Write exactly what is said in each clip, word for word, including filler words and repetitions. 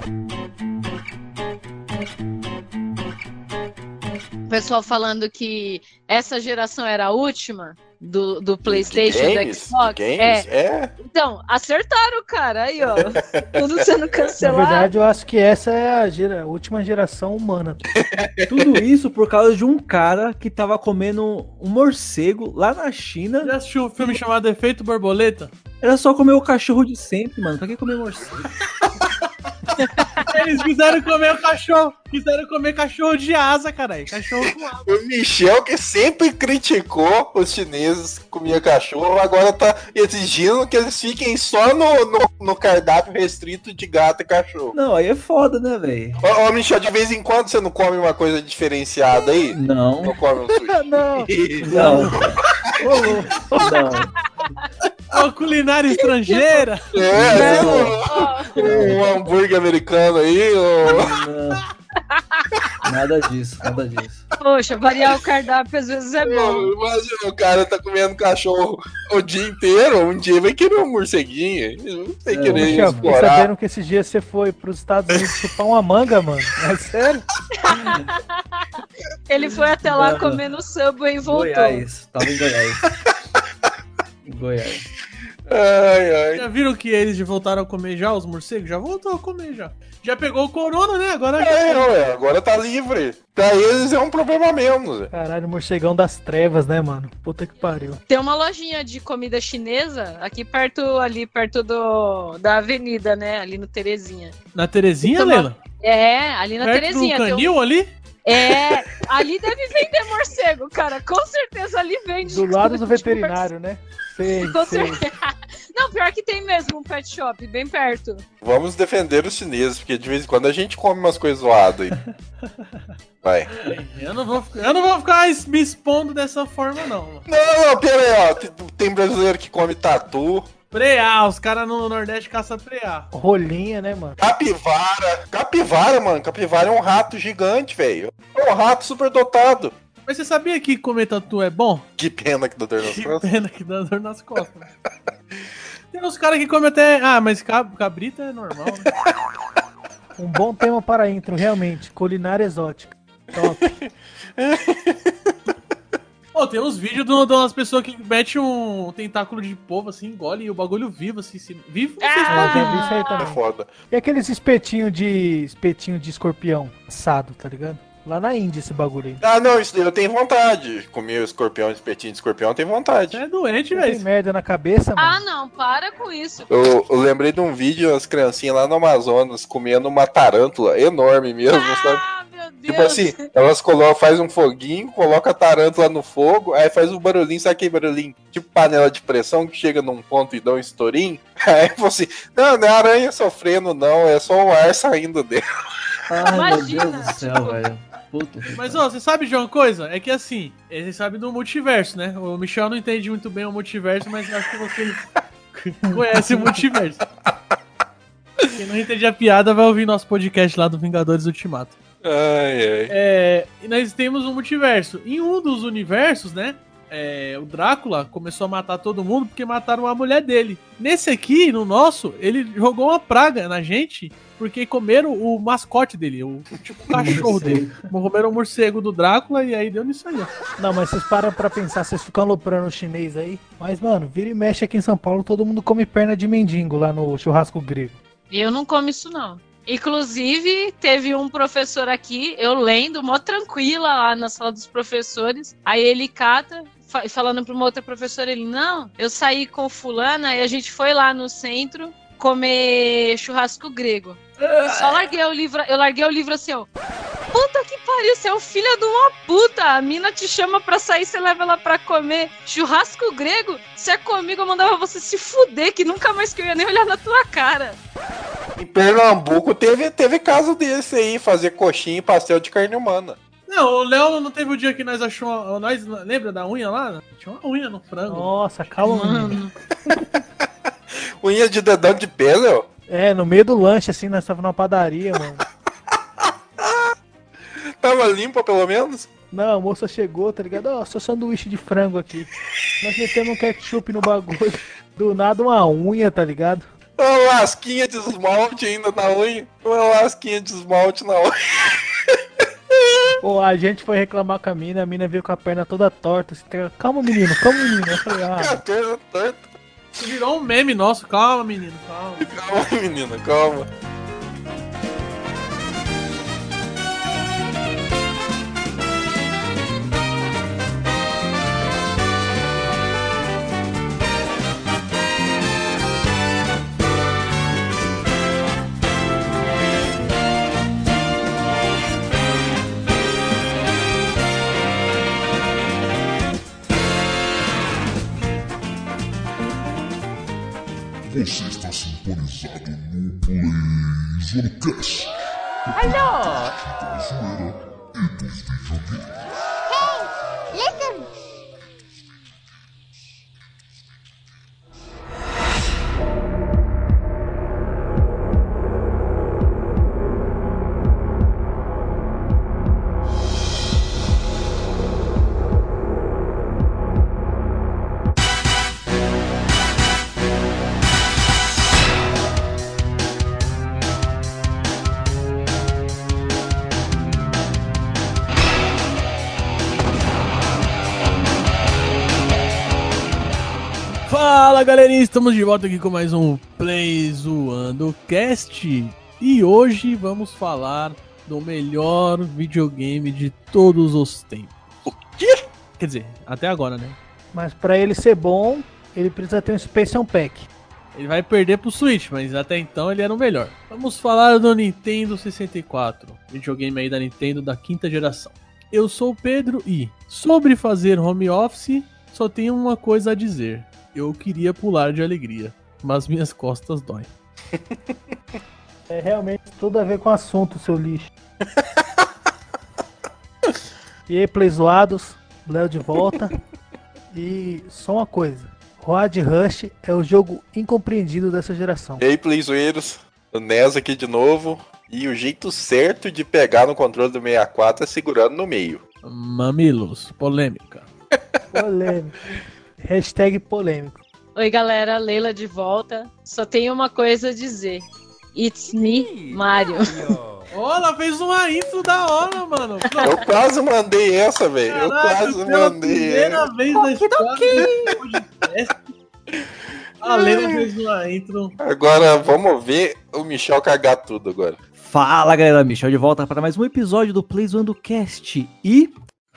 O pessoal falando que essa geração era a última do, do PlayStation e do Xbox. Games? É. é. Então, acertaram, cara. Aí, ó. Tudo sendo cancelado. Na verdade, eu acho que essa é a, gera, a última geração humana. Tudo isso por causa de um cara que tava comendo um morcego lá na China. Já assistiu um filme chamado Efeito Borboleta? Era só comer o cachorro de sempre, mano. Pra que comer morcego? Eles quiseram comer o cachorro. Quiseram comer cachorro de asa, caralho. Cachorro com asa. O Michel, que sempre criticou os chineses que comiam cachorro, agora tá exigindo que eles fiquem só no, no, no cardápio restrito de gato e cachorro. Não, aí é foda, né, velho? Ô, ô, Michel, de vez em quando você não come uma coisa diferenciada aí? Não. Não come um sushi? Não. Não. Não. Ô, culinária estrangeira. É, um, um hambúrguer americano aí, ou... Não. Nada disso, nada disso. Poxa, variar o cardápio às vezes é bom. Imagina, o cara tá comendo cachorro o dia inteiro, um dia vai querer um morceguinho. Não tem É, querer Michel, fiquei explorar. sabendo que esses dias você foi pros Estados Unidos chupar uma manga, mano. É sério? Ele foi até lá Não. comendo Subway e voltou. Goiás, tava em Goiás. Em Goiás. Ai, ai. Já viram que eles voltaram a comer já, os morcegos? Já voltou a comer já. Já pegou o corona, né? Agora É, já... ué, agora tá livre. Pra eles é um problema menos. Caralho, morcegão das trevas, né, mano? Puta que pariu. Tem uma lojinha de comida chinesa aqui perto, ali perto do, da avenida, né? Ali no Terezinha. Na Terezinha, Então, Leila? É, ali na Perto Terezinha. do tem um- canil ali? É, ali deve vender morcego, cara. Com certeza ali vende. Do lado do de veterinário, né? Sei, morcego. Com sei. certeza. Não, pior que tem mesmo um pet shop, bem perto. Vamos defender os chineses, porque de vez em quando a gente come umas coisas zoadas aí. Vai. Eu não vou, ficar- eu não vou ficar es- me expondo dessa forma, não. Não, não, pera aí, ó. Tem- Tem brasileiro que come tatu, Preá, os caras no Nordeste caçam preá. Rolinha, né, mano? capivara. Capivara, mano. Capivara é um rato gigante, velho. É um rato super dotado. Mas você sabia que comer tatu é bom? Que pena que dá dor nas Que costas. pena que dá dor nas costas. Tem uns caras que comem até... Ah, mas cab- cabrita é normal, né? Um bom tema para a intro, realmente. Culinária exótica. Top. Pô, tem uns vídeos de umas pessoas que metem um tentáculo de polvo, assim, engole e o bagulho vivo, assim. Se... Vivo? Não sei se Ah, pode. já vi isso aí É também. foda. E aqueles espetinhos de espetinho de escorpião assado, tá ligado? Lá na Índia esse bagulho aí. Ah, não, isso daí eu tenho vontade. Comer o escorpião, espetinho de escorpião, eu tenho vontade. Você é doente, Você tem velho. merda na cabeça, Ah, mano? não, para com isso. Eu, eu lembrei de um vídeo, as criancinhas lá no Amazonas comendo uma tarântula enorme mesmo, sabe? Ah, meu Deus. Tipo assim, elas colocam, faz um foguinho, coloca a tarântula no fogo, aí faz um barulhinho, sabe aquele barulhinho? Tipo panela de pressão que chega num ponto e dá um estourinho. Aí falou assim, não, não é a aranha sofrendo não, é só o ar saindo dela. Ai, Imagina, meu Deus do céu, tipo- velho. Puta que Mas, pariu. ó, você sabe de uma coisa? É que, assim, você sabe do multiverso, né? O Michel não entende muito bem o multiverso, mas acho que vocês conhecem o multiverso. Quem não entende a piada vai ouvir nosso podcast lá do Vingadores Ultimato. Ai, ai. É, e nós temos um multiverso. Em um dos universos, né? É, o Drácula começou a matar todo mundo porque mataram a mulher dele. Nesse aqui, no nosso, ele jogou uma praga na gente porque comeram o mascote dele, o, o tipo o cachorro dele. Comeram o morcego do Drácula e aí deu nisso aí, ó. Não, mas vocês param pra pensar, vocês ficam aloprando o chinês aí. Mas, mano, vira e mexe aqui em São Paulo, todo mundo come perna de mendigo lá no churrasco grego. Eu não como isso, não. Inclusive, teve um professor aqui, eu lendo, mó tranquila lá na sala dos professores. Aí ele cata, fa- falando pra uma outra professora, ele, não, eu saí com fulana e a gente foi lá no centro comer churrasco grego. Eu só larguei o livro, eu larguei o livro assim, ó. Puta que pariu, você é um filho de uma puta. A mina te chama pra sair, você leva ela pra comer churrasco grego. Se é comigo, eu mandava você se fuder, que nunca mais que eu ia nem olhar na tua cara. Em Pernambuco teve, teve caso desse aí, fazer coxinha e pastel de carne humana. Não, o Léo não teve o dia que nós achamos. Nós, lembra da unha lá? Tinha uma unha no frango. Nossa, calma, menino. Mano. Unha de dedão de pé, Léo. É, no meio do lanche, assim, nós tava numa padaria, mano. Tava limpa, pelo menos. Não, a moça chegou, tá ligado? Ó, seu sanduíche de frango aqui. Nós metemos um ketchup no bagulho. Do nada uma unha, tá ligado? Uma lasquinha de esmalte ainda na unha. Uma lasquinha de esmalte na unha. Pô, a gente foi reclamar com a mina, a mina veio com a perna toda torta. Assim, calma, menino, calma, menino. Eu falei, A ah, perna torta. Isso virou um meme nosso. Calma, menino, calma. Calma, menina, calma. Você está sintonizado no PlayZonecast. Alô! Da zoeira e dos videogames. Hey, listen! Fala galerinha, estamos de volta aqui com mais um Play Zoando Cast. E hoje vamos falar do melhor videogame de todos os tempos. O quê? Quer dizer, até agora, né? mas pra ele ser bom, ele precisa ter um Expansion Pack. Ele vai perder pro Switch, mas até então ele era o melhor. Vamos falar do Nintendo sessenta e quatro, videogame aí da Nintendo da quinta geração. Eu sou o Pedro e, sobre fazer home office, só tenho uma coisa a dizer. Eu queria pular de alegria, mas minhas costas doem. É realmente tudo a ver com o assunto, seu lixo. E aí, Play Zoados, Léo de volta. E só uma coisa, Road Rush é o jogo incompreendido dessa geração. E aí, playzoeiros, o Nes aqui de novo. E o jeito certo de pegar no controle do sessenta e quatro é segurando no meio. Mamilos, polêmica. Polêmico. Hashtag polêmico. Oi galera, Leila de volta. Só tenho uma coisa a dizer. It's me, Mario. Ó, ela fez uma intro da hora, mano. Eu quase mandei essa, velho. Eu Caraca, quase pela mandei primeira essa. vez na história do podcast, a Leila fez uma intro. Agora vamos ver o Michel cagar tudo agora. Fala galera, Michel de volta para mais um episódio do Play Zoando Cast. E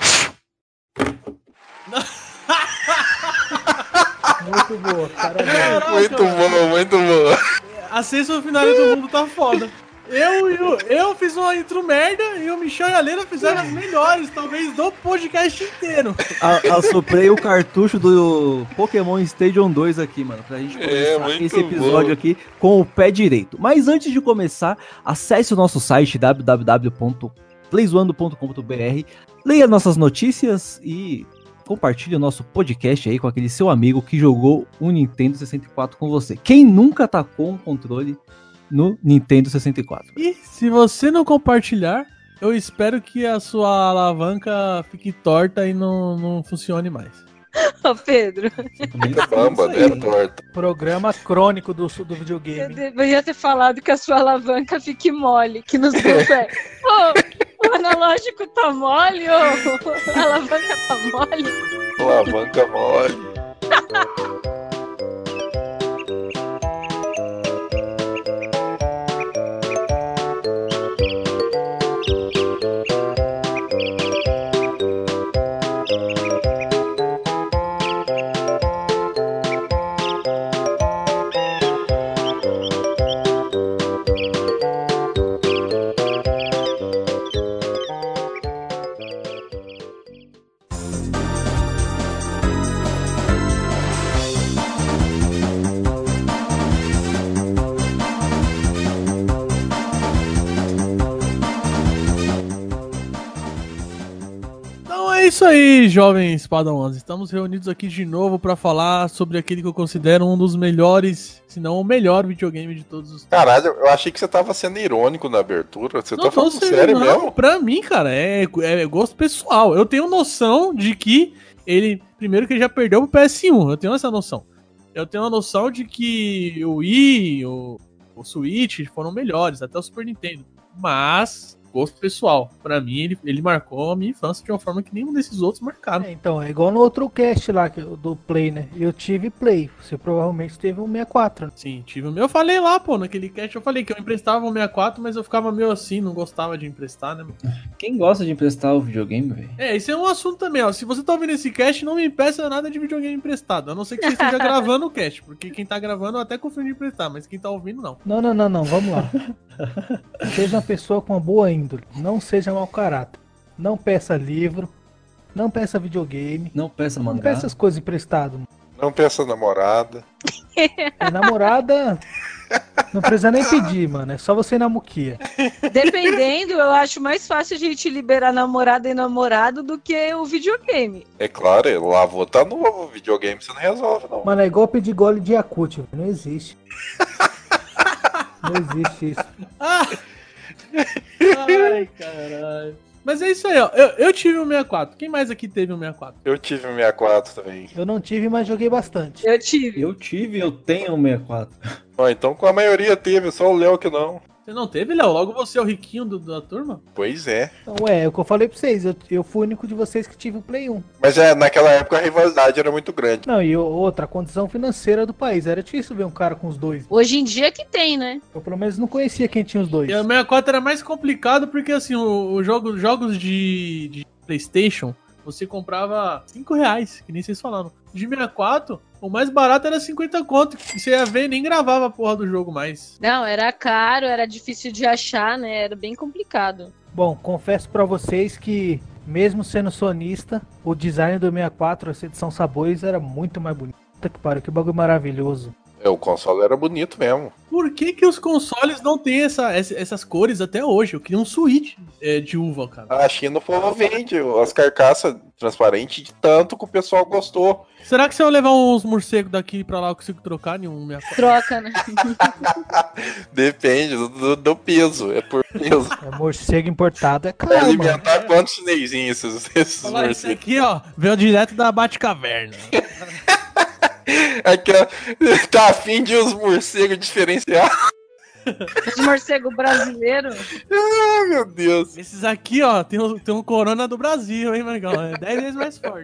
Muito boa, parabéns. Caraca, Muito mano. bom, muito bom. A sexta final do mundo tá foda. Eu, eu, eu fiz uma intro merda e o Michel e a Leila fizeram as melhores, talvez, do podcast inteiro. a- assoprei o cartucho do Pokémon Stadium dois aqui, mano, pra gente É, começar muito esse episódio bom. aqui com o pé direito. Mas antes de começar, acesse o nosso site w w w ponto playzoando ponto com ponto b r, leia nossas notícias e compartilhe o nosso podcast aí com aquele seu amigo que jogou um Nintendo sessenta e quatro com você. Quem nunca tacou um controle no Nintendo sessenta e quatro? E se você não compartilhar, eu espero que a sua alavanca fique torta e não, não funcione mais. Ô Pedro, Bamba, Isso aí. né, torta. Programa crônico do, do eu videogame. deveria ter falado que a sua alavanca fique mole, que nos grupos é. Ô, o analógico tá mole, ô, a alavanca tá mole. Alavanca mole. Então é isso aí, jovens padawans. Estamos reunidos aqui de novo pra falar sobre aquele que eu considero um dos melhores, se não o melhor videogame de todos os tempos. Caralho, eu achei que você tava sendo irônico na abertura. Você Não tá tô falando sendo, sério não. mesmo? Pra mim, cara, é, é gosto pessoal. Eu tenho noção de que ele, primeiro que ele já perdeu pro P S um, eu tenho essa noção. eu tenho uma noção de que o Wii, o, o Switch foram melhores, até o Super Nintendo. Mas, gosto pessoal, pra mim ele, ele marcou a minha infância de uma forma que nenhum desses outros marcaram. É, então, é igual no outro cast lá que, do Play, né? Eu tive Play, você provavelmente teve um sessenta e quatro. Né? Sim, tive o meu. Eu falei lá, pô, naquele cast, eu falei que eu emprestava um sessenta e quatro, mas eu ficava meio assim, não gostava de emprestar, né? Quem gosta de emprestar o videogame, velho? É, esse é um assunto também, ó. Se você tá ouvindo esse cast, não me empresta nada de videogame emprestado, a não ser que você esteja gravando o cast, porque quem tá gravando eu até confio em emprestar, mas quem tá ouvindo, não. Não, não, não, não, vamos lá. Seja uma pessoa com uma boa índole, não seja mau caráter. Não peça livro, não peça videogame, Não peça não mangá. peça as coisas emprestadas. Não peça namorada. E namorada, não precisa nem pedir, mano, é só você ir na muquia. Dependendo, eu acho mais fácil a gente liberar namorada e namorado do que o videogame. É claro, ele lavou, tá novo. Videogame você não resolve, não. Mano, é igual pedir gole de Yakult, velho, não existe. Não existe isso. Ai, caralho. Mas é isso aí, ó. Eu, eu tive um sessenta e quatro. Quem mais aqui teve um sessenta e quatro? Eu tive um sessenta e quatro também. Eu não tive, mas joguei bastante. Eu tive. Eu tive, eu tenho um sessenta e quatro. Ó, então com a maioria teve, só o Léo que não. Você não teve, Léo? Logo você é o riquinho do- da turma? Pois é. Então, é, é o que eu falei pra vocês, eu, eu fui o único de vocês que tive o Play um. Mas é, naquela época a rivalidade era muito grande. Não, e o- outra, a condição financeira do país. Era difícil ver um cara com os dois. Hoje em dia que tem, né? Eu pelo menos não conhecia quem tinha os dois. E o sessenta e quatro era mais complicado porque, assim, o, o jogo, jogos de, de PlayStation, você comprava cinco reais, que nem vocês falaram. De sessenta e quatro, o mais barato era cinquenta conto, que você ia ver e nem gravava a porra do jogo mais. Não, era caro, era difícil de achar, né? Era bem complicado. Bom, confesso pra vocês que, mesmo sendo sonista, o design do sessenta e quatro, essa edição Sabores, era muito mais bonito. Puta que pariu, que bagulho maravilhoso. É, o console era bonito mesmo. Por que que os consoles não têm essa, essa- essas cores até hoje? Eu queria um Switch é, de uva, cara. A China o povo vende as carcaças transparentes de tanto que o pessoal gostou. Será que se eu levar uns morcegos daqui pra lá eu consigo trocar em um sessenta e quatro? Troca, né? Depende do, do- do peso, é por peso. É, morcego importado é Vai caro, mano. alimentar quantos chinesinhos esses, esses Olha lá, esse morcegos? aqui, ó, veio direto da Batcaverna. Aqui, ó, tá afim de uns morcegos diferenciados. Os morcegos brasileiros. Ah, meu Deus. Esses aqui, ó, tem, um- tem um Corona do Brasil, hein, Margão? É dez vezes mais forte.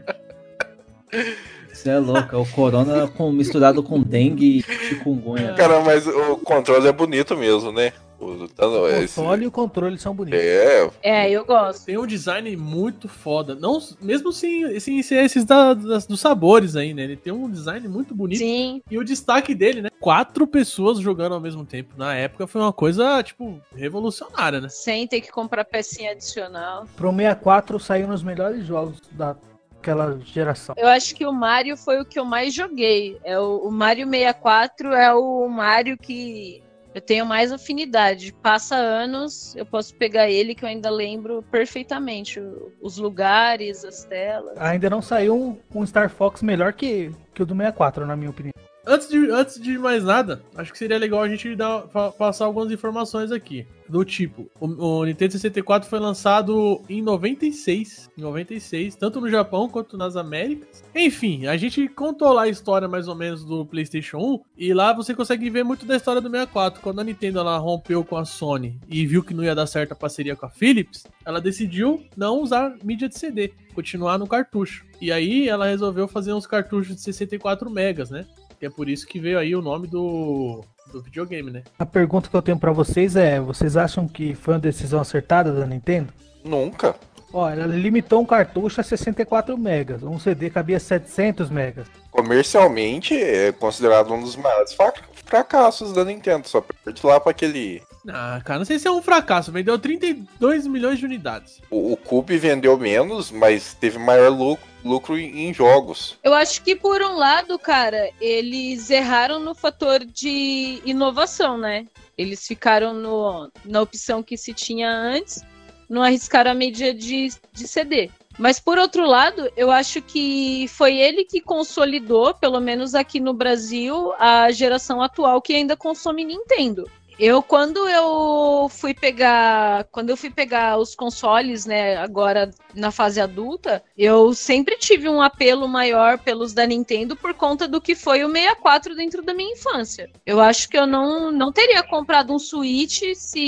Você é louco, é o corona com, misturado com dengue e chikungunya. Cara, mas o controle é bonito mesmo, né? O, tá, O esse- console e o controle são bonitos. É, É, eu gosto. Tem um design muito foda. Não, mesmo sem, sem ser esses da- das- dos sabores aí, né? Ele tem um design muito bonito. Sim. E o destaque dele, né? Quatro pessoas jogando ao mesmo tempo. Na época foi uma coisa, tipo, revolucionária, né? Sem ter que comprar pecinha adicional. Pro sessenta e quatro saiu nos melhores jogos daquela geração. Eu acho que o Mario foi o que eu mais joguei. É o, o Mario sessenta e quatro é o Mario que eu tenho mais afinidade. Passa anos, eu posso pegar ele que eu ainda lembro perfeitamente. o- Os lugares, as telas. Ainda não saiu um, um Star Fox melhor que, que o do sessenta e quatro, na minha opinião. Antes de, antes de mais nada, acho que seria legal a gente dar, fa- passar algumas informações aqui. Do tipo, o, o Nintendo sessenta e quatro foi lançado em noventa e seis. Em noventa e seis, tanto no Japão quanto nas Américas. Enfim, a gente contou lá a história mais ou menos do PlayStation um. E lá você consegue ver muito da história do sessenta e quatro. Quando a Nintendo ela rompeu com a Sony e viu que não ia dar certo a parceria com a Philips, ela decidiu não usar mídia de C D, continuar no cartucho. E aí ela resolveu fazer uns cartuchos de sessenta e quatro megas, né? E é por isso que veio aí o nome do, do videogame, né? A pergunta que eu tenho pra vocês é: vocês acham que foi uma decisão acertada da Nintendo? nunca. Ó, ela limitou um cartucho a sessenta e quatro megas. Um C D cabia setecentos megas. Comercialmente é considerado um dos maiores fra- fracassos da Nintendo. Só perde lá pra aquele. Ah, cara, não sei se é um fracasso. Vendeu trinta e dois milhões de unidades. O, o Cube vendeu menos, mas teve maior lucro, lucro em, em jogos. Eu acho que, por um lado, cara, eles erraram no fator de inovação, né? Eles ficaram no, na opção que se tinha antes, não arriscaram a mídia de, de C D. Mas, por outro lado, eu acho que foi ele que consolidou, pelo menos aqui no Brasil, a geração atual que ainda consome Nintendo. Eu, quando eu fui pegar. Quando eu fui pegar os consoles, né, agora na fase adulta, eu sempre tive um apelo maior pelos da Nintendo por conta do que foi o sessenta e quatro dentro da minha infância. Eu acho que eu não, não teria comprado um Switch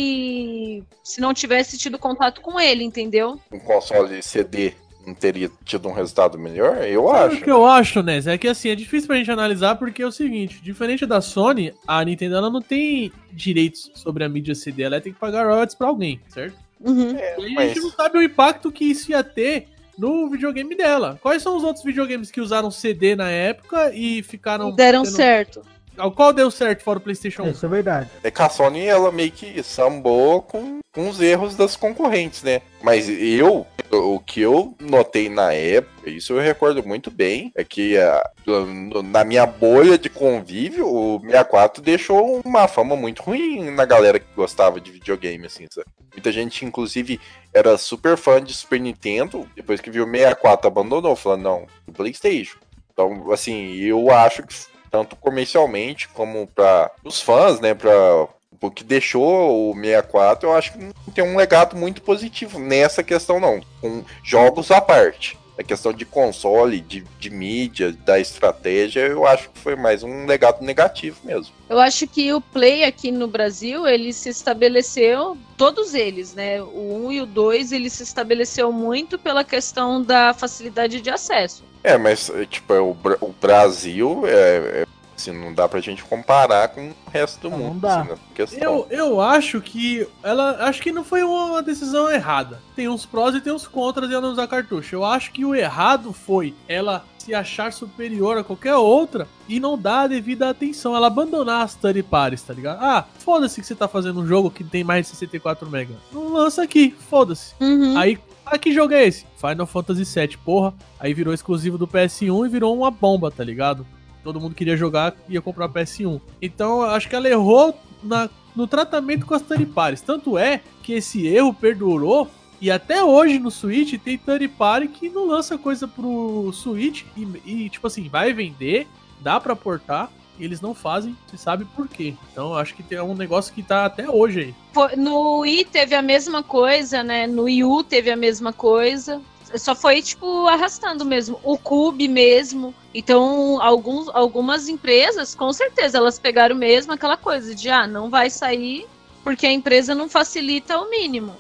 se, se não tivesse tido contato com ele, entendeu? Um console C D não teria tido um resultado melhor? Eu Sabe acho. o que eu acho, Nes? É que assim, é difícil pra gente analisar porque é o seguinte, diferente da Sony, a Nintendo ela não tem direitos sobre a mídia C D, ela tem que pagar royalties pra alguém, certo? Uhum. É, E aí a mas gente não sabe o impacto que isso ia ter no videogame dela. Quais são os outros videogames que usaram C D na época e ficaram... Deram tendo- certo. Qual deu certo fora o PlayStation um? Isso é verdade. é que a Sony, ela meio que sambou com, com os erros das concorrentes, né? Mas eu, o que eu notei na época, isso eu recordo muito bem, é que a, no- na minha bolha de convívio, o sessenta e quatro deixou uma fama muito ruim na galera que gostava de videogame, assim, sabe? Muita gente, inclusive, era super fã de Super Nintendo, depois que viu o sessenta e quatro abandonou, falando, não, do PlayStation. Então, assim, eu acho que tanto comercialmente como para os fãs, né, para o que deixou o sessenta e quatro, eu acho que não tem um legado muito positivo nessa questão não, com jogos à parte. A questão de console, de, de mídia, da estratégia, eu acho que foi mais um legado negativo mesmo. Eu acho que o Play aqui no Brasil, ele se estabeleceu, todos eles, né? O um e o dois, ele se estabeleceu muito pela questão da facilidade de acesso. É, mas tipo, é, o, Bra- o Brasil é, é, assim, não dá pra gente comparar com o resto do Não, não mundo, dá. assim, nessa questão. Eu, eu acho que ela. Acho que não foi uma decisão errada. Tem uns prós e tem uns contras de ela não usar cartucho. Eu acho que o errado foi ela se achar superior a qualquer outra e não dar a devida atenção. Ela abandonar as third parties, tá ligado? Ah, foda-se que você tá fazendo um jogo que tem mais de sessenta e quatro megas. Não lança aqui, foda-se. Uhum. Aí, ah, que jogo é esse? Final Fantasy sete, porra. Aí virou exclusivo do P S um e virou uma bomba, tá ligado? Todo mundo queria jogar, ia comprar o P S um. Então, eu acho que ela errou na, no tratamento com as third parties. Tanto é que esse erro perdurou e até hoje no Switch tem third party que não lança coisa pro Switch e, e, tipo assim, vai vender, dá pra portar, e eles não fazem, se sabe por quê. Então, eu acho que tem um negócio que tá até hoje aí. Foi- No Wii teve a mesma coisa, né? No Wii U teve a mesma coisa. Só foi, tipo, arrastando mesmo. O Cube mesmo. Então, alguns, algumas empresas, com certeza, elas pegaram mesmo aquela coisa de, ah, não vai sair porque a empresa não facilita o mínimo.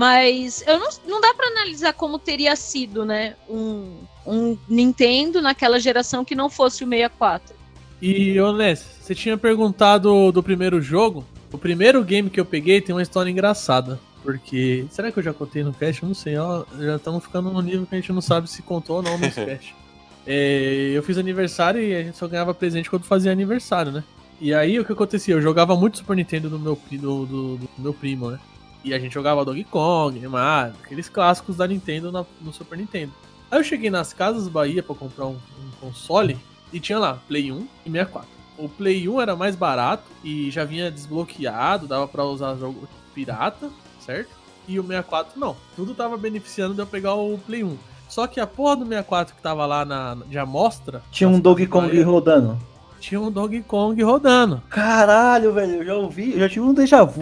Mas eu não, não dá pra analisar como teria sido, né? Um, um Nintendo naquela geração que não fosse o sessenta e quatro. E, ô Ness, você tinha perguntado do primeiro jogo. O primeiro game que eu peguei tem uma história engraçada. Porque. Será que eu já contei no cast? Eu não sei. Ó, já estamos ficando num nível que a gente não sabe se contou ou não no cast. É, eu fiz aniversário e a gente só ganhava presente quando fazia aniversário, né? E aí o que acontecia? Eu jogava muito Super Nintendo do meu, pri- do, do, do meu primo, né? E a gente jogava Donkey Kong, Mario, aqueles clássicos da Nintendo na- no Super Nintendo. Aí eu cheguei nas Casas Bahia pra comprar um, um console e tinha lá Play um e sessenta e quatro. O Play um era mais barato e já vinha desbloqueado, dava pra usar jogo pirata, certo? E o sessenta e quatro não. Tudo tava beneficiando de eu pegar o Play um. Só que a porra do sessenta e quatro que tava lá na, de amostra... Tinha um nas Donkey Casas Kong Bahia, rodando. tinha um Donkey Kong rodando. Caralho, velho, eu já ouvi, eu já tive um déjà vu.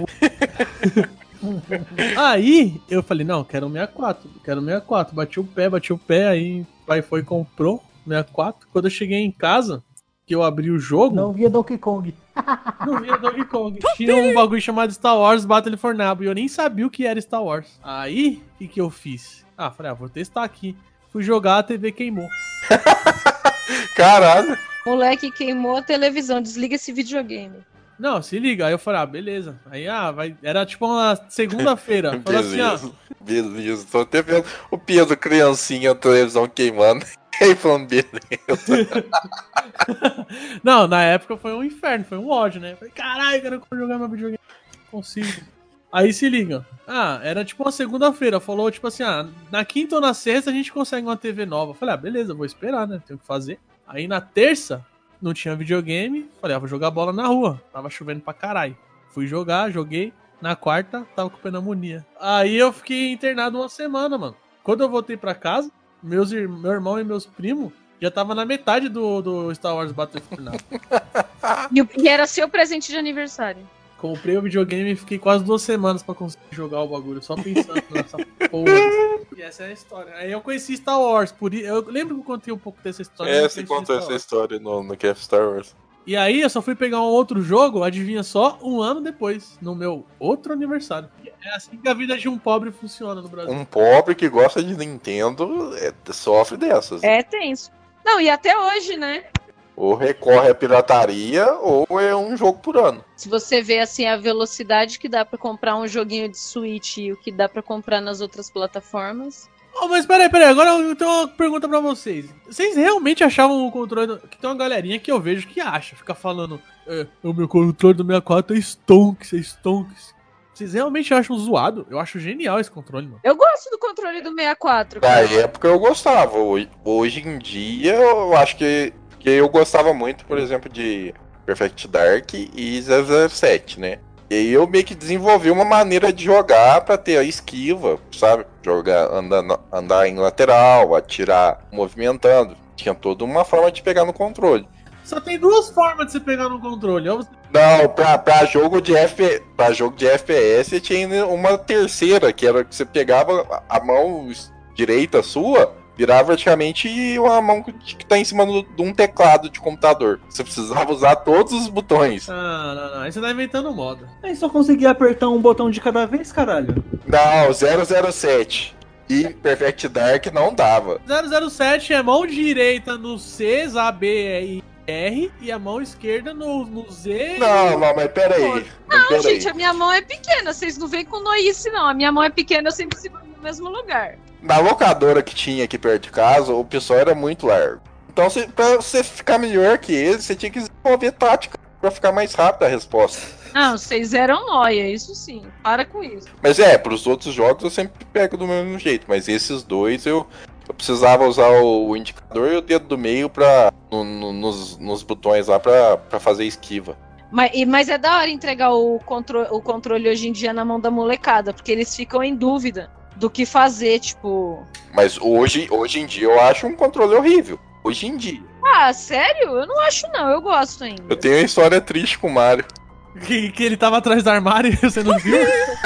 Aí eu falei, não, quero um sessenta e quatro, quero um sessenta e quatro. Bati o pé, bati o pé, aí o pai foi e comprou o sessenta e quatro. Quando eu cheguei em casa, que eu abri o jogo, Não não, via Donkey Kong. via Donkey Kong. Tinha um bagulho chamado Star Wars Battle for Naboo e eu nem sabia o que era Star Wars. Aí, o que, que eu fiz? Ah, falei, ah, vou testar aqui. Fui jogar, a T V queimou. Caralho. Moleque queimou a televisão, desliga esse videogame. Não, se liga. Aí eu falei, ah, beleza. Aí, ah, vai. Era tipo uma segunda-feira. Falei assim, ah, Beleza, beleza. Tô até vendo o Pedro criancinha, a televisão queimando. E aí falando, beleza. não, na época foi um inferno, foi um ódio, né? Falei, caralho, quero jogar meu videogame. Não consigo. Aí se liga. Ah, era tipo uma segunda-feira. Falou, tipo assim, ah, na quinta ou na sexta a gente consegue uma T V nova. Falei, ah, beleza, vou esperar, né? Tenho o que fazer. Aí na terça, não tinha videogame. Falei, ah, vou jogar bola na rua. Tava chovendo pra caralho. Fui jogar, joguei. Na quarta, tava com pneumonia. Aí eu fiquei internado uma semana, mano. Quando eu voltei pra casa, meus, ir- meu irmão e meus primos já tava na metade do, do Star Wars Battlefront. E, o- e era seu presente de aniversário. Comprei o videogame e fiquei quase duas semanas pra conseguir jogar o bagulho, só pensando nessa porra. E essa é a história. Aí eu conheci Star Wars, por i- eu lembro que eu contei um pouco dessa história. É, eu você conheci contou Star essa Wars. história no, no Café Star Wars. E aí eu só fui pegar um outro jogo, adivinha só, um ano depois, no meu outro aniversário. É assim que a vida de um pobre funciona no Brasil. Um pobre que gosta de Nintendo é, sofre dessas. É tenso. Não, e até hoje, né? Ou recorre à pirataria, ou é um jogo por ano. Se você vê assim a velocidade que dá pra comprar um joguinho de Switch e o que dá pra comprar nas outras plataformas. Oh, mas peraí, peraí, agora eu tenho uma pergunta pra vocês. Vocês realmente achavam o controle... do- Que tem uma galerinha que eu vejo que acha, fica falando é, o meu controle do sessenta e quatro é stonks, é stonks. Vocês realmente acham zoado? Eu acho genial esse controle, mano. Eu gosto do controle do sessenta e quatro. Na cara. época eu gostava. Hoje, hoje em dia eu acho que, que eu gostava muito, por exemplo, de Perfect Dark e zero zero sete, né? E aí eu meio que desenvolvi uma maneira de jogar pra ter a esquiva, sabe? Jogar, andar, andar em lateral, atirar movimentando. Tinha toda uma forma de pegar no controle. Só tem duas formas de você pegar no controle. Ou você... Não, pra, pra, jogo de F P, pra jogo de F P S tinha uma terceira, que era que você pegava a mão direita sua, virava praticamente uma mão que tá em cima do- de um teclado de computador. Você precisava usar todos os botões. Ah, não, não. Aí você tá inventando moda. Aí só conseguia apertar um botão de cada vez, caralho. Não, zero zero sete. E Perfect Dark não dava. zero zero sete é mão direita no C, A, B e R, e a mão esquerda no, no Z. Não, não, mas peraí. Mas Não, peraí. gente, a minha mão é pequena. Vocês não veem com noice, não. A minha mão é pequena, eu sempre seguro no mesmo lugar. Na locadora que tinha aqui perto de casa, o pessoal era muito largo. Então, você, pra você ficar melhor que eles, você tinha que desenvolver tática pra ficar mais rápido a resposta. Não, vocês eram noia, isso sim. Para com isso. Mas é, pros outros jogos eu sempre pego do mesmo jeito, mas esses dois eu, eu precisava usar o, o indicador e o dedo do meio pra, no- no- nos, nos botões lá pra, pra fazer esquiva. Mas, e- mas é da hora entregar o, contro o controle hoje em dia na mão da molecada, porque eles ficam em dúvida do que fazer, tipo... Mas hoje, hoje em dia eu acho um controle horrível. Hoje em dia. Ah, sério? Eu não acho não, eu gosto ainda. Eu tenho uma história triste com o Mario. Que, que ele tava atrás do armário e você não viu?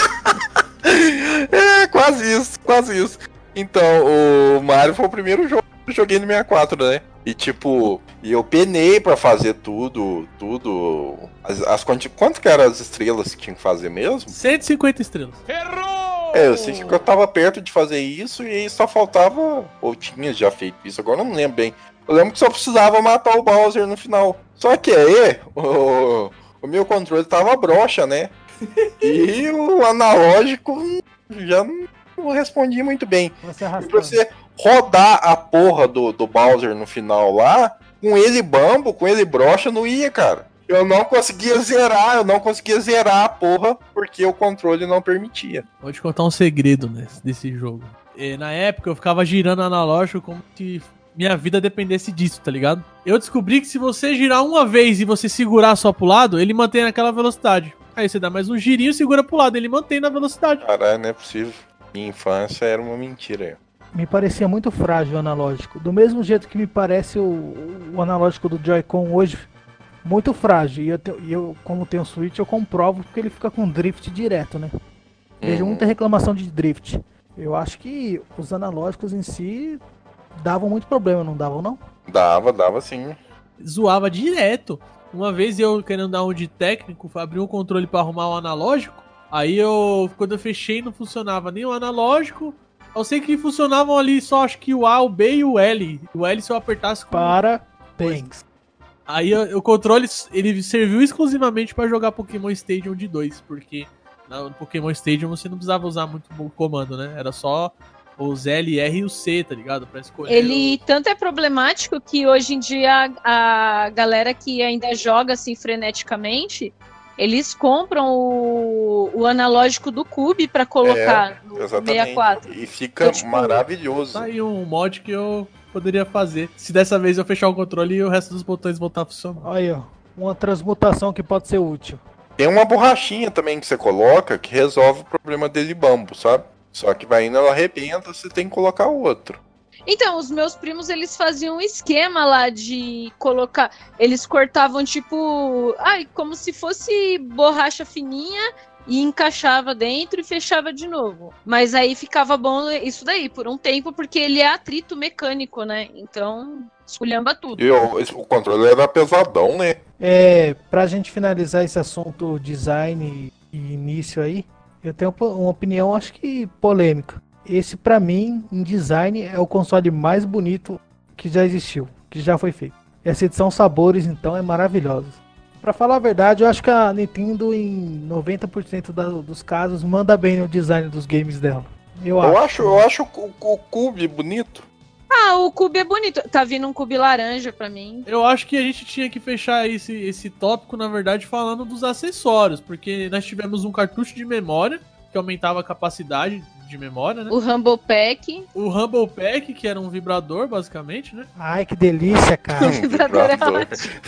É, quase isso, quase isso. Então, o Mario foi o primeiro jogo que eu joguei no sessenta e quatro, né? E tipo, e eu penei pra fazer tudo, tudo. As, as quanti... Quanto que eram as estrelas que tinha que fazer mesmo? cento e cinquenta estrelas. É, eu sei que eu tava perto de fazer isso e aí só faltava. Ou tinha já feito isso, agora eu não lembro bem. Eu lembro que só precisava matar o Bowser no final. Só que aí, o, o meu controle tava broxa, né? E o analógico já não respondia muito bem. Você E pra arrastando. você rodar a porra do, do Bowser no final lá, com ele bambo, com ele broxa, não ia, cara. Eu não conseguia zerar, eu não conseguia zerar a porra, porque o controle não permitia. Vou te contar um segredo nesse, desse jogo. E, na época eu ficava girando analógico como se minha vida dependesse disso, tá ligado? Eu descobri que se você girar uma vez e você segurar só pro lado, ele mantém naquela velocidade. Aí você dá mais um girinho e segura pro lado, ele mantém na velocidade. Caralho, não é possível. Minha infância era uma mentira. Me parecia muito frágil o analógico. Do mesmo jeito que me parece o, o analógico do Joy-Con hoje, muito frágil. E eu, te- e eu, como tenho Switch, eu comprovo porque ele fica com drift direto, né? Vejo Uhum. muita reclamação de drift. Eu acho que os analógicos em si davam muito problema, não davam não? Dava, dava sim. Zoava direto. Uma vez eu querendo dar um de técnico, abri um controle pra arrumar o analógico. Aí eu, quando eu fechei, não funcionava nem o analógico. Eu sei que funcionavam ali só acho que o A, o B e o L. O L se eu apertasse com... Parabéns. Aí o o controle, ele serviu exclusivamente pra jogar Pokémon Stadium de dois, porque no Pokémon Stadium você não precisava usar muito o comando, né? Era só os L, R e o C, tá ligado? Pra escolher. Ele tanto é problemático que hoje em dia a, a galera que ainda joga assim freneticamente, eles compram o, o analógico do Cube pra colocar no sessenta e Exatamente. quatro. E fica Então, tipo, maravilhoso. Tá aí um mod que eu poderia fazer. Se dessa vez eu fechar o controle e o resto dos botões voltar a funcionar. Olha aí, ó. Uma transmutação que pode ser útil. Tem uma borrachinha também que você coloca que resolve o problema dele bambo, sabe? Só que vai indo, ela arrebenta, você tem que colocar outro. Então, os meus primos, eles faziam um esquema lá de colocar... Eles cortavam, tipo... Ai, como se fosse borracha fininha e encaixava dentro e fechava de novo. Mas aí ficava bom isso daí, por um tempo, porque ele é atrito mecânico, né? Então, esculhamba tudo. E o, esse- o controle era pesadão, né? É, pra gente finalizar esse assunto design e início aí, eu tenho uma opinião, acho que polêmica. Esse, pra mim, em design, é o console mais bonito que já existiu, que já foi feito. Essa edição Sabores, então, é maravilhosa. Pra falar a verdade, eu acho que a Nintendo, em noventa por cento da- dos casos, manda bem no design dos games dela. Eu, Eu acho. acho, eu acho o, o Cube bonito. Ah, o Cube é bonito. Tá vindo um Cube laranja pra mim. Eu acho que a gente tinha que fechar esse, esse tópico, na verdade, falando dos acessórios, porque nós tivemos um cartucho de memória, que aumentava a capacidade de memória, né? O Rumble Pack. O Rumble Pack, que era um vibrador, basicamente, né? Ai, que delícia, cara. Um vibrador é vibrador.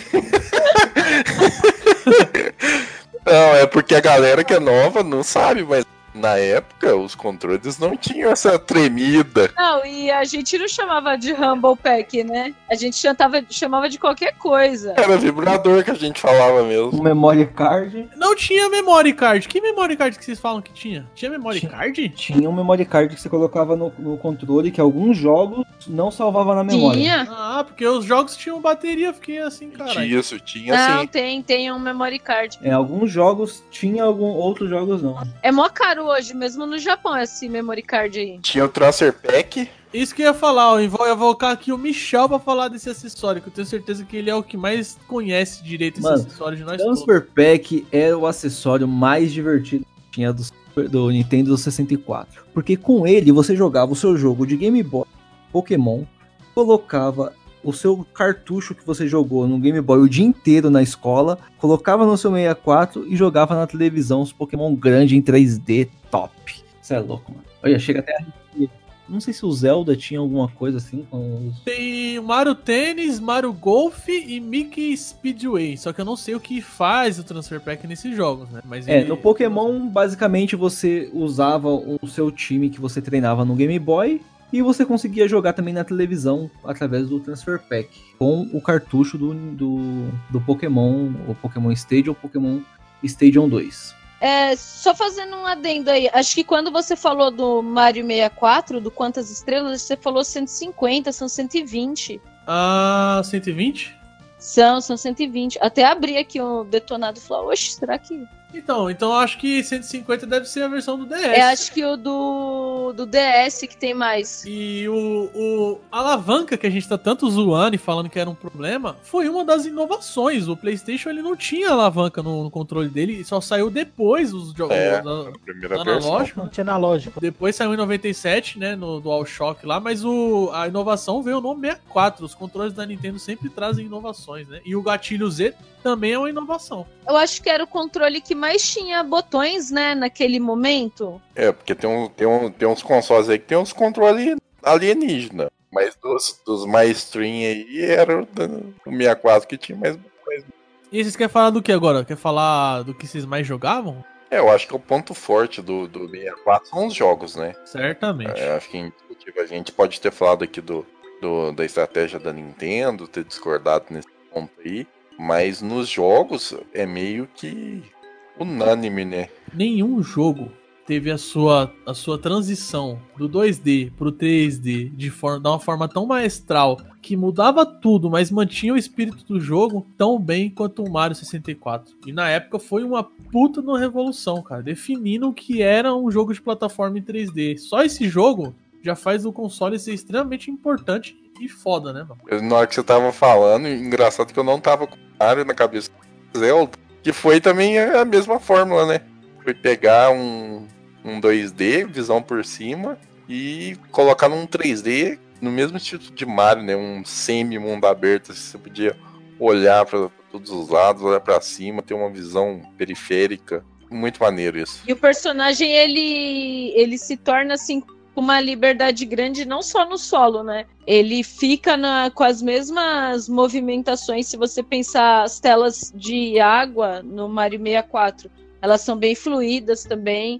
Não, é porque a galera que é nova não sabe, mas na época os controles não tinham essa tremida. Não, e a gente não chamava de Rumble Pack, né? A gente chamava, chamava de qualquer coisa. Era vibrador que a gente falava mesmo. Um memory card. Não tinha memory card. Que memory card que vocês falam que tinha? Tinha memory Tinha. card? Tinha um memory card que você colocava no, no controle que alguns jogos não salvava na memória. Tinha? Ah, porque os jogos tinham bateria, eu fiquei assim, cara. Isso, tinha Não, assim. tem, tem um memory card. É, alguns jogos tinha, algum, outros jogos não. É mó caro hoje, mesmo no Japão, esse memory card aí. Tinha o Transfer Pack. Isso que eu ia falar, ó, eu vou evocar aqui o Michel pra falar desse acessório, que eu tenho certeza que ele é o que mais conhece direito esse Mano, acessório de nós todos. Transfer Pack é o acessório mais divertido que tinha do, Super- do Nintendo sessenta e quatro. Porque com ele você jogava o seu jogo de Game Boy, Pokémon, colocava o seu cartucho que você jogou no Game Boy o dia inteiro na escola, colocava no seu sessenta e quatro e jogava na televisão os Pokémon grande em três D top. Isso é louco, mano. Olha, chega até a arrepia. Não sei se o Zelda tinha alguma coisa assim com os... Tem Mario Tênis, Mario Golf e Mickey Speedway. Só que eu não sei o que faz o Transfer Pack nesses jogos, né? Mas É, ele- no Pokémon, basicamente, você usava o seu time que você treinava no Game Boy e você conseguia jogar também na televisão através do Transfer Pack, com o cartucho do, do, do Pokémon, o Pokémon Stadium ou Pokémon Stadium dois. É, só fazendo um adendo aí, acho que quando você falou do Mario sessenta e quatro, do quantas estrelas, você falou cento e cinquenta, são cento e vinte. Ah, cento e vinte? São, são cento e vinte. Até abri aqui o detonado e falei, oxe, será que... Então, então eu acho que cento e cinquenta deve ser a versão do D S. É, acho que o do, do D S que tem mais. E o, o a alavanca que a gente tá tanto zoando e falando que era um problema, foi uma das inovações. O PlayStation ele não tinha alavanca no, no controle dele, e só saiu depois os jogos É, da- a primeira do versão. analógico. Não tinha analógico. Depois saiu em noventa e sete, né, no DualShock lá, mas o, a inovação veio no sessenta e quatro. Os controles da Nintendo sempre trazem inovações, né? E o gatilho Z também é uma inovação. Eu acho que era o controle que mais tinha botões, né, naquele momento. É, porque tem, um, tem, um, tem uns consoles aí que tem uns controles alienígenas. Mas dos, dos mainstream aí era o da- o sessenta e quatro que tinha mais. mais- E vocês querem falar do que agora? Quer falar do que vocês mais jogavam? É, eu acho que o ponto forte do, do sessenta e quatro são os jogos, né? Certamente. É, acho que indiscutível. A gente pode ter falado aqui do, do, da estratégia da Nintendo, ter discordado nesse ponto aí. Mas nos jogos é meio que unânime, né? Nenhum jogo teve a sua, a sua transição do dois D pro três D de forma, de uma forma tão maestral que mudava tudo, mas mantinha o espírito do jogo tão bem quanto o Mario sessenta e quatro. E na época foi uma puta de uma revolução, cara, definindo o que era um jogo de plataforma em três D. Só esse jogo já faz o console ser extremamente importante e foda, né, mano? Eu, na hora que você tava falando, engraçado que eu não tava com o Mario na cabeça do Zelda, que foi também a mesma fórmula, né? Foi pegar um, um dois D, visão por cima, e colocar num três D no mesmo estilo de Mario, né? Um semi-mundo aberto, assim, você podia olhar pra todos os lados, olhar pra cima, ter uma visão periférica. Muito maneiro isso. E o personagem, ele, ele se torna, assim, com uma liberdade grande, não só no solo, né? Ele fica na, com as mesmas movimentações, se você pensar as telas de água no Mario sessenta e quatro, elas são bem fluídas também.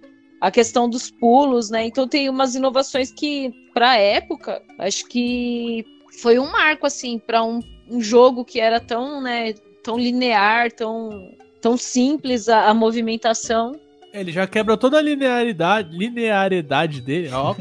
a questão dos pulos, né? Então tem umas inovações que, pra época, acho que foi um marco, assim, pra um, um jogo que era tão, né, tão linear, tão, tão simples a, a movimentação. Ele já quebra toda a linearidade, linearidade dele. Ó,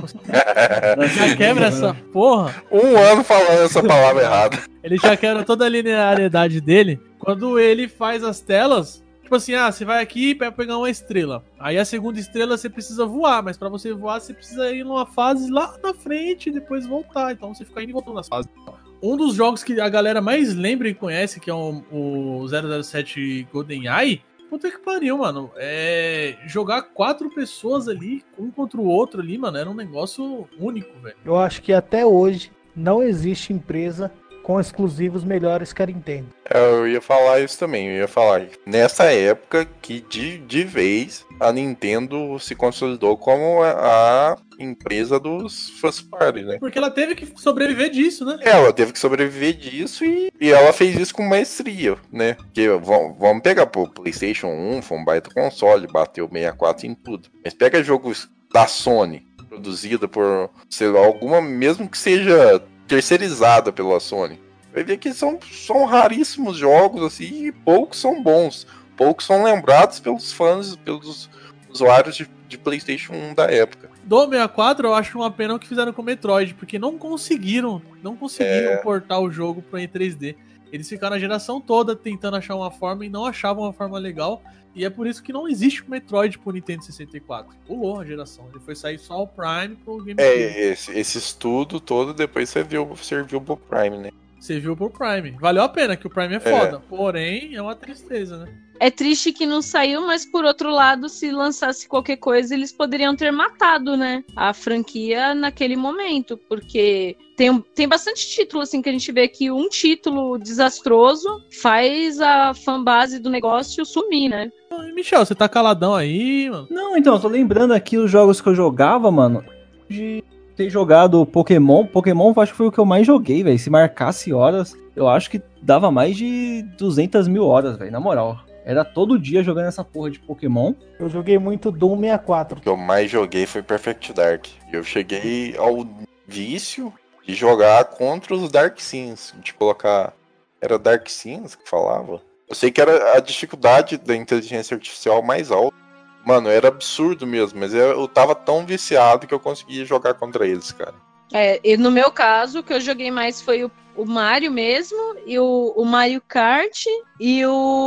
já quebra essa porra. Um ano falando essa palavra errada. Ele já quebra toda a linearidade dele quando ele faz as telas. Tipo assim, ah, você vai aqui pra pegar uma estrela. Aí a segunda estrela você precisa voar, mas pra você voar você precisa ir numa fase lá na frente e depois voltar. Então você fica indo e voltando nas fases. Um dos jogos que a galera mais lembra e conhece, que é o, o zero zero sete GoldenEye. Puta que pariu, mano. É... Jogar quatro pessoas ali, um contra o outro ali, mano, era um negócio único, velho. Eu acho que até hoje não existe empresa com exclusivos melhores que a Nintendo. Eu ia falar isso também, eu ia falar nessa época que de, de vez a Nintendo se consolidou como a empresa dos first party, né? Porque ela teve que sobreviver disso, né? Ela teve que sobreviver disso e, e ela fez isso com maestria, né? Porque vamos, vamos pegar pro PlayStation um, foi um baita console, bateu sessenta e quatro em tudo. Mas pega jogos da Sony, produzida por, sei lá, alguma, mesmo que seja terceirizada pela Sony. Vai ver que são, são raríssimos jogos, assim, e poucos são bons. Poucos são lembrados pelos fãs, pelos usuários de, de PlayStation um da época. Do sessenta e quatro eu acho uma pena o que fizeram com o Metroid, porque não conseguiram, não conseguiram É. portar o jogo pro em três D. Eles ficaram a geração toda tentando achar uma forma e não achavam uma forma legal. E é por isso que não existe o Metroid pro Nintendo sessenta e quatro. Pulou a geração. Ele foi sair só o Prime pro GameCube. É, esse, esse estudo todo depois serviu, serviu pro Prime, né? Você viu pro Prime. Valeu a pena, que o Prime é foda. Porém, é uma tristeza, né? É triste que não saiu, mas por outro lado, se lançasse qualquer coisa, eles poderiam ter matado, né, a franquia naquele momento, porque tem, tem bastante título, assim, que a gente vê que um título desastroso faz a fanbase do negócio sumir, né? E Michel, você tá caladão aí, mano? Não, então, eu tô lembrando aqui os jogos que eu jogava, mano, de ter jogado Pokémon. Pokémon acho que foi o que eu mais joguei, velho. Se marcasse horas, eu acho que dava mais de duzentas mil horas, velho, na moral. Era todo dia jogando essa porra de Pokémon. Eu joguei muito Doom sessenta e quatro. O que eu mais joguei foi Perfect Dark. Eu cheguei ao vício de jogar contra os Dark Sims. De colocar... Era Dark Sims que falava? Eu sei que era a dificuldade da inteligência artificial mais alta. Mano, era absurdo mesmo, mas eu, eu tava tão viciado que eu conseguia jogar contra eles, cara. É, e no meu caso, o que eu joguei mais foi o, o Mario mesmo, e o, o Mario Kart e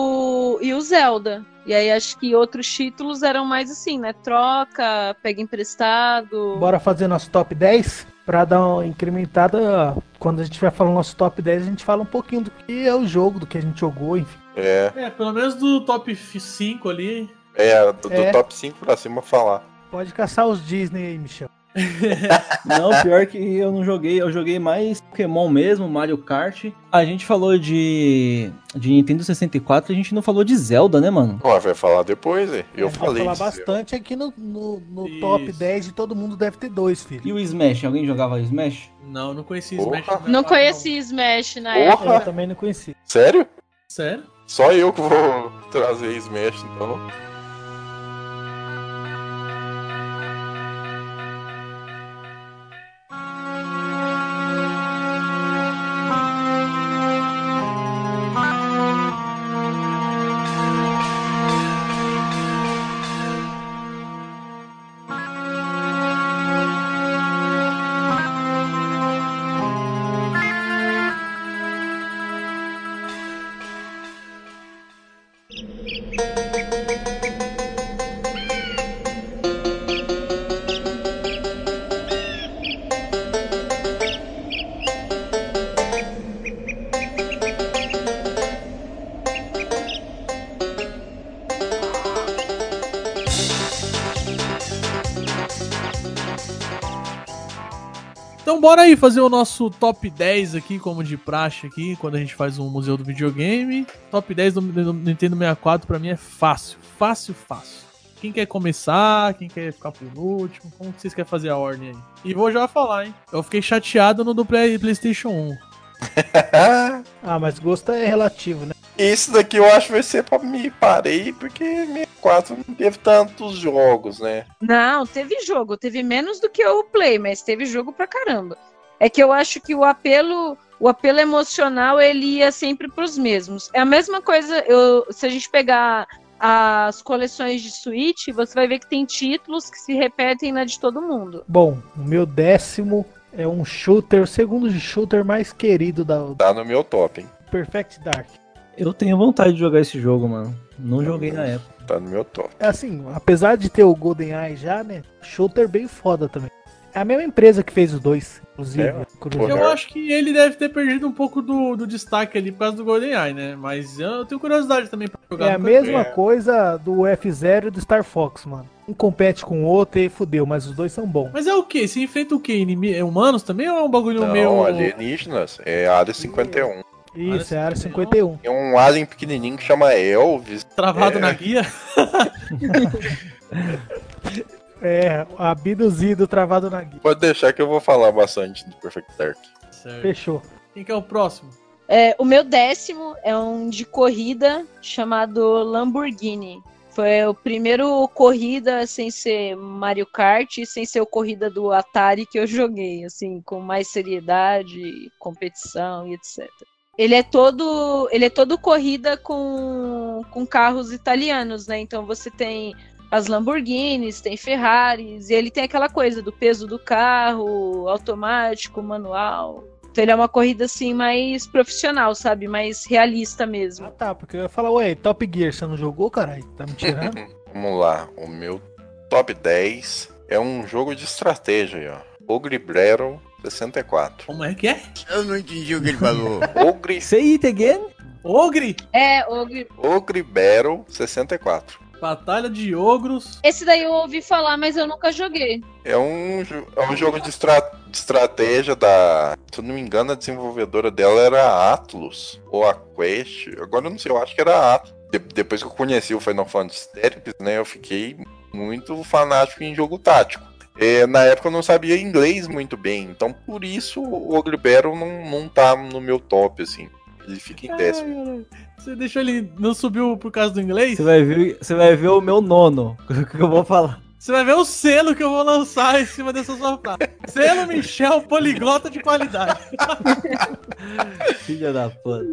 o, e o Zelda. E aí acho que outros títulos eram mais assim, né? Troca, pega emprestado. Bora fazer nosso top dez? Pra dar uma incrementada, quando a gente vai falar nosso top dez, a gente fala um pouquinho do que é o jogo, do que a gente jogou, enfim. É, É, pelo menos do top cinco ali. é do, do É. top cinco pra cima falar. Pode caçar os Disney aí, Michel. Não, pior que eu não joguei. Eu joguei mais Pokémon mesmo, Mario Kart. A gente falou de, de Nintendo sessenta e quatro, a gente não falou de Zelda, né, mano? Ó, vai falar depois, é. Eu A gente falei. vai falar isso. bastante aqui no, no, no Isso. top dez e todo mundo deve ter dois, filho. E o Smash? Alguém jogava Smash? Não, não conheci Porra. Smash. Não conheci Smash na Porra. época. Eu também não conheci. Sério? Sério? Só eu que vou trazer Smash, então. Então bora aí fazer o nosso top dez aqui, como de praxe aqui, quando a gente faz um museu do videogame. Top dez do, do Nintendo sessenta e quatro pra mim é fácil, fácil, fácil. Quem quer começar, quem quer ficar por último, como que vocês querem fazer a ordem aí? E vou já falar, hein. Eu fiquei chateado no do Play- PlayStation um. Ah, mas gosto é relativo, né? Esse daqui eu acho que vai ser pra me parei, porque sessenta e quatro não teve tantos jogos, né? Não, teve jogo, teve menos do que o Play, mas teve jogo pra caramba. É que eu acho que o apelo, o apelo emocional, ele ia sempre pros mesmos. É a mesma coisa, eu, se a gente pegar as coleções de Switch, você vai ver que tem títulos que se repetem na de todo mundo. Bom, o meu décimo é um shooter, o segundo shooter mais querido da Tá no meu top, hein? Perfect Dark. Eu tenho vontade de jogar esse jogo, mano. Não joguei na época. Tá no meu top. É assim, apesar de ter o GoldenEye já, né? Shooter bem foda também. É a mesma empresa que fez os dois, inclusive. É, curioso. Eu acho que ele deve ter perdido um pouco do, do destaque ali por causa do GoldenEye, né? Mas eu tenho curiosidade também pra jogar. É a nunca mesma É. coisa do F zero e do Star Fox, mano. Um compete com o outro e fudeu, mas os dois são bons. Mas é o quê? Você enfrenta o quê? Inimi... É humanos também ou é um bagulho Não, meio... alienígenas. É a área cinquenta e um. Isso, é a área cinquenta cinquenta e um. Tem um alien pequenininho que chama Elvis. Travado É. na guia? É, abduzido, travado na guia. Pode deixar que eu vou falar bastante do Perfect Dark. Certo. Fechou. Quem que é o próximo? É, o meu décimo é um de corrida chamado Lamborghini. Foi o primeiro corrida sem ser Mario Kart e sem ser o corrida do Atari que eu joguei, assim, com mais seriedade, competição e etcétera. Ele é todo, ele é todo corrida com, com carros italianos, né? Então você tem as Lamborghinis, tem Ferraris, e ele tem aquela coisa do peso do carro, automático, manual. Então ele é uma corrida assim mais profissional, sabe? Mais realista mesmo. Ah tá, porque eu ia falar, ué, Top Gear, você não jogou, caralho? Tá me tirando? Vamos lá. O meu top dez é um jogo de estratégia aí, ó. Ogre Battle sessenta e quatro. Como é que é? Eu não entendi o que ele falou. Ogre, Say it again? Ogre? É, Ogre. Ogre Battle sessenta e quatro. Batalha de ogros. Esse daí eu ouvi falar, mas eu nunca joguei. É um, jo- é um jogo de, estra- de estratégia da... Se eu não me engano, a desenvolvedora dela era a Atlus. Ou a Quest. Agora eu não sei, eu acho que era a Atlus. De- depois que eu conheci o Final Fantasy Tactics, né, eu fiquei muito fanático em jogo tático. É, na época eu não sabia inglês muito bem, então por isso o Ogre Battle não, não tá no meu top, assim. Ele fica em décimo. Ai, ai, você deixou ele... Não subiu por causa do inglês? Você vai ver, você vai ver o meu nono, o que eu vou falar. Você vai ver o selo que eu vou lançar em cima dessa sua frase. Selo Michel Poliglota de qualidade. Filha da puta.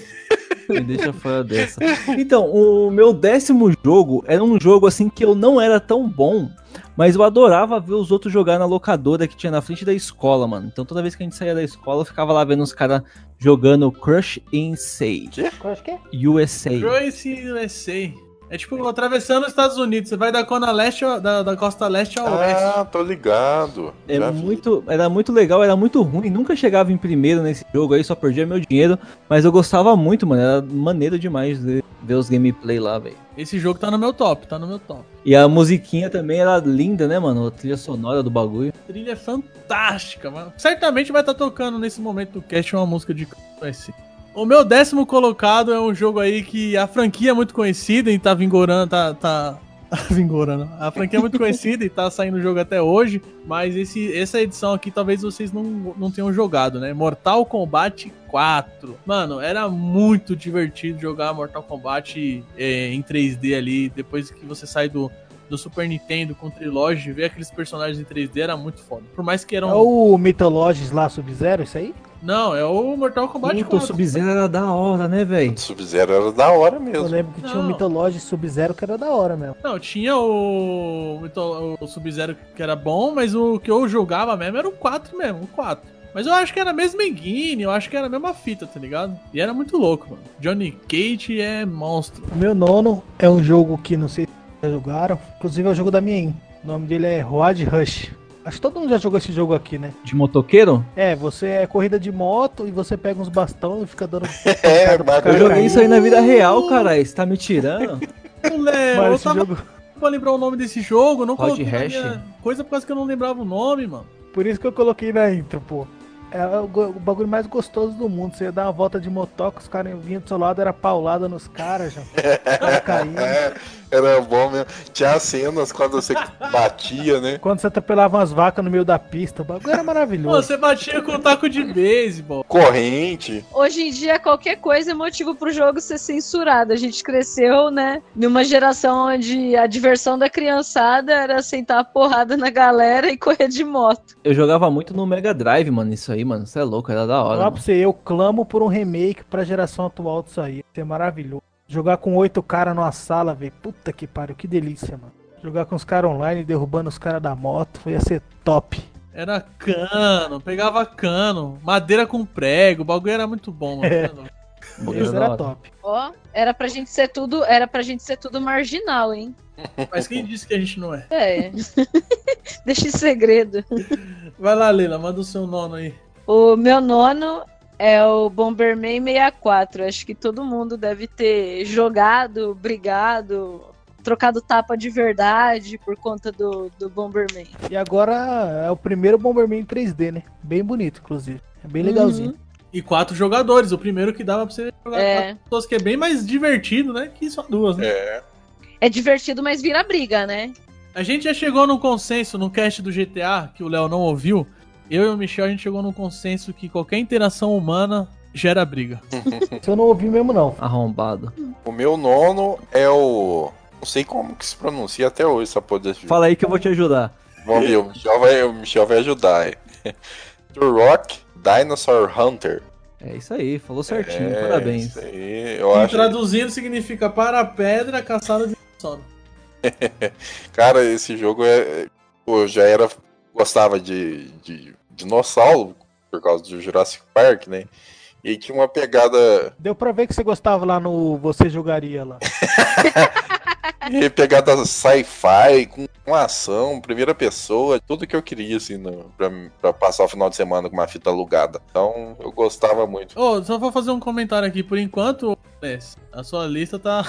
Me deixa fora dessa. Então, o meu décimo jogo era um jogo assim que eu não era tão bom, mas eu adorava ver os outros jogar na locadora que tinha na frente da escola, mano. Então toda vez que a gente saía da escola, eu ficava lá vendo os caras jogando Crush Insane Eu acho que é. U S A. Joyce U S A. É tipo atravessando os Estados Unidos. Você vai da costa leste ao- da, da costa leste ao oeste. Ah, tô ligado. É Já vi. muito, era muito legal, era muito ruim, nunca chegava em primeiro nesse jogo aí, só perdia meu dinheiro, mas eu gostava muito, mano, era maneiro demais de ver os gameplay lá, velho. Esse jogo tá no meu top, tá no meu top. E a musiquinha também era linda, né, mano, a trilha sonora do bagulho. A trilha é fantástica, mano. Certamente vai estar tocando nesse momento do cast uma música de U S A. O meu décimo colocado é um jogo aí que a franquia é muito conhecida e tá vingorando, tá... tá... Vingorando. A franquia é muito conhecida e tá saindo o jogo até hoje, mas esse, essa edição aqui talvez vocês não, não tenham jogado, né? Mortal Kombat quatro. Mano, era muito divertido jogar Mortal Kombat é, em três D ali, depois que você sai do, do Super Nintendo com o Trilogy, ver aqueles personagens em três D era muito foda. Por mais que eram... É o Mythologies lá, Sub-Zero, isso aí? Não, é o Mortal Kombat Puta, o quatro. Sub-Zero era da hora, né, velho? Sub-Zero era da hora Eu mesmo. lembro que tinha o Não. Mythologies Sub-Zero que era da hora mesmo. Não, tinha o, o, o Sub-Zero que era bom, mas o que eu jogava mesmo era o quatro mesmo, o quatro. Mas eu acho que era a mesma engine, eu acho que era a mesma fita, tá ligado? E era muito louco, mano. Johnny Cage é monstro. O meu nono é um jogo que não sei se vocês já jogaram, inclusive é o jogo da minha in. O nome dele é Road Rush. Acho que todo mundo já jogou esse jogo aqui, né? De motoqueiro? É, você é corrida de moto e você pega uns bastão e fica dando. É, pancada pros mas Eu caras joguei caírem. isso aí na vida real, caralho, você tá me tirando? Moleque, Mano, eu esse tava jogo. pra lembrar o nome desse jogo, não Road coloquei na Rash? minha coisa por causa que eu não lembrava o nome, mano. Por isso que eu coloquei na intro, pô. É o, go- o bagulho mais gostoso do mundo. Você ia dar uma volta de motoca, os caras vinham do seu lado, era paulada nos caras já. Os caras caíam. É, Era bom mesmo. Tinha cenas quando você batia, né? Quando você atropelava umas vacas no meio da pista, o bagulho era Pô, maravilhoso. você batia com um taco de beisebol. Corrente. Hoje em dia, qualquer coisa é motivo pro jogo ser censurado. A gente cresceu, né, numa geração onde a diversão da criançada era sentar a porrada na galera e correr de moto. Eu jogava muito no Mega Drive, mano, isso aí, mano. Isso é louco, era da hora. Falar Mano. pra você, eu clamo por um remake pra geração atual disso aí. Isso é maravilhoso. Jogar com oito caras numa sala, velho. Puta que pariu, que delícia, mano. Jogar com os caras online, derrubando os caras da moto, ia ser top. Era cano, pegava cano, madeira com prego, o bagulho era muito bom, mano. É. Pô, Isso da era hora. top. Ó, era pra gente ser tudo, era pra gente ser tudo marginal, hein? Mas quem disse que a gente não é? É. Deixa em segredo. Vai lá, Leila, manda o seu nono aí. O meu nono é o Bomberman sessenta e quatro. Acho que todo mundo deve ter jogado, brigado, trocado tapa de verdade por conta do, do Bomberman. E agora é o primeiro Bomberman em três D, né? Bem bonito, inclusive. É bem legalzinho. Uhum. E quatro jogadores, o primeiro que dava pra você jogar É. quatro pessoas, que é bem mais divertido, né? Que só duas, né? É. É divertido, mas vira briga, né? A gente já chegou num consenso no cast do G T A, que o Léo não ouviu. Eu e o Michel, a gente chegou num consenso que qualquer interação humana gera briga. Isso eu não ouvi mesmo, não. Arrombado. O meu nono é o. Não sei como que se pronuncia até hoje essa porra desse jogo. Fala aí que eu vou te ajudar. Vamos ver, o Michel vai, o Michel vai ajudar. É. Turok Dinosaur Hunter. É isso aí, falou certinho, É, parabéns. Isso aí, eu E acho. traduzindo significa para a pedra, caçada de sono. Cara, esse jogo é. Pô, eu já era. Gostava de, de dinossauro por causa do Jurassic Park, né? E tinha uma pegada. Deu pra ver que você gostava lá no Você Jogaria lá. E pegada sci-fi, com uma ação, primeira pessoa, tudo que eu queria, assim, no, pra, pra passar o final de semana com uma fita alugada. Então, eu gostava muito. Ô, só vou fazer um comentário aqui. Por enquanto, Aless, a sua lista tá.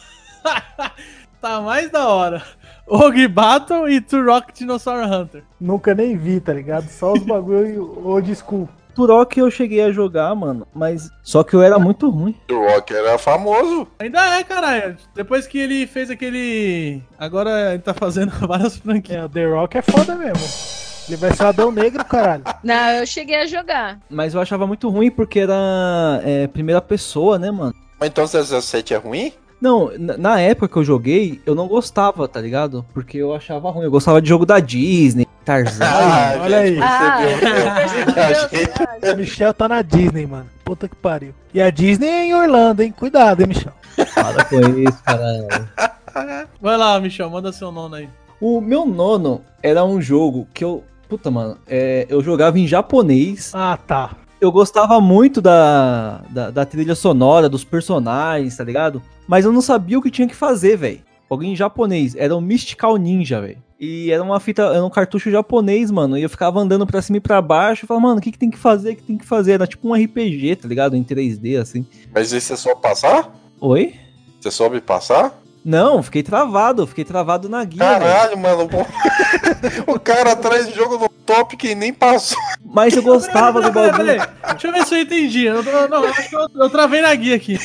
tá mais da hora. Og Battle e Turok Dinosaur Hunter. Nunca nem vi, tá ligado? Só os bagulho old school. Turok eu cheguei a jogar, mano, mas só que eu era muito ruim. O Rock era famoso. Ainda é, caralho. Depois que ele fez aquele. Agora ele tá fazendo várias franquias. É, o The Rock é foda mesmo. Ele vai ser o Adão Negro, caralho. Não, eu cheguei a jogar. Mas eu achava muito ruim porque era é, primeira pessoa, né, mano? Mas então zero zero sete é ruim? Não, na, na época que eu joguei, eu não gostava, tá ligado? Porque eu achava ruim. Eu gostava de jogo da Disney, Tarzan. Ah, olha aí. Ah, percebeu. A gente- percebeu? O Michel tá na Disney, mano. Puta que pariu. E a Disney é em Orlando, hein? Cuidado, hein, Michel. Para com isso, caralho. Vai lá, Michel, manda seu nome aí. O meu nono era um jogo que eu... Puta, mano, é, eu jogava em japonês. Ah, tá. Eu gostava muito da, da, da trilha sonora, dos personagens, tá ligado? Mas eu não sabia o que tinha que fazer, velho. Alguém em japonês. Era um Mystical Ninja, velho. E era uma fita, era um cartucho japonês, mano. E eu ficava andando pra cima e pra baixo. E falava, mano, o que, que tem que fazer? O que tem que fazer? Era tipo um R P G, tá ligado? Em três D, assim. Mas esse é só passar? Oi? Você soube passar? Não, fiquei travado. Fiquei travado na guia, velho. Caralho, mano. O cara atrás de jogo no top que nem passou. Mas eu gostava do Peraí, bagulho. peraí. Deixa eu ver se eu entendi. Eu, eu- não, eu acho que eu, eu travei na guia aqui.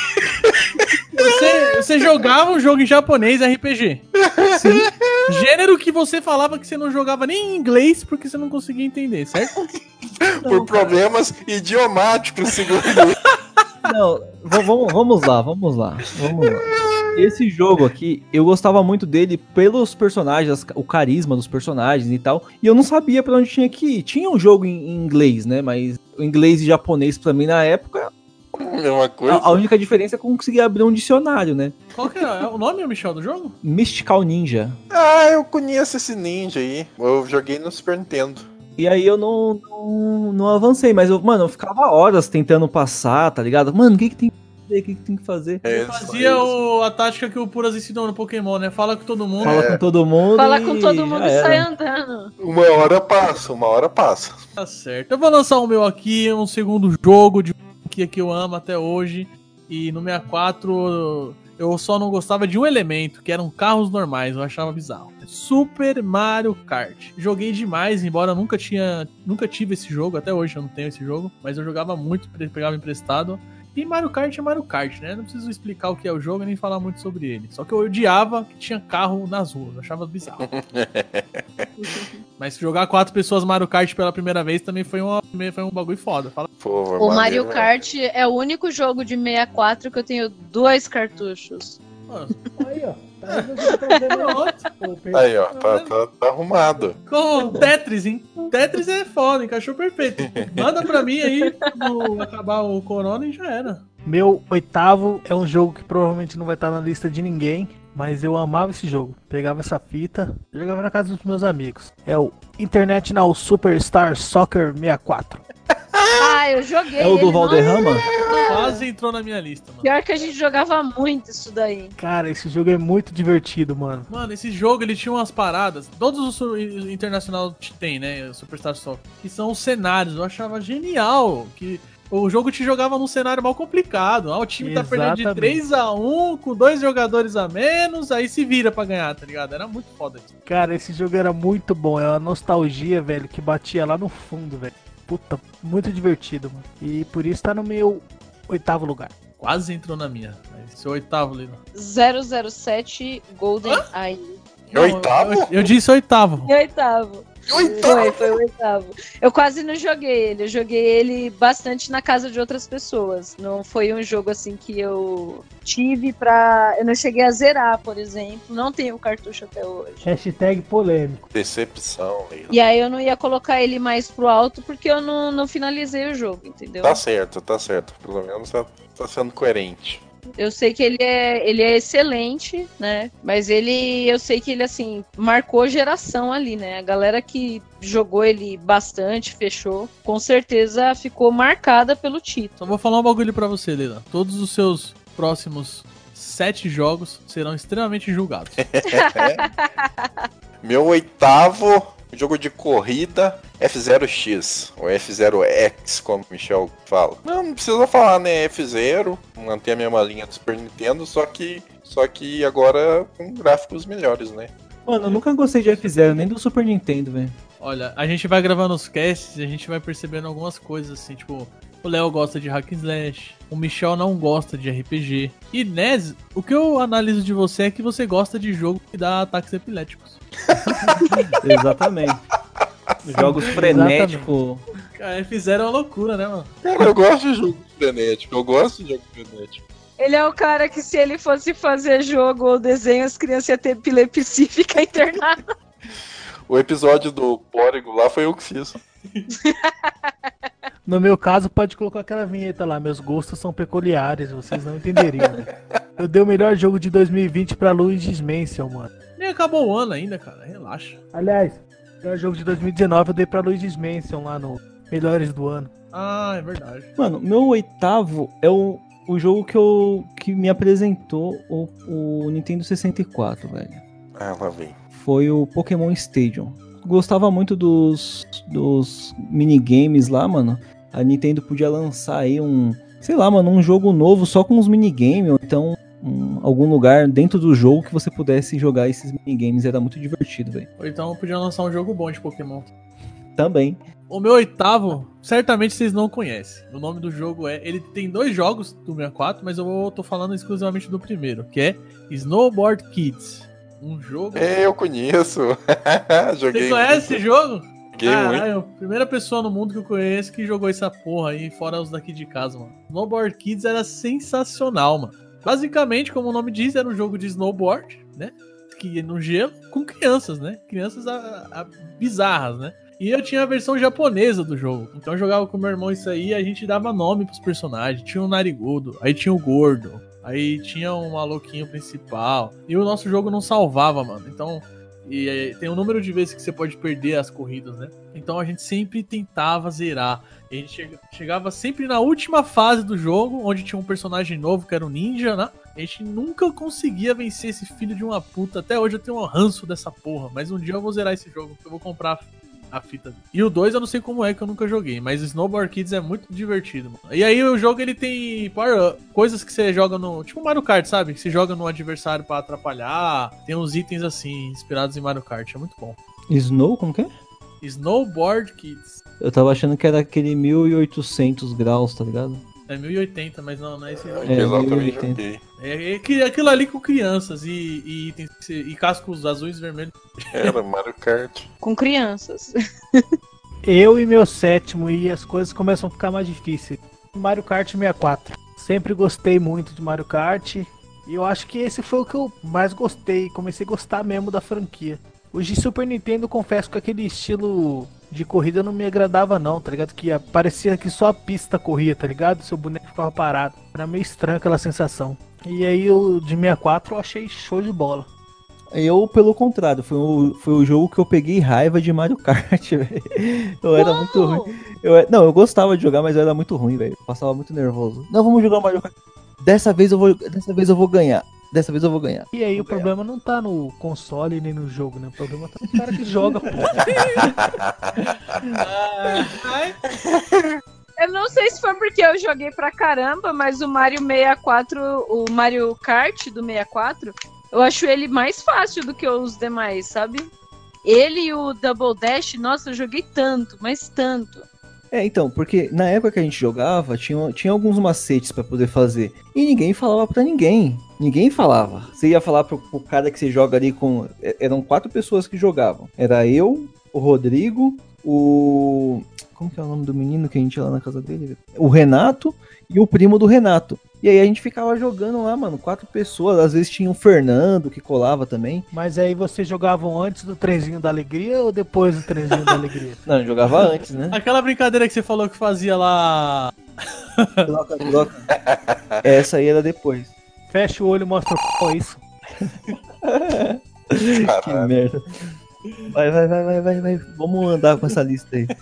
Você, você jogava um jogo em japonês R P G. Sim. Gênero que você falava que você não jogava nem em inglês porque você não conseguia entender, certo? Por problemas idiomáticos, segundo. Não, v- vamos, vamos lá, vamos lá, vamos lá. Esse jogo aqui, eu gostava muito dele pelos personagens, as- o carisma dos personagens e tal. E eu não sabia pra onde tinha que ir. Tinha um jogo em, em inglês, né? Mas o inglês e japonês pra mim na época, Mesma coisa. a, a única diferença é que eu conseguia abrir um dicionário, né? Qual que é o nome, Michel, do jogo? Mystical Ninja. Ah, eu conheço esse ninja aí. Eu joguei no Super Nintendo. E aí eu não, não, não avancei, mas eu, mano, eu ficava horas tentando passar, tá ligado? Mano, o que que tem que fazer? O que que tem que fazer? É, Fazia o, a tática que o Puras ensinou no Pokémon, né? Fala com todo mundo. Fala com todo mundo. Fala e com todo mundo já e era. sai andando. Uma hora passa, uma hora passa. Tá certo. Eu vou lançar o meu aqui, um segundo jogo de franquia que eu amo até hoje. E no sessenta e quatro eu só não gostava de um elemento, que eram carros normais, eu achava bizarro. Super Mario Kart. Joguei demais, embora eu nunca tinha, nunca tive esse jogo, até hoje eu não tenho esse jogo, mas eu jogava muito, pegava emprestado. E Mario Kart é Mario Kart, né? Não preciso explicar o que é o jogo nem falar muito sobre ele. Só que eu odiava que tinha carro nas ruas, eu achava bizarro. Mas jogar quatro pessoas Mario Kart pela primeira vez também foi, uma, foi um bagulho foda. Fala. Pô, O maneiro, Mario né? Kart é o único jogo de sessenta e quatro que eu tenho dois cartuchos. Aí, ó. Tá resolvendo o problema. Pô, per- Aí, ó, tá, tá, tá arrumado. Com Tetris, hein? Tetris é foda, encaixou perfeito. Manda pra mim aí, quando acabar o corona e já era. Meu oitavo é um jogo que provavelmente não vai estar na lista de ninguém, mas eu amava esse jogo. Pegava essa fita, jogava na casa dos meus amigos. É o International Superstar Soccer sessenta e quatro. Ah, eu joguei. É o do ele, Valderrama? Quase entrou na minha lista, mano. Pior que a gente jogava muito isso daí. Cara, esse jogo é muito divertido, mano. Mano, esse jogo ele tinha umas paradas. Todos os su- internacional tem, né? Superstar Soccer. Que são os cenários. Eu achava genial. Que o jogo te jogava num cenário mal complicado. Ah, o time tá perdendo de Exatamente. três a um com dois jogadores a menos. Aí se vira pra ganhar, tá ligado? Era muito foda isso. Cara, esse jogo era muito bom. É uma nostalgia, velho, que batia lá no fundo, velho. Puta, muito divertido, mano. E por isso tá no meu oitavo lugar. Quase entrou na minha. Mas seu oitavo, Lino. zero zero sete Golden Eye. É oitavo? Eu, eu disse oitavo. E oitavo. Foi, foi o oitavo. Eu quase não joguei ele. Eu joguei ele bastante na casa de outras pessoas. Não foi um jogo assim que eu tive pra. Eu não cheguei a zerar, por exemplo. Não tenho o cartucho até hoje. Hashtag polêmico. Decepção, Leila. E aí eu não ia colocar ele mais pro alto porque eu não, não finalizei o jogo, entendeu? Tá certo, tá certo. Pelo menos tá, tá sendo coerente. Eu sei que ele é, ele é excelente, né? Mas ele, eu sei que ele, assim, marcou geração ali, né? A galera que jogou ele bastante, fechou, com certeza ficou marcada pelo título. Só vou falar um bagulho pra você, Leila. Todos os seus próximos sete jogos serão extremamente julgados. Meu oitavo jogo de corrida, F zero X, ou F zero X, como o Michel fala. Não, não precisa falar, né? F zero, mantém a mesma linha do Super Nintendo, só que, só que agora com gráficos melhores, né? Mano, eu nunca gostei de F zero, nem do Super Nintendo, velho. Olha, a gente vai gravando os casts e a gente vai percebendo algumas coisas assim, tipo, o Léo gosta de hack and slash, o Michel não gosta de R P G. E Nez, o que eu analiso de você é que você gosta de jogo que dá ataques epiléticos. Exatamente. Jogos frenéticos. Cara, F zero é uma loucura, né, mano? Cara, eu gosto de jogo frenético, eu gosto de jogo frenético. Ele é o cara que se ele fosse fazer jogo ou desenho, as crianças iam ter epilepsia e ficar internado. O episódio do Pórigo lá foi eu que fiz. No meu caso, pode colocar aquela vinheta lá. Meus gostos são peculiares, vocês não entenderiam. Né? Eu dei o melhor jogo de dois mil e vinte pra Luigi's Mansion, mano. Nem acabou o ano ainda, cara. Relaxa. Aliás, o melhor jogo de dois mil e dezenove eu dei pra Luigi's Mansion lá no Melhores do Ano. Ah, é verdade. Mano, meu oitavo é o, o jogo que, eu, que me apresentou o, o Nintendo sessenta e quatro, velho. Ah, lá vem. Foi o Pokémon Stadium. Gostava muito dos, dos minigames lá, mano. A Nintendo podia lançar aí um, sei lá, mano, um jogo novo só com os minigames, ou então um, algum lugar dentro do jogo que você pudesse jogar esses minigames. Era muito divertido, velho. Ou então podia lançar um jogo bom de Pokémon. Também. O meu oitavo, certamente vocês não conhecem. O nome do jogo é... Ele tem dois jogos do sessenta e quatro, mas eu tô falando exclusivamente do primeiro, que é Snowboard Kids. Um jogo... É, eu conheço. Joguei Você conhece muito. esse jogo? Joguei muito. Caralho, primeira pessoa no mundo que eu conheço que jogou essa porra aí, fora os daqui de casa, mano. Snowboard Kids era sensacional, mano. Basicamente, como o nome diz, era um jogo de snowboard, né? Que ia no gelo, com crianças, né? Crianças a, a, bizarras, né? E eu tinha a versão japonesa do jogo. Então eu jogava com meu irmão isso aí e a gente dava nome pros personagens. Tinha o Narigudo, aí tinha o Gordo, aí tinha um maluquinho principal. E o nosso jogo não salvava, mano. Então... E é, tem um número de vezes que você pode perder as corridas, né? Então a gente sempre tentava zerar. A gente chega, chegava sempre na última fase do jogo, onde tinha um personagem novo, que era o Ninja, né? A gente nunca conseguia vencer esse filho de uma puta. Até hoje eu tenho um ranço dessa porra. Mas um dia eu vou zerar esse jogo, eu vou comprar a fita. E o dois eu não sei como é, que eu nunca joguei. Mas Snowboard Kids é muito divertido, mano. E aí o jogo ele tem power, coisas que você joga no... Tipo Mario Kart, sabe? Que você joga no adversário pra atrapalhar. Tem uns itens assim, inspirados em Mario Kart. É muito bom. Snow, como que é? Snowboard Kids. Eu tava achando que era aquele mil e oitocentos graus, tá ligado? É mil e oitenta, mas não, não é esse jogo. É, Exato, também mil e oitenta. joguei. É, é que- aquilo ali com crianças e, e, itens, e cascos azuis e vermelhos. Era Mario Kart. Com crianças. Eu e meu sétimo, e as coisas começam a ficar mais difíceis. Mario Kart sessenta e quatro. Sempre gostei muito de Mario Kart. E eu acho que esse foi o que eu mais gostei. Comecei a gostar mesmo da franquia. Os de Super Nintendo, confesso que aquele estilo de corrida não me agradava não, tá ligado? Que parecia que só a pista corria, tá ligado? Seu boneco ficava parado. Era meio estranho aquela sensação. E aí o de sessenta e quatro eu achei show de bola. Eu, pelo contrário, foi o, foi o jogo que eu peguei raiva de Mario Kart, velho. Eu era muito ruim. Eu, não, eu gostava de jogar, mas eu era muito ruim, velho. Passava muito nervoso. Não, vamos jogar Mario Kart. Dessa vez eu vou, dessa vez eu vou ganhar. Dessa vez eu vou ganhar. E aí vou o problema não tá no console nem no jogo, né? O problema tá no cara que joga, pô. Eu não sei se foi porque eu joguei pra caramba, mas o Mario sessenta e quatro, o Mario Kart do sessenta e quatro, eu acho ele mais fácil do que os demais, sabe? Ele e o Double Dash, nossa, eu joguei tanto, mas tanto. É, então, porque na época que a gente jogava, tinha, tinha alguns macetes pra poder fazer. E ninguém falava pra ninguém. Ninguém falava. Você ia falar pro, pro cara que você joga ali com... Eram quatro pessoas que jogavam. Era eu, o Rodrigo, o... Como que é o nome do menino que a gente ia lá na casa dele? O Renato e o primo do Renato. E aí a gente ficava jogando lá, mano, quatro pessoas. Às vezes tinha o Fernando que colava também. Mas aí vocês jogavam antes do trenzinho da alegria ou depois do trenzinho da alegria? Não, jogava antes, né? Aquela brincadeira que você falou que fazia lá. Troca, troca. Essa aí era depois. Fecha o olho e mostra o pau, é isso. Que Caralho. merda. Vai, vai, vai, vai, vai, vai. Vamos andar com essa lista aí.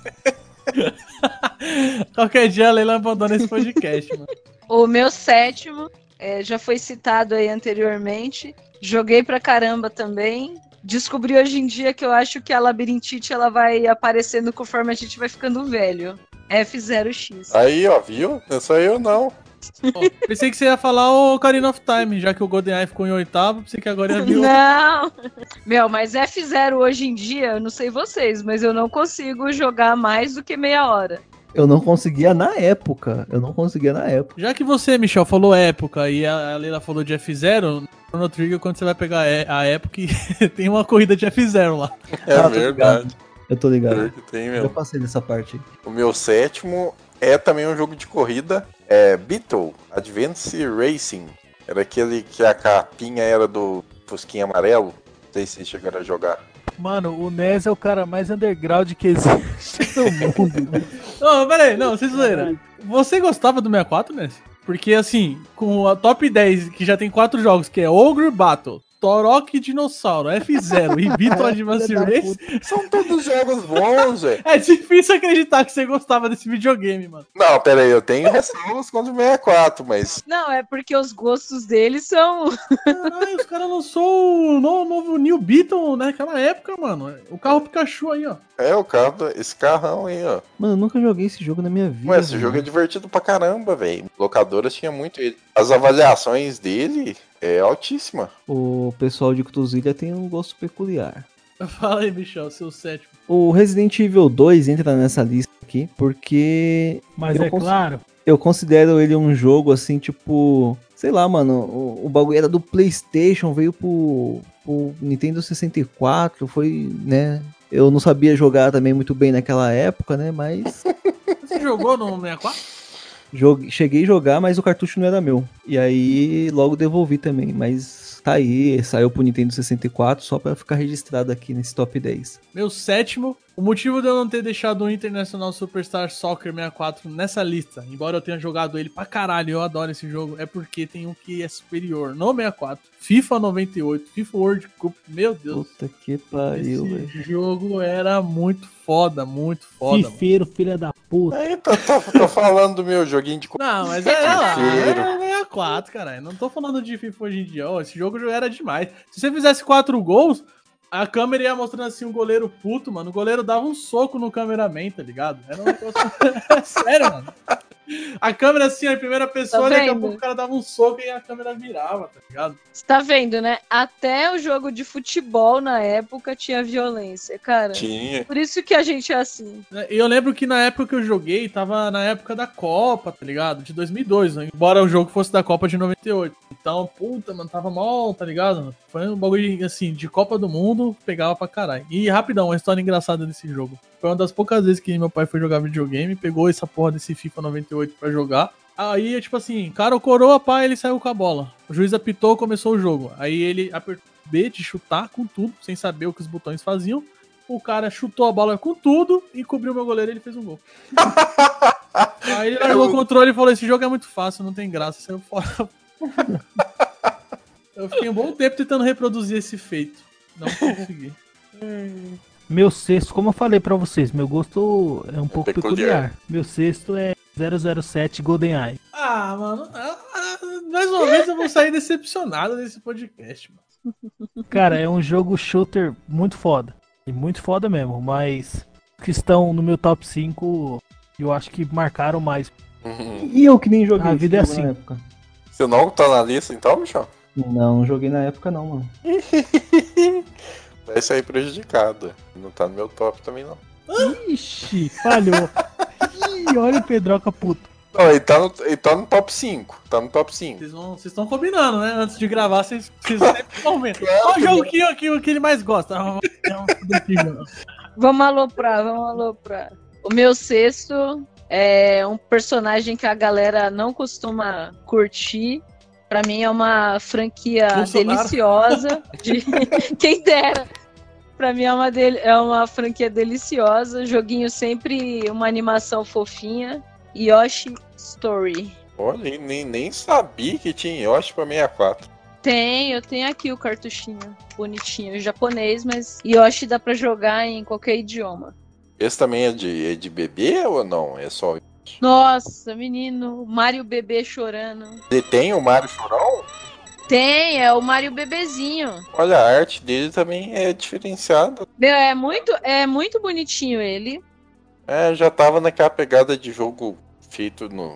Qualquer dia a Leila abandona esse podcast, mano. O meu sétimo, é, já foi citado aí anteriormente. Joguei pra caramba também. Descobri hoje em dia que eu acho que a labirintite ela vai aparecendo conforme a gente vai ficando velho. F zero X. Aí, ó, viu? Não sou eu, não. Ó, pensei que você ia falar o Ocarina of Time, já que o GoldenEye ficou em oitavo, pensei que agora ia vir o... Não! Meu, mas F zero hoje em dia, eu não sei vocês, mas eu não consigo jogar mais do que meia hora. Eu não conseguia na época. Eu não conseguia na época. Já que você, Michel, falou época e a Leila falou de F zero, no Chrono Trigger, quando você vai pegar a época, tem uma corrida de F zero lá. É Ah, tô verdade. Eu tô ligado. Pior que tem Eu mesmo. passei dessa parte. O meu sétimo é também um jogo de corrida. É Beetle Advance Racing. Era aquele que a capinha era do Fusquinha amarelo. Não sei se vocês chegaram a jogar. Mano, o Nes é o cara mais underground que existe no mundo. Não, pera aí, não, vocês zoeira. Você gostava do sessenta e quatro, Messi? Porque, assim, com a top dez, que já tem quatro jogos, que é Ogre Battle, Turok Dinossauro, F zero e Beetle Advance Filha da Race, São todos jogos bons, velho. é difícil acreditar que você gostava desse videogame, mano. Não, pera aí, eu tenho ressalvas contra o sessenta e quatro, mas... Não, é porque os gostos deles são... Caralho, os caras lançou o no- novo New Beetle naquela época, mano. O carro Pikachu aí, ó. É, o carro, do- esse carrão aí, ó. Mano, eu nunca joguei esse jogo na minha vida. Ué, esse velho. jogo é divertido pra caramba, velho. Locadoras tinha muito ele. As avaliações dele é altíssima. O pessoal de Cruzilha tem um gosto peculiar. Fala aí, Michel, seu sétimo. O Resident Evil dois entra nessa lista aqui, porque Mas Eu é cons- claro, eu considero ele um jogo assim, tipo... Sei lá, mano, o, o bagulho era do PlayStation, veio pro, pro Nintendo sessenta e quatro, foi, né... Eu não sabia jogar também muito bem naquela época, né, mas... Você jogou no sessenta e quatro? Joguei, cheguei a jogar, mas o cartucho não era meu. E aí logo devolvi também, mas tá aí, saiu pro Nintendo sessenta e quatro só pra ficar registrado aqui nesse top dez. Meu sétimo. O motivo de eu não ter deixado o International Superstar Soccer sessenta e quatro nessa lista, embora eu tenha jogado ele pra caralho, eu adoro esse jogo, é porque tem um que é superior no sessenta e quatro. FIFA noventa e oito, FIFA World Cup, meu Deus. Puta que pariu, velho. Esse jogo era muito foda, muito foda, mano. fifeiro, filha da puta. Aí, tô, tô, tô falando do meu joguinho de... Não, mas é lá, Fifeiro. é sessenta e quatro, caralho. Não tô falando de FIFA hoje em dia. Ó, esse jogo já era demais. Se você fizesse quatro gols, a câmera ia mostrando assim um goleiro puto, mano. O goleiro dava um soco no cameraman, tá ligado? Era um negócio... Sério, mano. A câmera assim, ó, em primeira pessoa, Tá daqui a vendo? pouco o cara dava um soco e a câmera virava, tá ligado? Você tá vendo, né? Até o jogo de futebol na época tinha violência, cara. Tinha. Por isso que a gente é assim. E eu lembro que na época que eu joguei, tava na época da Copa, tá ligado? De dois mil e dois, né? Embora o jogo fosse da Copa de noventa e oito. Então, puta, mano, tava mal, tá ligado? Foi um bagulho, assim, de Copa do Mundo, pegava pra caralho. E, rapidão, uma história engraçada desse jogo. Foi uma das poucas vezes que meu pai foi jogar videogame, pegou essa porra desse FIFA noventa e oito pra jogar. Aí, tipo assim, cara, o coroa, pá, ele saiu com a bola. O juiz apitou, começou o jogo. Aí ele apertou B de chutar com tudo, sem saber o que os botões faziam. O cara chutou a bola com tudo e cobriu meu goleiro e ele fez um gol. Aí ele largou o controle e falou, esse jogo é muito fácil, não tem graça, saiu fora. Eu fiquei um bom tempo tentando reproduzir esse feito. Não consegui. Meu sexto, como eu falei pra vocês, meu gosto é um pouco peculiar. peculiar. Meu sexto é zero zero sete GoldenEye. Ah, mano, ah, ah, mais uma vez eu vou sair decepcionado desse podcast, mano. Cara, é um jogo shooter muito foda. E muito foda mesmo, mas que estão no meu top cinco, eu acho que marcaram mais. Uhum. E eu que nem joguei. A esse vida é jogo assim. Na época. Você não tá na lista então, Michel? Não, não joguei na época não, mano. Vai sair prejudicado. Não tá no meu top também, não. Ixi, falhou. Ih, olha o Pedroca puto. Não, ele tá no, ele tá no top cinco. Tá no top cinco. Vocês vão- vocês estão combinando, né? Antes de gravar, vocês, vocês sempre comentam. Qual o jogo que, que, que ele mais gosta? Ah, Vamos aloprar, vamos aloprar. O meu sexto é um personagem que a galera não costuma curtir. Pra mim é uma franquia Bolsonaro. deliciosa. De... Quem dera. Pra mim é uma, del... é uma franquia deliciosa. Joguinho sempre uma animação fofinha. Yoshi Story. Olha, nem, nem sabia que tinha Yoshi pra sessenta e quatro. Tem, eu tenho aqui o cartuchinho bonitinho, japonês, mas Yoshi dá pra jogar em qualquer idioma. Esse também é de, é de bebê ou não? É só. Nossa, menino, Mario bebê chorando. Ele tem o Mario Chorão? Tem, é o Mario bebezinho. Olha, a arte dele também é diferenciada. Meu, é muito, é muito bonitinho ele. É, já tava naquela pegada de jogo feito no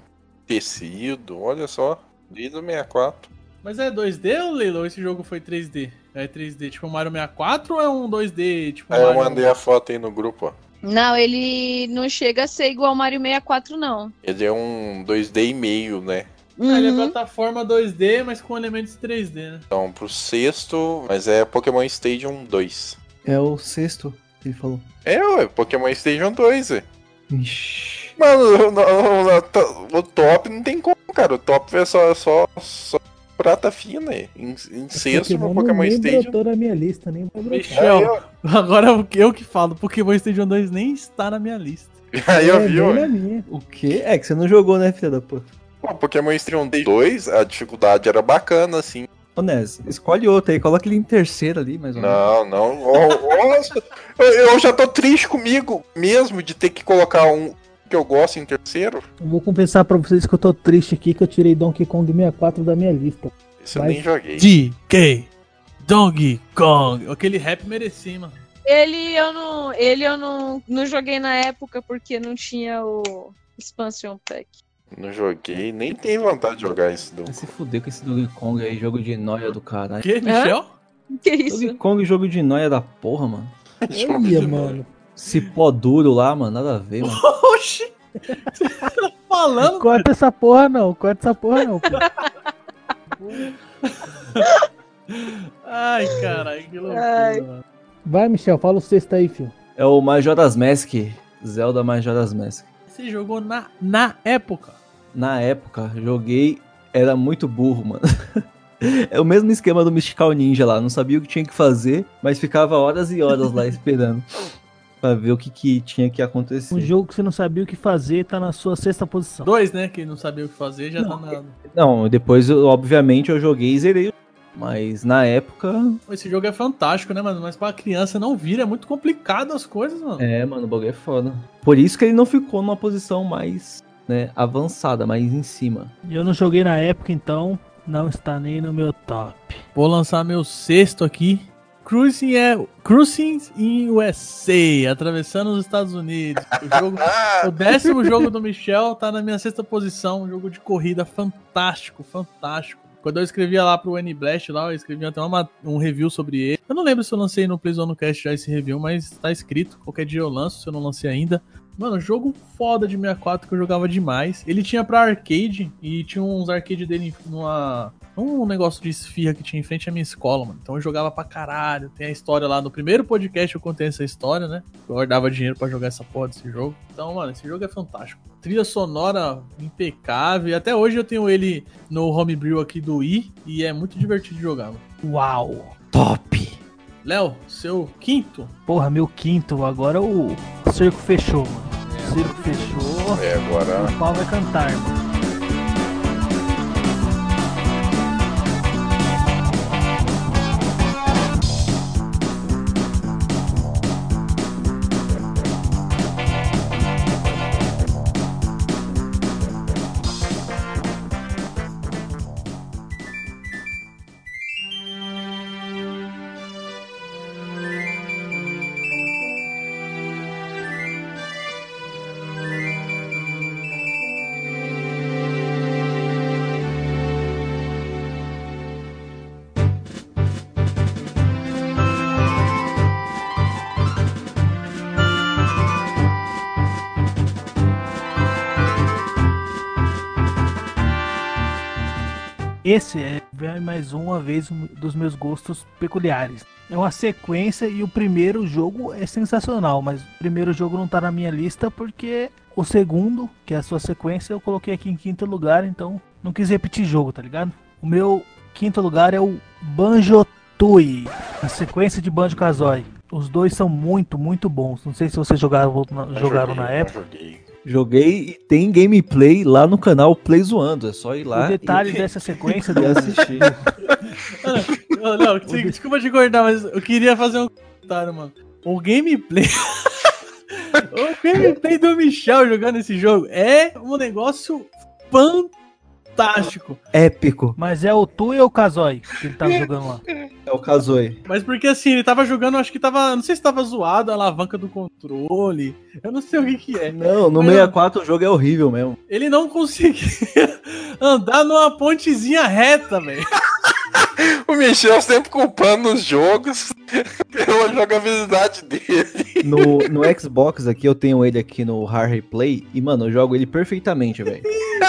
tecido. Olha só, desde o sessenta e quatro. Mas é dois D ou Leilo? Ou esse jogo foi três D? É três D tipo Mario sessenta e quatro ou é um dois D tipo Aí eu Mario... mandei a foto aí no grupo, ó. Não, ele não chega a ser igual ao Mario sessenta e quatro, não. Ele é um dois D e meio, né? Ah, ele é Uhum. plataforma dois D, mas com elementos três D, né? Então, pro sexto, mas é Pokémon Stadium dois. É o sexto que ele falou. É, ué, Pokémon Stadium dois, ué. Ixi. Mano, o, o, o top não tem como, cara. O top é só, só, só prata fina. Em, em sexto, no Pokémon nem Stadium. brotou na minha lista, nem vai brotar. Michel, agora eu, eu que falo, Pokémon Stadium dois nem está na minha lista. Aí eu É, vi, nem ó. na minha. O quê? É que você não jogou, né, filha da puta? O Pokémon Stadium dois, a dificuldade era bacana, assim. Ô, Nes, escolhe outro aí, coloca ele em terceiro ali, mais ou menos. Não, não. Ó, nossa, eu, eu já tô triste comigo mesmo de ter que colocar um que eu gosto em terceiro. Eu vou compensar pra vocês que eu tô triste aqui, que eu tirei Donkey Kong sessenta e quatro da minha lista. Isso eu Mas- nem joguei. D K Donkey Kong. Aquele rap merecia, mano. Ele eu não, ele eu não, não joguei na época porque não tinha o Expansion Pack. Não joguei, nem tenho vontade de jogar isso. Do... Vai se fuder com esse Donkey Kong aí, jogo de noia do caralho. Que, Michel? Que isso? Donkey Kong, jogo de noia da porra, mano. Jogo Olha, de mano. Esse pó duro lá, mano, nada a ver, mano. Oxi! Você tá falando? Corta essa porra não, corta essa porra não, pô. Ai, caralho, que loucura, Ai. mano. Vai, Michel, fala o sexto aí, filho. É o Majora's Mask, Zelda Majora's Mask. Você jogou na, na época. Na época, joguei, era muito burro, mano. É o mesmo esquema do Mystical Ninja lá, não sabia o que tinha que fazer, mas ficava horas e horas lá esperando pra ver o que, que tinha que acontecer. Um jogo que você não sabia o que fazer tá na sua sexta posição. Dois, né? Que não sabia o que fazer, já Não. tá na... Não, depois, eu, obviamente, eu joguei e zerei. Mas na época. Esse jogo é fantástico, né, mano? Mas pra criança não vira, é muito complicado as coisas, mano. É, mano, o bagulho é foda. Por isso que ele não ficou numa posição mais, né, avançada, mais em cima. Eu não joguei na época, então não está nem no meu top. Vou lançar meu sexto aqui. Cruising, é, Cruising in U S A, atravessando os Estados Unidos. O, jogo, o décimo jogo do Michel tá na minha sexta posição, um jogo de corrida fantástico, fantástico. Quando eu escrevia lá pro N-Blast, lá, eu escrevia até uma, um review sobre ele. Eu não lembro se eu lancei no Playzone Cast já esse review, mas tá escrito. Qualquer dia eu lanço, se eu não lancei ainda. Mano, jogo foda de sessenta e quatro que eu jogava demais. Ele tinha pra arcade e tinha uns arcade dele numa... um negócio de esfirra que tinha em frente à minha escola, mano. Então eu jogava pra caralho. Tem a história lá, no primeiro podcast eu contei essa história, né? Eu guardava dinheiro pra jogar essa porra desse jogo. Então, mano, esse jogo é fantástico. Trilha sonora impecável. E até hoje eu tenho ele no homebrew aqui do Wii. E é muito divertido de jogar, mano. Uau! Top! Léo, seu quinto? Porra, meu quinto. Agora o cerco fechou, mano. O cerco fechou. É, agora. O pau vai cantar, mano. Esse é mais uma vez um dos meus gostos peculiares. É uma sequência e o primeiro jogo é sensacional, mas o primeiro jogo não tá na minha lista porque o segundo, que é a sua sequência, eu coloquei aqui em quinto lugar, então não quis repetir jogo, tá ligado? O meu quinto lugar é o Banjo-Tooie, a sequência de Banjo-Kazooie. Os dois são muito, muito bons. Não sei se vocês jogaram, jogaram joguei, na época. Joguei. Joguei e tem gameplay lá no canal Play Zoando. É só ir lá O detalhe e... dessa sequência e do... assistir. Não, não, desculpa te cortar, mas eu queria fazer um comentário, mano. O gameplay... o gameplay do Michel jogando esse jogo é um negócio fantástico. Épico. Mas é o Tooie ou o Kazooie que ele tava jogando lá? É o Kazooie. Mas porque assim, ele tava jogando, acho que tava... Não sei se tava zoado a alavanca do controle. Eu não sei o que que é. Não, no Mas sessenta e quatro o jogo é horrível mesmo. Ele não conseguia andar numa pontezinha reta, velho. O Michel sempre culpando os jogos pela jogabilidade dele. No, no Xbox aqui, eu tenho ele aqui no Hard Replay e, mano, eu jogo ele perfeitamente, velho.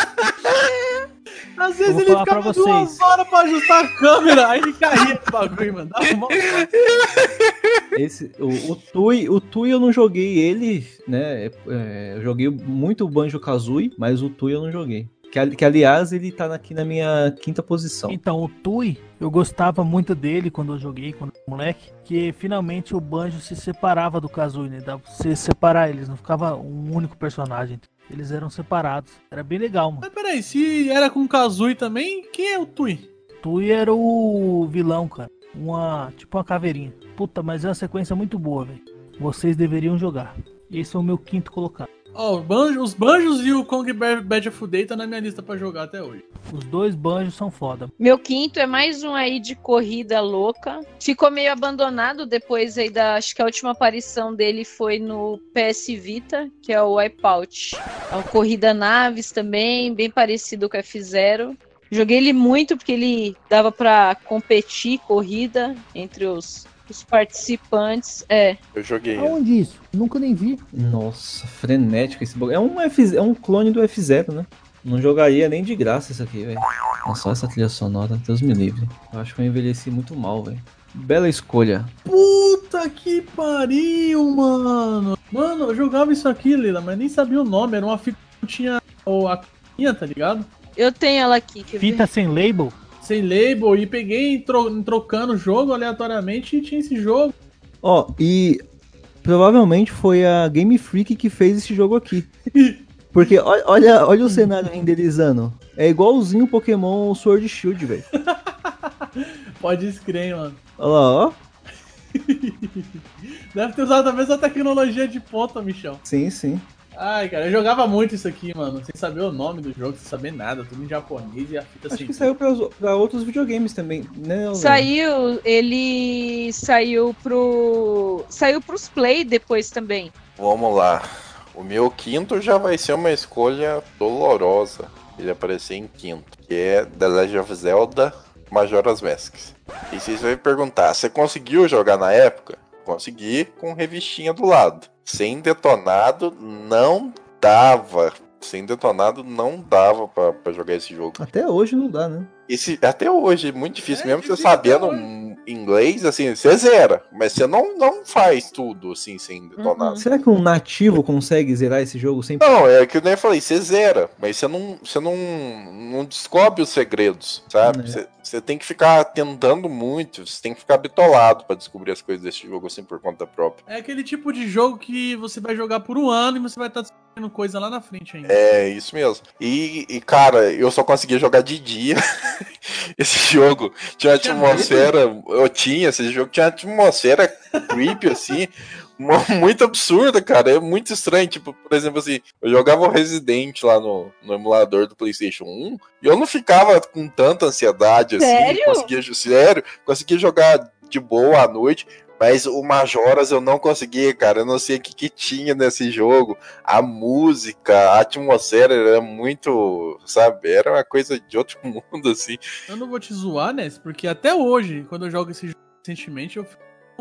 Às vezes vou ele falar ficava pra vocês. duas horas pra ajustar a câmera, aí ele caía no bagulho, mano. Dava uma... Esse, o, o Tui, o Tui eu não joguei ele, né? É, eu joguei muito o Banjo-Kazooie, mas o Tui eu não joguei. Que, que aliás, ele tá aqui na minha quinta posição. Então, o Tooie, eu gostava muito dele quando eu joguei, quando eu era moleque, que finalmente o Banjo se separava do Kazooie, né? Dava pra você separar eles, não ficava um único personagem. Eles eram separados. Era bem legal, mano. Mas peraí, se era com o Kazooie também, quem é o Tui? Tooie era o vilão, cara. Uma, tipo uma caveirinha. Puta, mas é uma sequência muito boa, velho. Vocês deveriam jogar. Esse é o meu quinto colocado. Ó, oh, banjo, os Banjos e o Kong Badge of Day tá na minha lista pra jogar até hoje. Os dois Banjos são foda. Meu quinto é mais um aí de corrida louca. Ficou meio abandonado depois aí da... Acho que a última aparição dele foi no P S Vita, que é o Wipeout. É uma corrida naves também, bem parecido com o F zero. Joguei ele muito porque ele dava pra competir corrida entre os... os participantes, é. Eu joguei. Aonde isso? Nunca nem vi. Nossa, frenético esse bagulho. É um, F, é um clone do F zero, né? Não jogaria nem de graça isso aqui, velho. Nossa, só essa trilha sonora, Deus me livre. Eu acho que eu envelheci muito mal, velho. Bela escolha. Puta que pariu, mano. Mano, eu jogava isso aqui, Lila, mas nem sabia o nome. Era uma fita que tinha a carinha, tá ligado? Eu tenho ela aqui. Quer Fita ver? sem label? Sem label, e peguei tro trocando o jogo aleatoriamente e tinha esse jogo. Ó, e provavelmente foi a Game Freak que fez esse jogo aqui. Porque olha, olha, olha o cenário renderizando. É igualzinho o Pokémon Sword Shield, velho. Pode escrever, mano. Olha lá, ó. Deve ter usado a mesma tecnologia de ponta, Michel. Sim, sim. Ai, cara, eu jogava muito isso aqui, mano, sem saber o nome do jogo, sem saber nada, tudo em japonês e a fita Acho assim. que saiu pra, pra outros videogames também, né? Saiu, ele saiu pro. Saiu pros Play depois também. Vamos lá. O meu quinto já vai ser uma escolha dolorosa. Ele aparecer em quinto, que é The Legend of Zelda Majora's Mask. E vocês vão me perguntar, você conseguiu jogar na época? Consegui com revistinha do lado. Sem detonado, não dava. Sem detonado, não dava pra, pra jogar esse jogo. Até hoje não dá, né? Esse, até hoje, é muito difícil. É Mesmo difícil você sabendo até hoje. um inglês, assim, você zera. Mas você não, não faz tudo, assim, sem detonado. Uhum. Será que um nativo consegue zerar esse jogo sem... Não, é que eu nem falei, você zera, mas você não, você não, não descobre os segredos, sabe? É. Você, você tem que ficar tentando muito, você tem que ficar bitolado pra descobrir as coisas desse jogo, assim, por conta própria. É aquele tipo de jogo que você vai jogar por um ano e você vai estar descobrindo coisa lá na frente ainda. É, isso mesmo. E, e, cara, eu só conseguia jogar de dia. Esse jogo tinha uma Tinha atmosfera, eu tinha, esse jogo tinha uma atmosfera creepy, assim, mu- muito absurda, cara, é muito estranho, tipo, por exemplo, assim, eu jogava o Resident lá no, no emulador do PlayStation um, e eu não ficava com tanta ansiedade, assim, Sério? conseguia, sério, conseguia jogar de boa à noite, mas o Majoras eu não conseguia, cara, eu não sei o que, que tinha nesse jogo, a música, a atmosfera era muito, sabe, era uma coisa de outro mundo, assim. Eu não vou te zoar, Ness, porque até hoje, quando eu jogo esse jogo recentemente, eu fico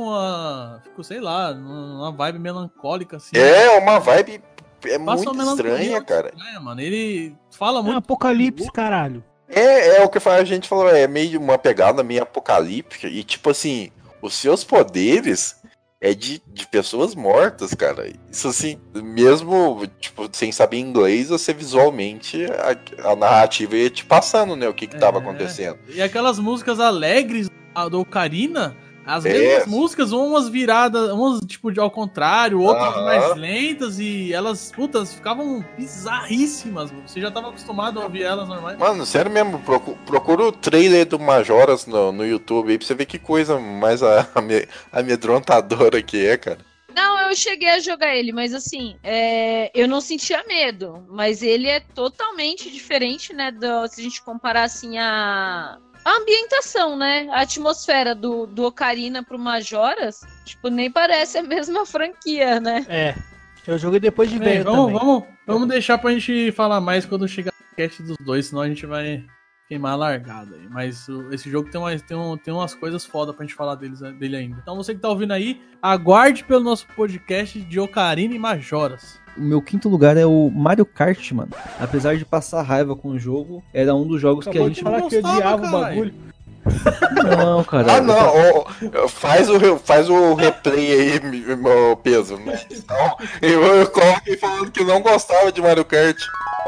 uma. Fico, sei lá, numa vibe melancólica, assim. É uma vibe é Passa muito uma melancolia estranha, cara. estranha, mano. Ele fala É um muito. apocalipse, caralho. É, é o que a gente falou, é meio uma pegada meio apocalíptica e tipo assim, os seus poderes é de, de pessoas mortas, cara. Isso assim, mesmo tipo, sem saber inglês, você visualmente a, a narrativa ia te passando, né, o que que tava É. acontecendo. E aquelas músicas alegres a do Ocarina, as É. mesmas músicas, umas viradas, umas tipo de ao contrário, outras Aham. mais lentas, e elas, putas, ficavam bizarríssimas, mano. Você já tava acostumado a ouvir elas normais. Mano, sério mesmo, procu- procura o trailer do Majoras no, no YouTube aí pra você ver que coisa mais a- ame- amedrontadora que é, cara. Não, eu cheguei a jogar ele, mas assim, é, eu não sentia medo. Mas ele é totalmente diferente, né? Do, se a gente comparar assim a, a ambientação, né? A atmosfera do, do Ocarina pro Majoras, tipo, nem parece a mesma franquia, né? É. Eu joguei depois de Bem, velho vamos, também. vamos, vamos deixar pra gente falar mais quando chegar o cast dos dois, senão a gente vai queimar a largada aí. Mas o- esse jogo tem, uma, tem, um, tem umas coisas foda pra gente falar deles, dele ainda. Então você que tá ouvindo aí, aguarde pelo nosso podcast de Ocarina e Majoras. O meu quinto lugar é o Mario Kart, mano. Apesar de passar raiva com o jogo, era um dos jogos que Acabou a de gente... falar que eu gostava, odiava o caralho. bagulho. Não, cara. Ah, não, ó, ó, faz o, re- faz o replay aí, mi- meu peso. Né? Então, eu, eu coloquei falando que não gostava de Mario Kart.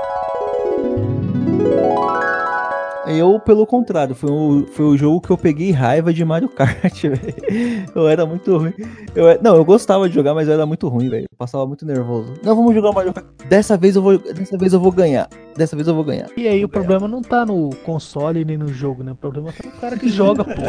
Eu, pelo contrário, foi o, foi o jogo que eu peguei raiva de Mario Kart, velho. Eu era muito ruim. Eu, e- não, eu gostava de jogar, mas eu era muito ruim, velho. Eu passava muito nervoso. Não, vamos jogar Mario Kart. Dessa vez eu vou, dessa vez eu vou ganhar. Dessa vez eu vou ganhar. E aí o problema não tá no console nem no jogo, né? O problema tá no cara que joga, pô.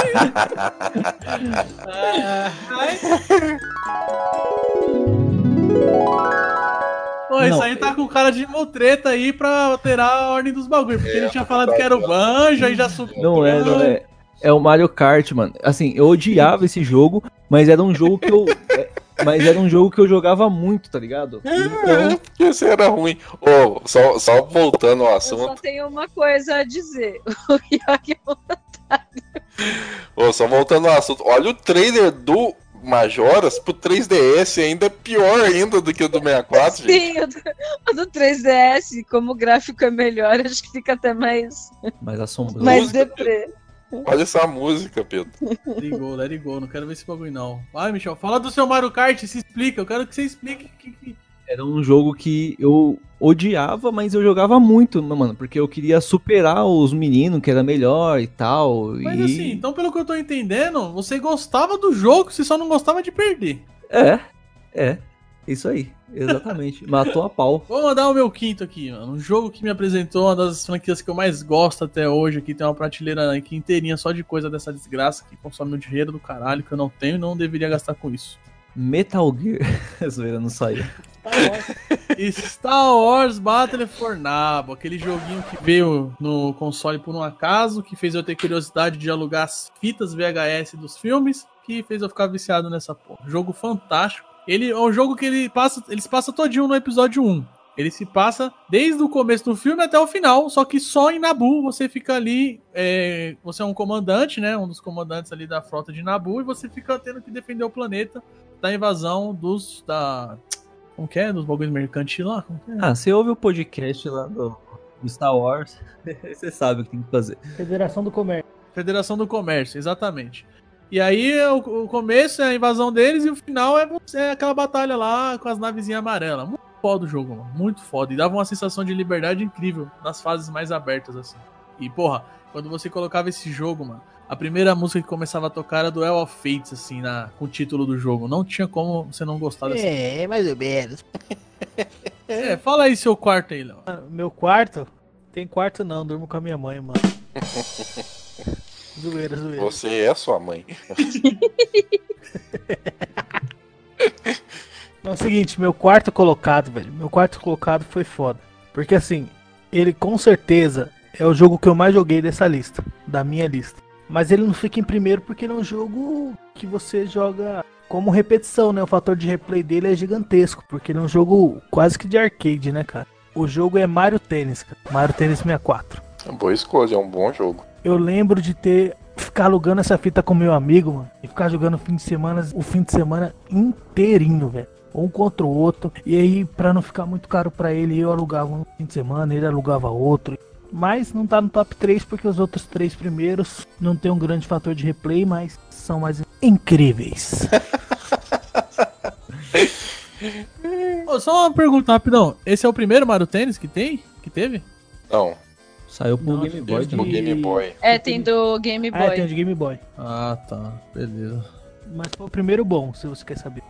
Pô, isso Não, aí tá com cara de motreta aí pra alterar a ordem dos bagulhos. Porque ele tinha falado que era o Banjo, aí já subiu. Não é, não é. É o Mario Kart, mano. Assim, eu odiava esse jogo, mas era um jogo que eu. é, mas era um jogo que eu jogava muito, tá ligado? Então, Porque isso era ruim. Ô, só, só voltando ao Eu só assunto. tenho uma coisa a dizer. O Yogi Ô, só voltando ao assunto. Olha o trailer do Majoras pro três D S ainda é pior ainda do que o do sessenta e quatro, gente. Sim, o do, o do três D S, como o gráfico é melhor, acho que fica até mais, mas assombroso. mais Música. deprê. Olha essa música, Pedro. Let it go, let it go. Não quero ver esse bagulho, não. Vai, Michel, fala do seu Mario Kart, se explica. Eu quero que você explique. Que, que... Era um jogo que eu odiava, mas eu jogava muito, mano, porque eu queria superar os meninos, que era melhor e tal. Mas e... assim, então pelo que eu tô entendendo, você gostava do jogo, você só não gostava de perder. É, é, isso aí, exatamente. Matou a pau. Vou mandar o meu quinto aqui, mano. Um jogo que me apresentou, uma das franquias que eu mais gosto até hoje. Aqui tem uma prateleira aqui inteirinha só de coisa dessa desgraça que consome o dinheiro do caralho que eu não tenho e não deveria gastar com isso. Metal Gear. Zoeira, não saiu. Star Wars Battle for Nabo, aquele joguinho que veio no console por um acaso, que fez eu ter curiosidade de alugar as fitas V H S dos filmes, que fez eu ficar viciado nessa porra. Jogo fantástico. Ele é um jogo que ele passa, ele se passa todinho no episódio um. Ele se passa desde o começo do filme até o final, só que só em Naboo você fica ali, é, você é um comandante, né, um dos comandantes ali da frota de Naboo, e você fica tendo que defender o planeta da invasão dos, da... Como que é? Dos bagulhos mercantis lá? Como que é? Ah, você ouve o podcast lá do, do Star Wars, você sabe o que tem que fazer. Federação do Comércio. Federação do Comércio, exatamente. E aí o, o começo é a invasão deles e o final é, é aquela batalha lá com as navezinhas amarelas. Muito foda o jogo, mano. Muito foda. E dava uma sensação de liberdade incrível nas fases mais abertas, assim. E, porra, quando você colocava esse jogo, mano, a primeira música que começava a tocar era Duel of Fates, assim, na, com o título do jogo. Não tinha como você não gostar dessa. É, mais ou menos. É, fala aí seu quarto aí, Léo. Meu quarto? Tem quarto não, durmo com a minha mãe, mano. Zoeira, zoeira. Você é sua mãe. É o seguinte, meu quarto colocado, velho. Meu quarto colocado foi foda. Porque assim, ele com certeza é o jogo que eu mais joguei dessa lista. Da minha lista. Mas ele não fica em primeiro porque ele é um jogo que você joga como repetição, né? O fator de replay dele é gigantesco. Porque ele é um jogo quase que de arcade, né, cara? O jogo é Mario Tennis, cara. Mario Tennis sessenta e quatro. Boa escolha, é um bom jogo. Eu lembro de ter... Ficar alugando essa fita com meu amigo, mano. E ficar jogando o fim de semana, o fim de semana inteirinho, velho. Um contra o outro. E aí, pra não ficar muito caro pra ele, eu alugava um fim de semana, ele alugava outro. Mas não tá no top três porque os outros três primeiros não tem um grande fator de replay, mas são mais incríveis. Ô, só uma pergunta rapidão. Esse é o primeiro Mario Tennis que tem? Que teve? Não, Saiu pro Não, Game Boy teve- no também. Game Boy. É, tem do Game Ah, Boy. tem o de Game Boy. Ah, tá. Beleza. Mas foi o primeiro bom, se você quer saber.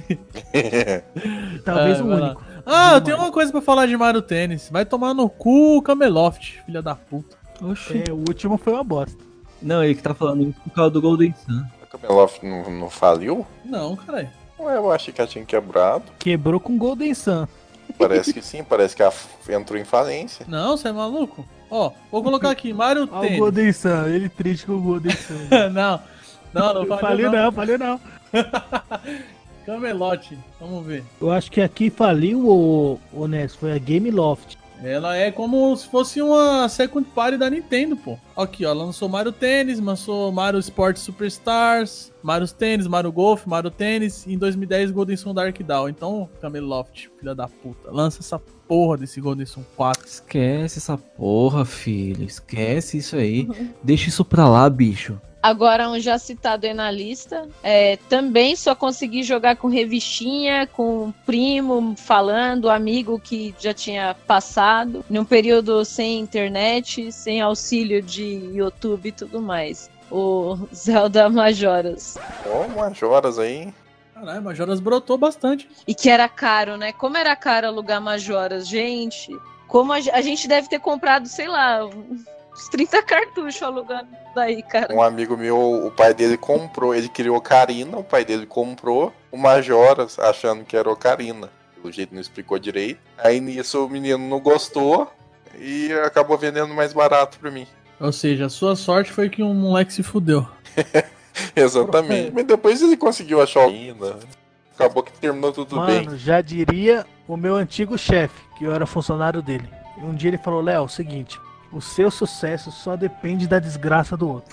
E talvez É, o vai lá. único. Ah, eu tenho uma coisa pra falar de Mario Tennis. Vai tomar no cu o Cameloft, filha da puta. Oxi. É, o último foi uma bosta. Não, ele que tá falando isso por causa do Golden Sun. O Cameloft não, não faliu? Não, caralho. Ué, eu achei que ela tinha quebrado. Quebrou com Golden Sun. Parece que sim, parece que ela f- entrou em falência. Não, você é maluco? Ó, vou colocar aqui, Mario Olha o Tennis. Golden Sun, ele triste com o Golden Sun. não, não, não Não falei falei não. não, falei não. Camelote, vamos ver. Eu acho que aqui faliu o, o Ness, foi a Game Loft. Ela é como se fosse uma second party da Nintendo, pô. Aqui, ó, lançou Mario Tennis, lançou Mario Sports Superstars, Mario Tennis, Mario Golf, Mario Tennis, e em dois mil e dez Golden Sun Dark Dawn. Então, Cameloft, filha da puta, lança essa porra desse Golden Sun quatro. Esquece essa porra, filho. Esquece isso aí. Deixa isso pra lá, bicho. Agora, um já citado aí na lista, é, também só consegui jogar com revistinha, com primo falando, amigo que já tinha passado, num período sem internet, sem auxílio de YouTube e tudo mais. O Zelda Majoras. Ó, umas horas aí. Caralho, Majoras brotou bastante. E que era caro, né? Como era caro alugar Majoras, gente. Como a, a gente deve ter comprado, sei lá, uns trinta cartuchos alugando daí, cara. Um amigo meu, o pai dele comprou, ele criou Ocarina, o pai dele comprou o Majoras, achando que era Ocarina. Pelo jeito não explicou direito. Aí nisso o menino não gostou e acabou vendendo mais barato pra mim. Ou seja, a sua sorte foi que um moleque se fudeu. Exatamente. Mas depois ele conseguiu achar Ocarina. Acabou que terminou tudo Mano, bem. já diria o meu antigo chefe, que eu era funcionário dele. E um dia ele falou, Léo, é o seguinte, o seu sucesso só depende da desgraça do outro.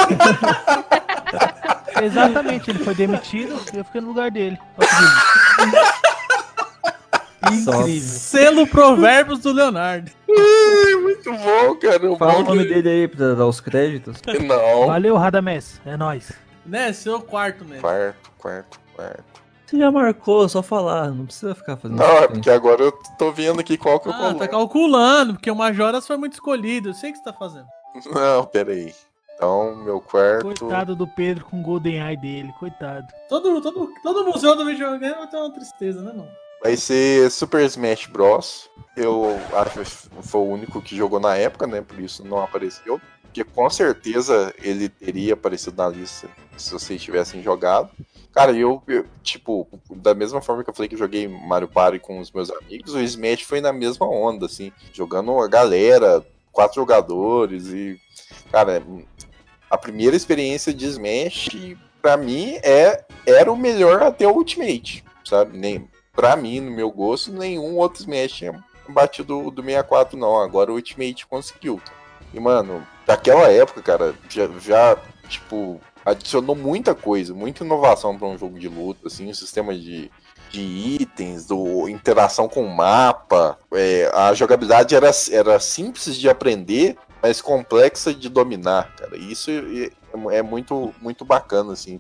Exatamente, ele foi demitido e eu fiquei no lugar dele. Olha que delícia. Incrível. Selo Provérbios do Leonardo. Ai, muito bom, cara. Fala Bom o nome que- dele aí pra dar os créditos. Não. Valeu, Radamés. É nóis. Né, seu quarto, né? Quarto, quarto, quarto. Você já marcou, só falar. Não precisa ficar fazendo Não, é suspense. porque agora eu tô vendo aqui qual que eu Ah, coloco. tá calculando, porque o Majoras foi muito escolhido. Eu sei o que você tá fazendo. Não, peraí. Então, meu quarto. Coitado do Pedro com o Golden Eye dele, coitado. Todo, todo, todo museu do videogame vai ter uma tristeza, né, mano? Vai ser Super Smash Bros. Eu acho que foi o único que jogou na época, né? Por isso não apareceu. Porque com certeza ele teria aparecido na lista se vocês tivessem jogado. Cara, eu, eu, tipo, da mesma forma que eu falei que eu joguei Mario Party com os meus amigos, o Smash foi na mesma onda, assim, jogando a galera, quatro jogadores e, cara, a primeira experiência de Smash, pra mim, é, era o melhor até o Ultimate, sabe? Nem, pra mim, no meu gosto, nenhum outro Smash tinha batido do sessenta e quatro, não. Agora o Ultimate conseguiu. E, mano, daquela época, cara, já, já tipo, adicionou muita coisa, muita inovação pra um jogo de luta, assim, o sistema de, de itens, do, interação com o mapa, é, a jogabilidade era, era simples de aprender, mas complexa de dominar, cara. Isso é, é muito, muito bacana, assim.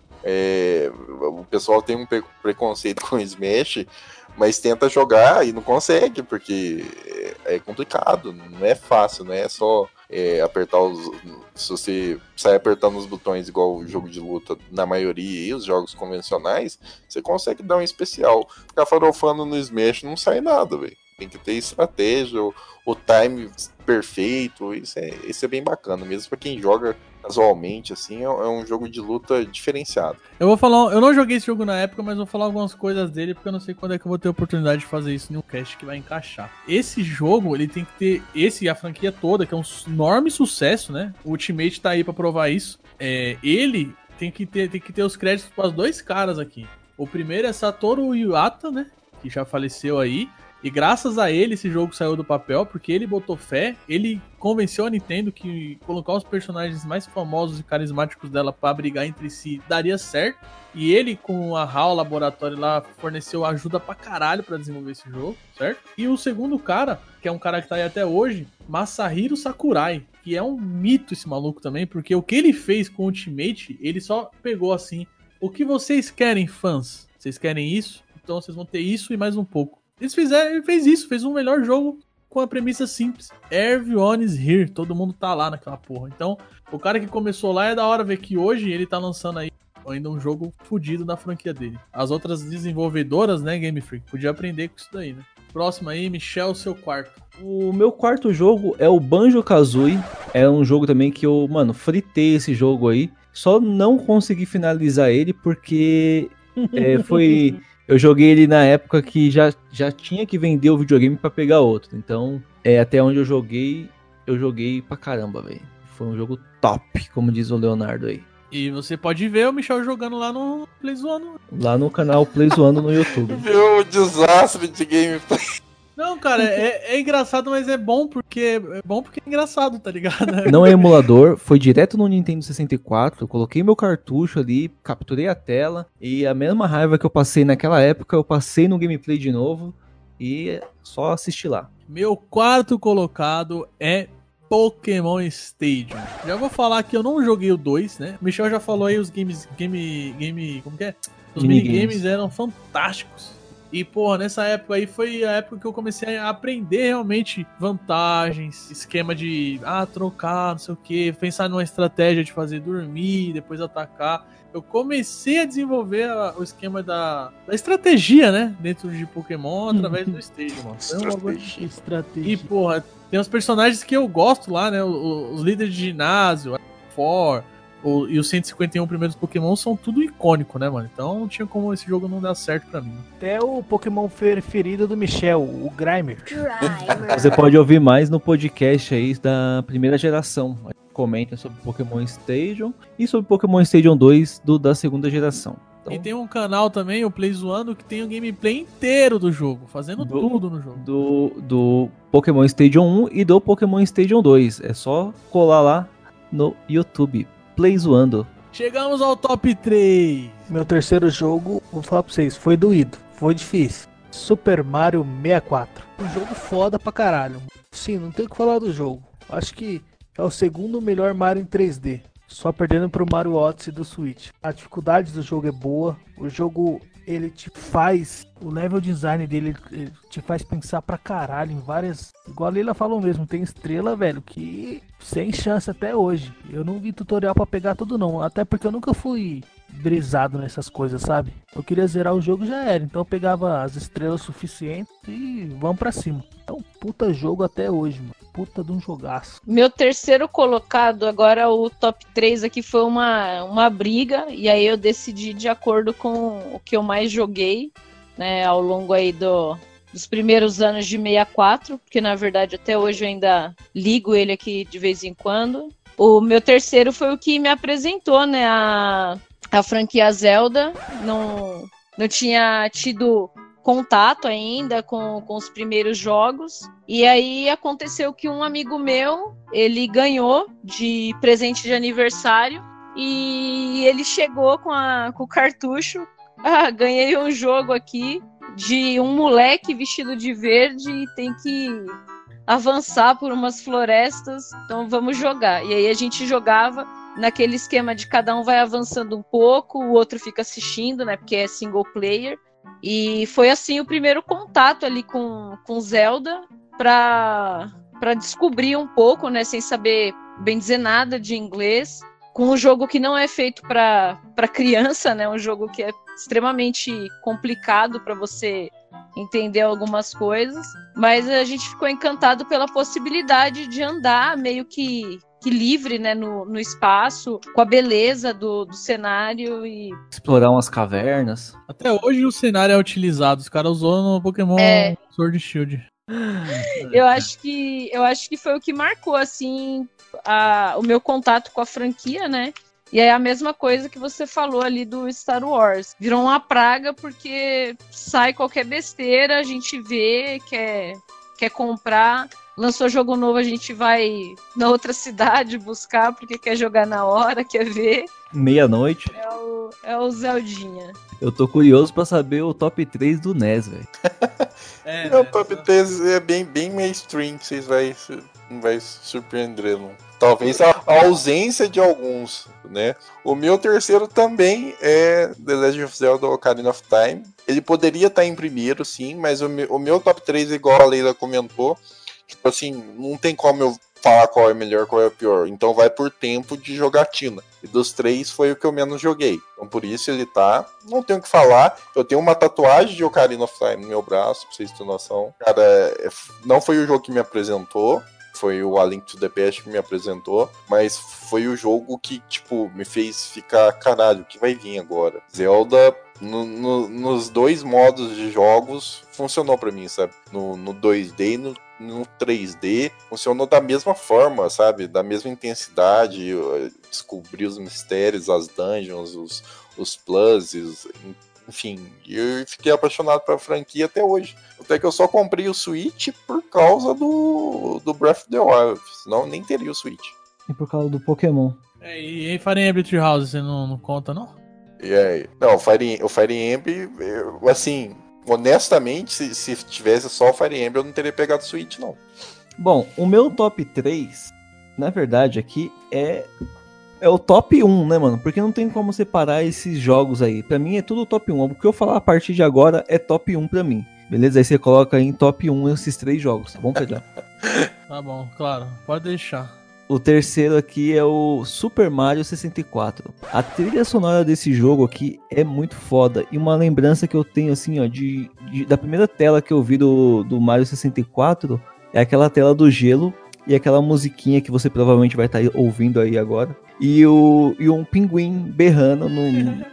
É, o pessoal tem um preconceito com o Smash, mas tenta jogar e não consegue, porque é complicado, não é fácil, não é só é, apertar os... Se você sai apertando os botões igual o jogo de luta na maioria e os jogos convencionais, você consegue dar um especial. Ficar farofando no Smash não sai nada, velho. Tem que ter estratégia, o, o time perfeito, isso é, isso é bem bacana, mesmo pra quem joga casualmente, assim, é, é um jogo de luta diferenciado. Eu vou falar, eu não joguei esse jogo na época, mas vou falar algumas coisas dele, porque eu não sei quando é que eu vou ter a oportunidade de fazer isso em um cast que vai encaixar. Esse jogo, ele tem que ter, esse e a franquia toda, que é um enorme sucesso, né? O Ultimate tá aí pra provar isso. É, ele tem que ter, tem que ter os créditos para os dois caras aqui. O primeiro é Satoru Iwata, né? Que já faleceu aí. E graças a ele esse jogo saiu do papel, porque ele botou fé, ele convenceu a Nintendo que colocar os personagens mais famosos e carismáticos dela pra brigar entre si daria certo. E ele, com a H A L Laboratório lá, forneceu ajuda pra caralho pra desenvolver esse jogo, certo? E o segundo cara, que é um cara que tá aí até hoje, Masahiro Sakurai, que é um mito esse maluco também, porque o que ele fez com o Ultimate, ele só pegou assim, o que vocês querem, fãs? Vocês querem isso? Então vocês vão ter isso e mais um pouco. Eles fizeram, ele fez isso, fez um melhor jogo com a premissa simples. Everyone is here, todo mundo tá lá naquela porra. Então, o cara que começou lá é da hora ver que hoje ele tá lançando aí ainda um jogo fodido da franquia dele. As outras desenvolvedoras, né, Game Freak, podia aprender com isso daí, né? Próximo aí, Michel, seu quarto. O meu quarto jogo é o Banjo-Kazooie. É um jogo também que eu, mano, fritei esse jogo aí. Só não consegui finalizar ele porque é, foi... Eu joguei ele na época que já, já tinha que vender o videogame pra pegar outro. Então, é, até onde eu joguei, eu joguei pra caramba, velho. Foi um jogo top, como diz o Leonardo aí. E você pode ver o Michel jogando lá no Play Zoando. Lá no canal Play Zoando no YouTube. Viu o desastre de gameplay. Não, cara, é, é engraçado, mas é bom porque é bom porque é engraçado, tá ligado? Não é emulador, foi direto no Nintendo sessenta e quatro, eu coloquei meu cartucho ali, capturei a tela, e a mesma raiva que eu passei naquela época, eu passei no gameplay de novo, e só assisti lá. Meu quarto colocado é Pokémon Stadium. Já vou falar que eu não joguei o dois, né? O Michel já falou aí, os games, game, game, como que é? Os minigames mini eram fantásticos. E, porra, nessa época aí foi a época que eu comecei a aprender realmente vantagens, esquema de, ah, trocar, não sei o que, pensar numa estratégia de fazer dormir, depois atacar. Eu comecei a desenvolver a, o esquema da, da estratégia, né, dentro de Pokémon através do Stadium, mano. Estratégia. Estratégia. E, porra, tem os personagens que eu gosto lá, né, os, os líderes de ginásio, For... O, e os cento e cinquenta e um primeiros Pokémon são tudo icônico, né, mano? Então não tinha como esse jogo não dar certo pra mim. Até o Pokémon preferido do Michel, o Grimer. Você pode ouvir mais no podcast aí da primeira geração. Comenta sobre Pokémon Stadium e sobre Pokémon Stadium dois do, da segunda geração. Então, e tem um canal também, o Play Zoando, que tem o gameplay inteiro do jogo, fazendo do, tudo no jogo. Do, do Pokémon Stadium um e do Pokémon Stadium dois. É só colar lá no YouTube. Play Zoando. Chegamos ao top três. Meu terceiro jogo, vou falar pra vocês, foi doído, foi difícil. Super Mario sessenta e quatro. Um jogo foda pra caralho. Sim, não tem o que falar do jogo. Acho que é o segundo melhor Mario em três D. Só perdendo pro Mario Odyssey do Switch. A dificuldade do jogo é boa. O jogo, ele te faz... O level design dele, ele te faz pensar pra caralho em várias... Igual a Leila falou mesmo, tem estrela, velho, que... Sem chance até hoje. Eu não vi tutorial pra pegar tudo não. Até porque eu nunca fui brisado nessas coisas, sabe? Eu queria zerar o jogo, já era. Então eu pegava as estrelas suficientes e vamos pra cima. É um puta jogo até hoje, mano. puta de um jogaço. Meu terceiro colocado, agora o top três aqui foi uma, uma briga, e aí eu decidi de acordo com o que eu mais joguei, né, ao longo aí do, dos primeiros anos de sessenta e quatro, porque na verdade até hoje eu ainda ligo ele aqui de vez em quando. O meu terceiro foi o que me apresentou, né, a, a franquia Zelda. Não, não tinha tido contato ainda com, com os primeiros jogos, e aí aconteceu que um amigo meu, ele ganhou de presente de aniversário, e ele chegou com, a, com o cartucho. Ah, ganhei um jogo aqui de um moleque vestido de verde e tem que avançar por umas florestas, então vamos jogar. E aí a gente jogava naquele esquema de cada um vai avançando um pouco, o outro fica assistindo, né, porque é single player. E foi assim o primeiro contato ali com, com Zelda, para para descobrir um pouco, né, sem saber bem dizer nada de inglês, com um jogo que não é feito para para criança, né, um jogo que é extremamente complicado para você entender algumas coisas, mas a gente ficou encantado pela possibilidade de andar meio que que livre, né, no, no espaço, com a beleza do, do cenário e... explorar umas cavernas. Até hoje o cenário é utilizado, os caras usou no Pokémon É. Sword and Shield. Eu acho que, eu acho que foi o que marcou, assim, a, o meu contato com a franquia, né? E é a mesma coisa que você falou ali do Star Wars. Virou uma praga porque sai qualquer besteira, a gente vê, quer, quer comprar... Lançou jogo novo, a gente vai na outra cidade buscar, porque quer jogar na hora, quer ver. Meia-noite. É o, é o Zeldinha. Eu tô curioso pra saber o top três do N E S, velho. É, Meu né? top três é bem, bem mainstream, que vocês vai, não vai se surpreender, não. Talvez a, a ausência de alguns, né? O meu terceiro também é The Legend of Zelda Ocarina of Time. Ele poderia estar em primeiro, sim, mas o meu, o meu top três, igual a Leila comentou, tipo assim, não tem como eu falar qual é melhor, qual é o pior. Então vai por tempo de jogatina. E dos três foi o que eu menos joguei. Então por isso ele tá... Não tenho o que falar. Eu tenho uma tatuagem de Ocarina of Time no meu braço, pra vocês terem noção. Cara, é... não foi o jogo que me apresentou. Foi o A Link to the Past que me apresentou. Mas foi o jogo que, tipo, me fez ficar... Caralho, o que vai vir agora? Zelda... No, no, nos dois modos de jogos funcionou pra mim, sabe? No, no dois D e no, no três D funcionou da mesma forma, sabe? Da mesma intensidade. Descobri os mistérios, as dungeons, os, os pluses, enfim. Eu fiquei apaixonado pela franquia até hoje. Até que eu só comprei o Switch por causa do, do Breath of the Wild. Senão eu nem teria o Switch. E por causa do Pokémon. É, e Fire Emblem Three Houses, você não, não conta, não? E aí? Não, o Fire, o Fire Emblem, eu, assim, honestamente, se, se tivesse só o Fire Emblem, eu não teria pegado o Switch, não. Bom, o meu top três, na verdade, aqui é é o top um, né, mano? Porque não tem como separar esses jogos aí. Pra mim é tudo top um. O que eu falar a partir de agora é top um pra mim. Beleza? Aí você coloca aí em top um esses três jogos, tá bom, Pedro? Tá bom, claro. Pode deixar. O terceiro aqui é o Super Mario sessenta e quatro. A trilha sonora desse jogo aqui é muito foda. E uma lembrança que eu tenho, assim, ó, de, de da primeira tela que eu vi do, do Mario sessenta e quatro é aquela tela do gelo e aquela musiquinha que você provavelmente vai estar ouvindo aí agora. E, o, e um pinguim berrando no,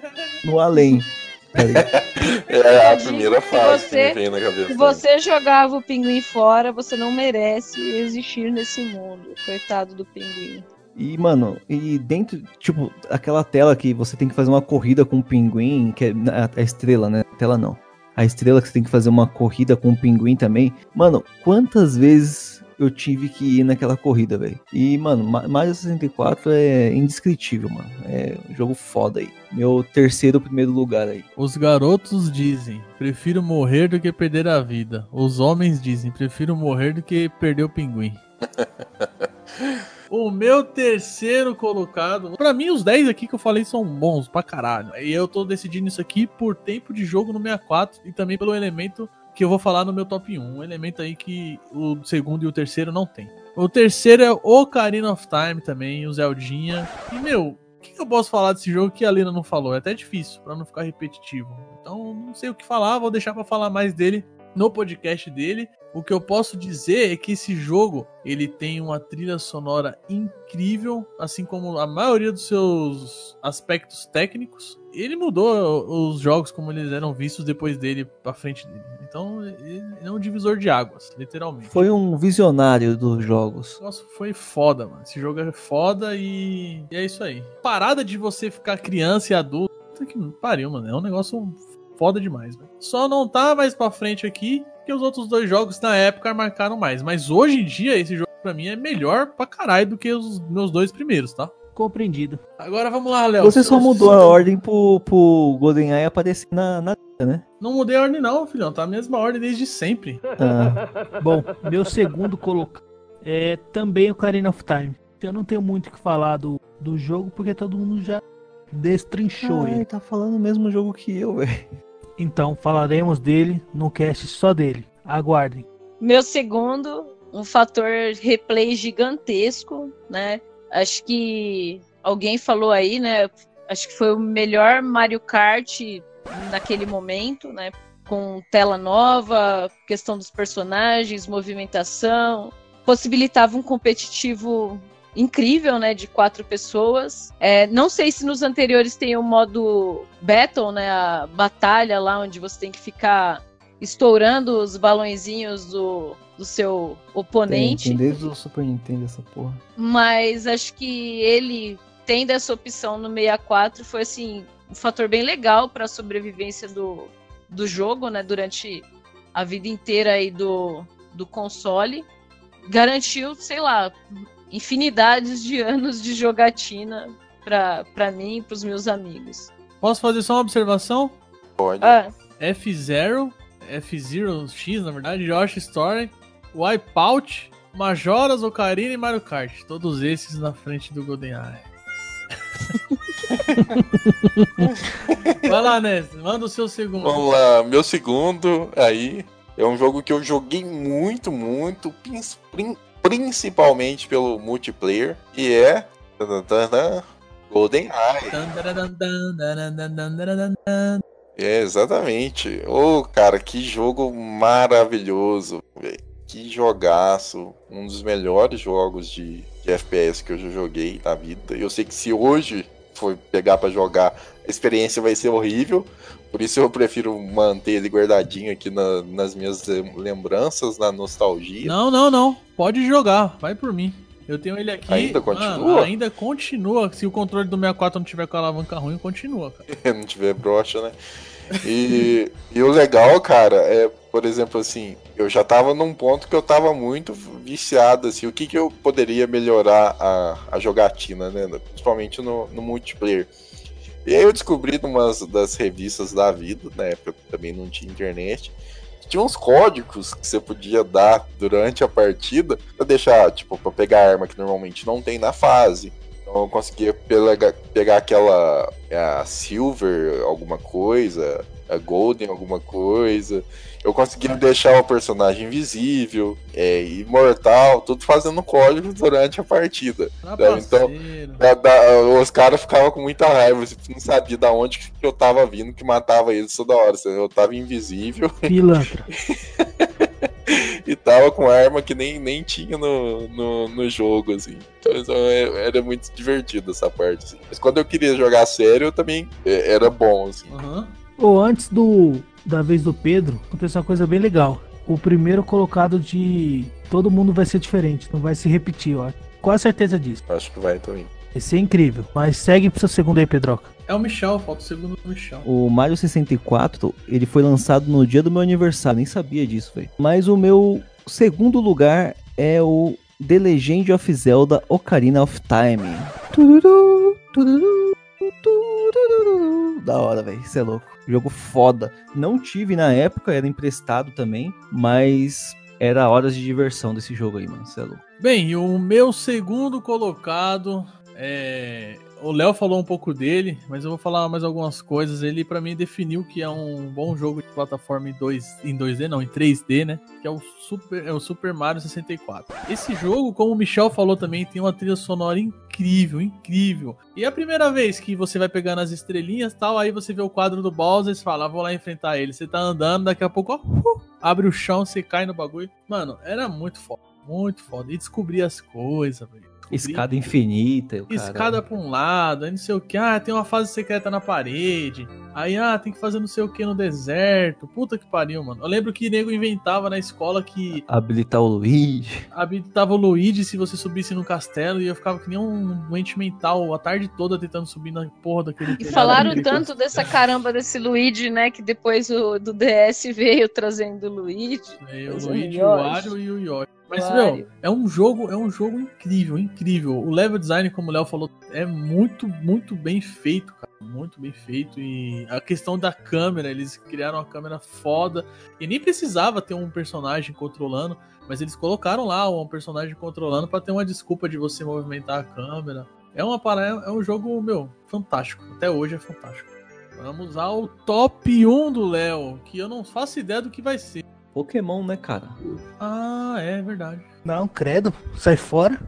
no além. Tá ligado? É a primeira fase você, que me vem na cabeça. Se você jogava o pinguim fora, você não merece existir nesse mundo. Coitado do pinguim. E, mano, e dentro, tipo, aquela tela que você tem que fazer uma corrida com o pinguim, que é a, a estrela, né? A tela não. A estrela que você tem que fazer uma corrida com o pinguim também. Mano, quantas vezes eu tive que ir naquela corrida, velho? E, mano, Mario sessenta e quatro é indescritível, mano. É um jogo foda aí. Meu terceiro primeiro lugar aí. Os garotos dizem, prefiro morrer do que perder a vida. Os homens dizem, prefiro morrer do que perder o pinguim. O meu terceiro colocado... Pra mim, os dez aqui que eu falei são bons pra caralho. E eu tô decidindo isso aqui por tempo de jogo no sessenta e quatro e também pelo elemento que eu vou falar no meu top um. Um elemento aí que o segundo e o terceiro não tem. O terceiro é o Ocarina of Time também, o Zeldinha. E, meu, o que eu posso falar desse jogo que a Lina não falou? É até difícil, pra não ficar repetitivo. Então, não sei o que falar, vou deixar pra falar mais dele no podcast dele. O que eu posso dizer é que esse jogo, ele tem uma trilha sonora incrível, assim como a maioria dos seus aspectos técnicos. Ele mudou os jogos como eles eram vistos depois dele, pra frente dele. Então, ele é um divisor de águas, literalmente. Foi um visionário dos jogos. Nossa, foi foda, mano. Esse jogo é foda e... e é isso aí. Parada de você ficar criança e adulto, puta que pariu, mano. É um negócio foda demais, velho. Só não tá mais pra frente aqui, que os outros dois jogos na época marcaram mais. Mas hoje em dia, esse jogo pra mim é melhor pra caralho do que os meus dois primeiros, tá? Compreendido. Agora vamos lá, Léo. Você só mudou a ordem pro, pro GoldenEye aparecer na, na lista, né? Não mudei a ordem não, filhão. Tá a mesma ordem desde sempre. Ah. Bom, meu segundo colocado é também o Ocarina of Time. Eu não tenho muito o que falar do, do jogo, porque todo mundo já destrinchou Ah, ele. ele tá falando o mesmo jogo que eu, velho. Então, falaremos dele no cast só dele. Aguardem. Meu segundo, um fator replay gigantesco, né? Acho que alguém falou aí, né? Acho que foi o melhor Mario Kart naquele momento, né? Com tela nova, questão dos personagens, movimentação. Possibilitava um competitivo incrível, né? De quatro pessoas. É, não sei se nos anteriores tem o modo Battle, né? A batalha lá onde você tem que ficar estourando os balõezinhos do, do seu oponente. Tem, tem desde o Super Nintendo essa porra. Mas acho que ele tendo essa opção no sessenta e quatro foi assim um fator bem legal para a sobrevivência do, do jogo, né? Durante a vida inteira aí do, do console. Garantiu, sei lá, infinidades de anos de jogatina para mim e para os meus amigos. Posso fazer só uma observação? Pode. Ah, F-Zero, F-Zero X, na verdade, Yoshi Story, Wipeout, Majora's, Ocarina e Mario Kart. Todos esses na frente do GoldenEye. Vai lá, Ness, manda o seu segundo. Vamos lá, meu segundo aí é um jogo que eu joguei muito, muito, prin- principalmente pelo multiplayer, e é GoldenEye. É, exatamente. Ô, cara, que jogo maravilhoso, velho. Que jogaço. Um dos melhores jogos de, de F P S que eu já joguei na vida. Eu sei que se hoje for pegar pra jogar, a experiência vai ser horrível. Por isso eu prefiro manter ele guardadinho aqui na, nas minhas lembranças, na nostalgia. Não, não, não. Pode jogar. Vai por mim. Eu tenho ele aqui. Ainda continua? Mano, ainda continua. Se o controle do sessenta e quatro não tiver com a alavanca ruim, continua, cara. Não tiver brocha, né? E, e o legal, cara, é, por exemplo, assim, eu já tava num ponto que eu tava muito viciado, assim, o que que eu poderia melhorar a, a jogatina, né? Principalmente no, no multiplayer. E aí eu descobri numa das revistas da vida, na época também não tinha internet, que tinha uns códigos que você podia dar durante a partida pra deixar, tipo, pra pegar arma que normalmente não tem na fase. Então eu conseguia pegar, pegar aquela a Silver, alguma coisa, a Golden, alguma coisa. Eu conseguia deixar o personagem invisível, é, imortal, tudo fazendo código durante a partida. Então, da, da, os caras ficavam com muita raiva, você não sabia de onde que eu tava vindo que matava eles toda hora. Eu tava invisível. Pilantra. E tava com arma que nem, nem tinha no, no, no jogo, assim. Então era muito divertido essa parte, assim. Mas quando eu queria jogar sério, eu também era bom, assim. Uhum. Ou antes do da vez do Pedro, aconteceu uma coisa bem legal. O primeiro colocado de todo mundo vai ser diferente, não vai se repetir, ó. Quase certeza disso. Acho que vai também. Vai ser incrível. Mas segue pro seu segundo aí, Pedroca. É o Michel, falta o segundo do Michel. O Mario sessenta e quatro, ele foi lançado no dia do meu aniversário, nem sabia disso, velho. Mas o meu segundo lugar é o The Legend of Zelda Ocarina of Time. Tururu, tururu, tururu. Da hora, velho, isso é louco. Jogo foda. Não tive na época, era emprestado também, mas era horas de diversão desse jogo aí, mano, isso é louco. Bem, e o meu segundo colocado é o Léo falou um pouco dele, mas eu vou falar mais algumas coisas. Ele, pra mim, definiu que é um bom jogo de plataforma em, dois, em dois D, não, em três D, né? Que é o Super, é o Super Mario sessenta e quatro. Esse jogo, como o Michel falou também, tem uma trilha sonora incrível, incrível. E é a primeira vez que você vai pegando as estrelinhas e tal, aí você vê o quadro do Bowser e você fala, ah, vou lá enfrentar ele. Você tá andando, daqui a pouco, ó, uh, abre o chão, você cai no bagulho. Mano, era muito foda, muito foda. E descobrir as coisas, velho. Escada infinita. O Escada pra um lado, aí não sei o que. Ah, tem uma fase secreta na parede. Aí, ah, tem que fazer não sei o que no deserto. Puta que pariu, mano. Eu lembro que nego inventava na escola que... Habilitar o Luigi. Habilitava o Luigi se você subisse no castelo. E eu ficava que nem um doente mental a tarde toda tentando subir na porra daquele... E falaram tanto dessa caramba desse Luigi, né? Que depois o do D S veio trazendo o Luigi. É, o Luigi, o Wario e o Yoshi. Mas, meu, é um jogo, é um jogo incrível, incrível. O level design, como o Léo falou, é muito, muito bem feito, cara. Muito bem feito. E a questão da câmera, eles criaram uma câmera foda. E nem precisava ter um personagem controlando, mas eles colocaram lá um personagem controlando pra ter uma desculpa de você movimentar a câmera. É uma parada, é um jogo, meu, fantástico. Até hoje é fantástico. Vamos ao top um do Léo, que eu não faço ideia do que vai ser. Pokémon, né, cara? Ah, é verdade. Não, credo, sai fora.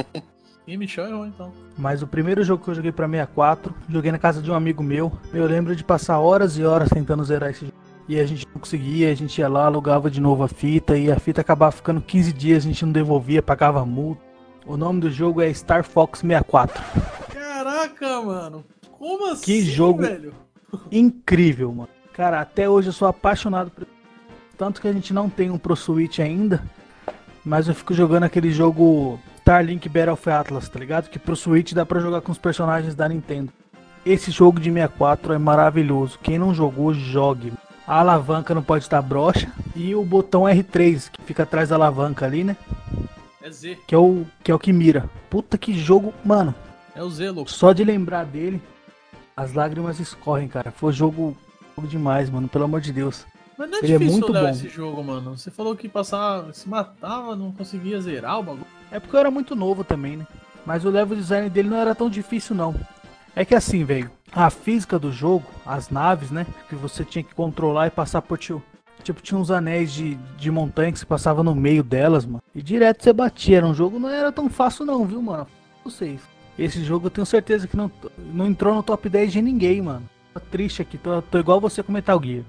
E Michel errou, então. Mas o primeiro jogo que eu joguei pra sessenta e quatro, joguei na casa de um amigo meu. Eu lembro de passar horas e horas tentando zerar esse jogo. E a gente não conseguia, a gente ia lá, alugava de novo a fita. E a fita acabava ficando quinze dias, a gente não devolvia, pagava multa. O nome do jogo é Star Fox sessenta e quatro. Caraca, mano. Como assim, que jogo velho? Incrível, mano. Cara, até hoje eu sou apaixonado por... Tanto que a gente não tem um Pro Switch ainda, mas eu fico jogando aquele jogo Starlink Battle of Atlas, tá ligado? Que pro Switch dá pra jogar com os personagens da Nintendo. Esse jogo de sessenta e quatro é maravilhoso. Quem não jogou, jogue. A alavanca não pode estar broxa. E o botão R três, que fica atrás da alavanca ali, né? É Z. Que é o que, é o que mira. Puta que jogo, mano. É o Z, louco. Só de lembrar dele, as lágrimas escorrem, cara. Foi jogo, jogo demais, mano. Pelo amor de Deus. Mas não é Ele difícil é muito olhar bom. esse jogo, mano. Você falou que passava, se matava, não conseguia zerar o bagulho. É porque eu era muito novo também, né? Mas o level design dele não era tão difícil, não. É que assim, velho, a física do jogo, as naves, né? Que você tinha que controlar e passar por tio. Tipo, tinha uns anéis de, de montanha que você passava no meio delas, mano. E direto você batia. Era um jogo, não era tão fácil não, viu, mano? Vocês. Esse jogo eu tenho certeza que não, não entrou no top dez de ninguém, mano. Tô triste aqui, tô, tô igual você com Metal Gear.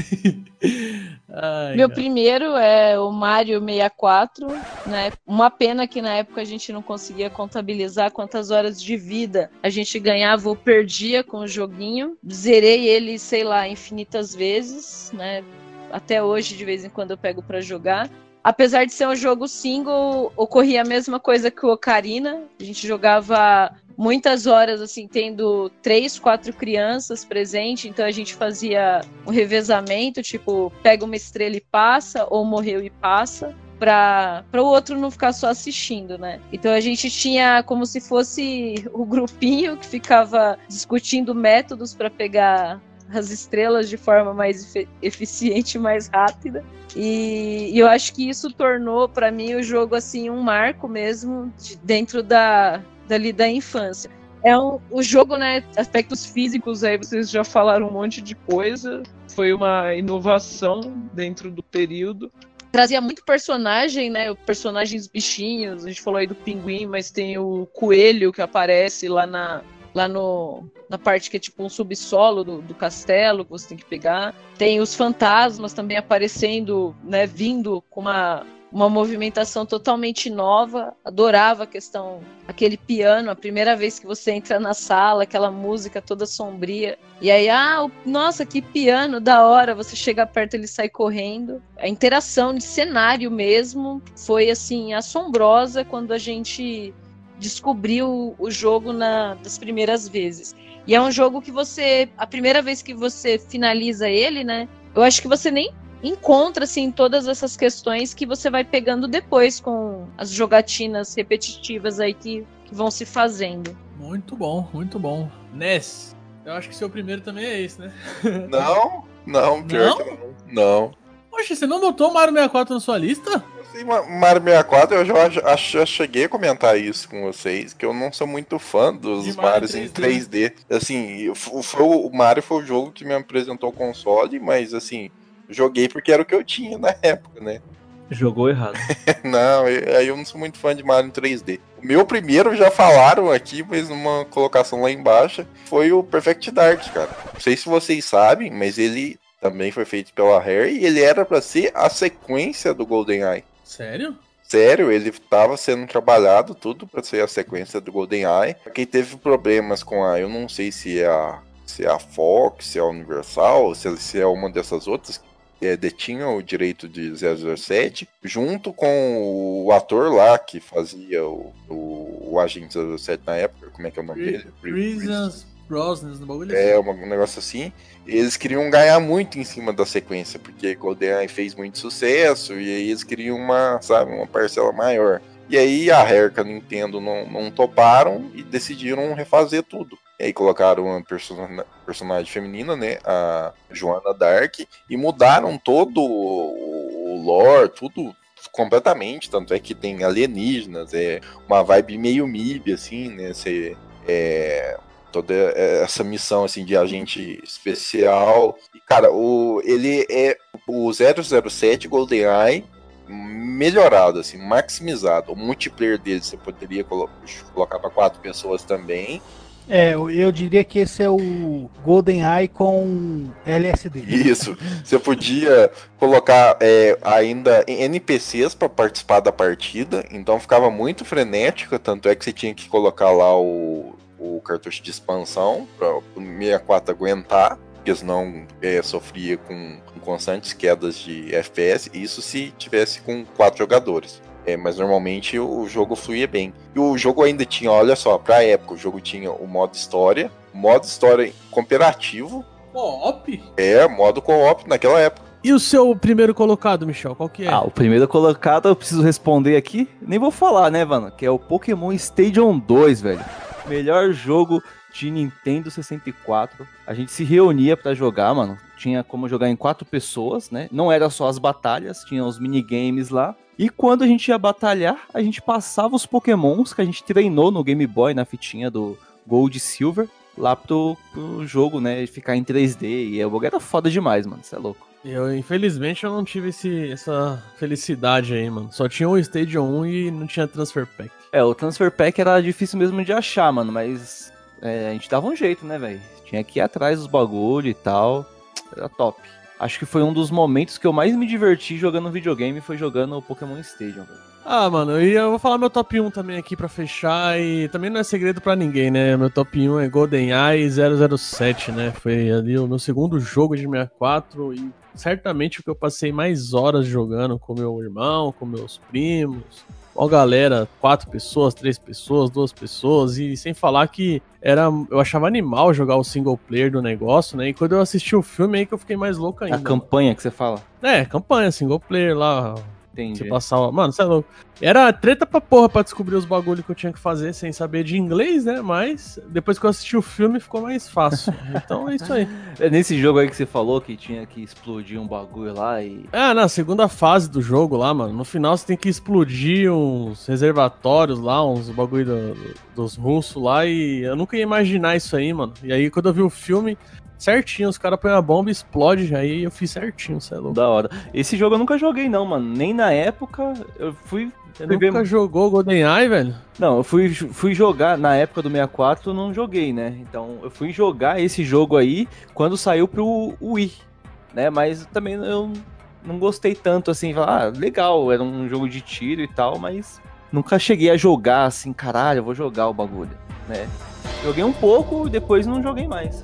Ai, Meu cara. primeiro é o Mario sessenta e quatro, né? Uma pena que na época a gente não conseguia contabilizar quantas horas de vida a gente ganhava ou perdia com o joguinho. Zerei ele, sei lá, infinitas vezes, né? Até hoje, de vez em quando, eu pego pra jogar. Apesar de ser um jogo single, ocorria a mesma coisa que o Ocarina. A gente jogava muitas horas, assim, tendo três, quatro crianças presentes. Então a gente fazia um revezamento, tipo, pega uma estrela e passa, ou morreu e passa, para o outro não ficar só assistindo, né? Então a gente tinha como se fosse o grupinho que ficava discutindo métodos para pegar as estrelas de forma mais eficiente e mais rápida. E, e eu acho que isso tornou para mim o jogo assim um marco mesmo de, dentro da, dali da infância. É um, o jogo, né, aspectos físicos aí vocês já falaram um monte de coisa, foi uma inovação dentro do período. Trazia muito personagem, né, personagens bichinhos, a gente falou aí do pinguim, mas tem o coelho que aparece lá na lá no, na parte que é tipo um subsolo do, do castelo, que você tem que pegar. Tem os fantasmas também aparecendo, né, vindo com uma, uma movimentação totalmente nova. Adorava a questão, aquele piano, a primeira vez que você entra na sala, aquela música toda sombria. E aí, ah, o, nossa, que piano, da hora, você chega perto, ele sai correndo. A interação de cenário mesmo foi, assim, assombrosa quando a gente descobriu o jogo na, das primeiras vezes. E é um jogo que você, a primeira vez que você finaliza ele, né, eu acho que você nem encontra, assim, todas essas questões que você vai pegando depois com as jogatinas repetitivas aí que, que vão se fazendo. Muito bom, muito bom. Ness, eu acho que seu primeiro também é esse, né? Não, não, pior Não? que não. Não. Poxa, você não botou o Mario sessenta e quatro na sua lista? Assim, Mario sessenta e quatro, eu já, já, já cheguei a comentar isso com vocês, que eu não sou muito fã dos De Mario Marios em três D. Assim, foi, foi, o Mario foi o jogo que me apresentou o console, mas assim, joguei porque era o que eu tinha na época, né? Jogou errado. Não, aí eu não sou muito fã de Mario em três D. O meu primeiro já falaram aqui, mas numa colocação lá embaixo, foi o Perfect Dark, cara. Não sei se vocês sabem, mas ele também foi feito pela Rare e ele era pra ser a sequência do GoldenEye. Sério? Sério, ele estava sendo trabalhado tudo pra ser a sequência do GoldenEye. Quem teve problemas com a, eu não sei se é a, se é a Fox, se é a Universal, se, se é uma dessas outras, é, detinha o direito de zero zero sete, junto com o ator lá que fazia o, o, o agente zero zero sete na época, como é que é o nome dele? Reasons Brosnan, no bagulho É, assim. um negócio assim. Eles queriam ganhar muito em cima da sequência, porque GoldenEye fez muito sucesso, e aí eles queriam uma, sabe, uma parcela maior. E aí a Rare e a Nintendo não, não toparam e decidiram refazer tudo. E aí colocaram uma person personagem feminina, né, a Joana Dark, e mudaram todo o, o lore, tudo completamente, tanto é que tem alienígenas, é uma vibe meio M I B, assim, né, você, é, toda essa missão, assim, de agente especial. E, cara, o, ele é o zero zero sete GoldenEye melhorado, assim, maximizado. O multiplayer dele você poderia colo colocar para quatro pessoas também. É, eu, eu diria que esse é o GoldenEye com L S D. Isso. Você podia colocar é, ainda N P Cs para participar da partida, então ficava muito frenética, tanto é que você tinha que colocar lá o, o cartucho de expansão para o sessenta e quatro aguentar, porque senão é, sofria com, com constantes quedas de F P S, isso se tivesse com quatro jogadores. É, mas normalmente o jogo fluía bem. E o jogo ainda tinha, olha só, pra época, o jogo tinha o modo história, modo história cooperativo. Co-op? É, modo co-op naquela época. E o seu primeiro colocado, Michel, qual que é? Ah, o primeiro colocado eu preciso responder aqui. Nem vou falar, né, mano? Que é o Pokémon Stadium dois, velho. Melhor jogo de Nintendo sessenta e quatro. A gente se reunia pra jogar, mano. Tinha como jogar em quatro pessoas, né? Não era só as batalhas, tinha os minigames lá. E quando a gente ia batalhar, a gente passava os Pokémons que a gente treinou no Game Boy, na fitinha do Gold e Silver, lá pro, pro jogo, né? Ficar em três D. E o jogo era foda demais, mano. Isso é louco. Eu, infelizmente, eu não tive esse, essa felicidade aí, mano. Só tinha o Stadium um e não tinha Transfer Pack. É, o Transfer Pack era difícil mesmo de achar, mano. Mas é, a gente dava um jeito, né, velho? Tinha que ir atrás dos bagulho e tal. Era top. Acho que foi um dos momentos que eu mais me diverti jogando videogame, foi jogando o Pokémon Stadium, velho. Ah, mano, e eu vou falar meu top um também aqui pra fechar, e também não é segredo pra ninguém, né? Meu top um é GoldenEye zero zero sete, né? Foi ali o meu segundo jogo de sessenta e quatro e certamente o que eu passei mais horas jogando com meu irmão, com meus primos, uma galera, quatro pessoas, três pessoas, duas pessoas, e sem falar que era, eu achava animal jogar o single player do negócio, né? E quando eu assisti o filme aí que eu fiquei mais louco ainda. A campanha que você fala? É, campanha, single player lá. Entendi. Você passava... Mano, você é louco. Era treta pra porra pra descobrir os bagulhos que eu tinha que fazer sem saber de inglês, né? Mas depois que eu assisti o filme ficou mais fácil. Então é isso aí. É nesse jogo aí que você falou que tinha que explodir um bagulho lá e... É, na segunda fase do jogo lá, mano. No final você tem que explodir uns reservatórios lá, uns bagulho do, do, dos russos lá. E eu nunca ia imaginar isso aí, mano. E aí quando eu vi o filme... certinho, os caras põem a bomba e explode, aí eu fiz certinho, cê é louco. Da hora. Esse jogo eu nunca joguei não, mano, nem na época, eu fui... Você nunca ver... jogou GoldenEye, velho? Não, eu fui, fui jogar, na época do sessenta e quatro eu não joguei, né, então eu fui jogar esse jogo aí quando saiu pro Wii, né, mas também eu não gostei tanto, assim, ah, legal, era um jogo de tiro e tal, mas nunca cheguei a jogar, assim, caralho, eu vou jogar o bagulho, né. Joguei um pouco e depois não joguei mais.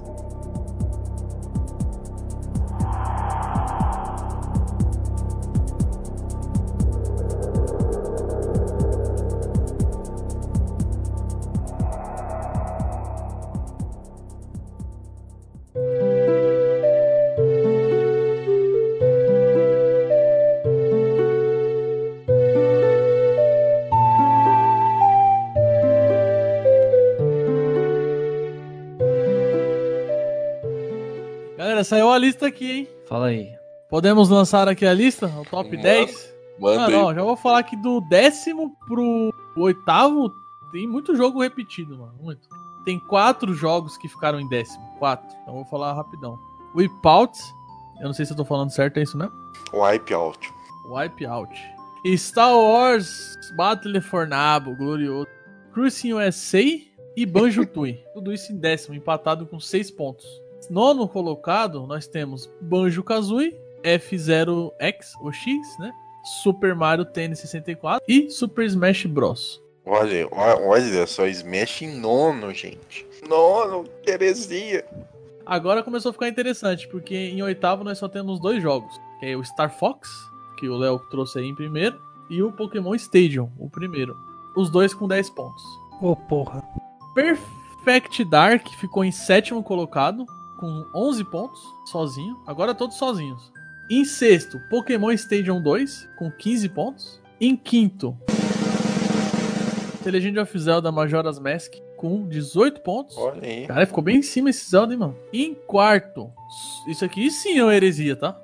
Galera, saiu a lista aqui, hein? Fala aí. Podemos lançar aqui a lista? O top Nossa. dez? Manda Ah, aí. não, já vou falar que do décimo pro oitavo tem muito jogo repetido, mano. Muito. Tem quatro jogos que ficaram em décimo. Quatro. Então eu vou falar rapidão. Wipeout. Eu não sei se eu tô falando certo, é isso mesmo? Wipeout. Wipeout. Star Wars Battle for Nabo, glorioso. Cruising U S A e Banjo-Tooie. Tudo isso em décimo, empatado com seis pontos. Nono colocado, nós temos Banjo-Kazooie, F zero X, ou X, né? Super Mario Tennis sessenta e quatro e Super Smash Bros. Olha, ó- olha só, Smash em nono, gente. Nono, que heresia. Agora começou a ficar interessante, porque em oitavo nós só temos dois jogos. Que é o Star Fox, que o Léo trouxe aí em primeiro, e o Pokémon Stadium, o primeiro. Os dois com dez pontos. Ô, porra. Perfect Dark ficou em sétimo colocado, com onze pontos, sozinho. Agora todos sozinhos. Em sexto, Pokémon Stadium dois, com quinze pontos. Em quinto, The Legend of Zelda Majora's Mask, com dezoito pontos. Olha aí. Cara, ficou bem em cima esse Zelda, hein, mano? E em quarto, isso aqui sim é uma heresia, tá?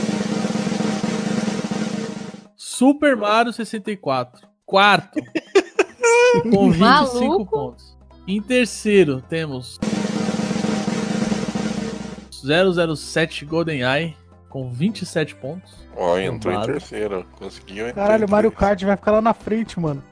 Super Mario sessenta e quatro. Quarto, com vinte e cinco Maluco. pontos. Em terceiro, temos zero zero sete GoldenEye, com vinte e sete pontos. Ó, entrou em Roubado. terceiro. Conseguiu entrar. Caralho, em o Mario terceiro. Kart vai ficar lá na frente, mano.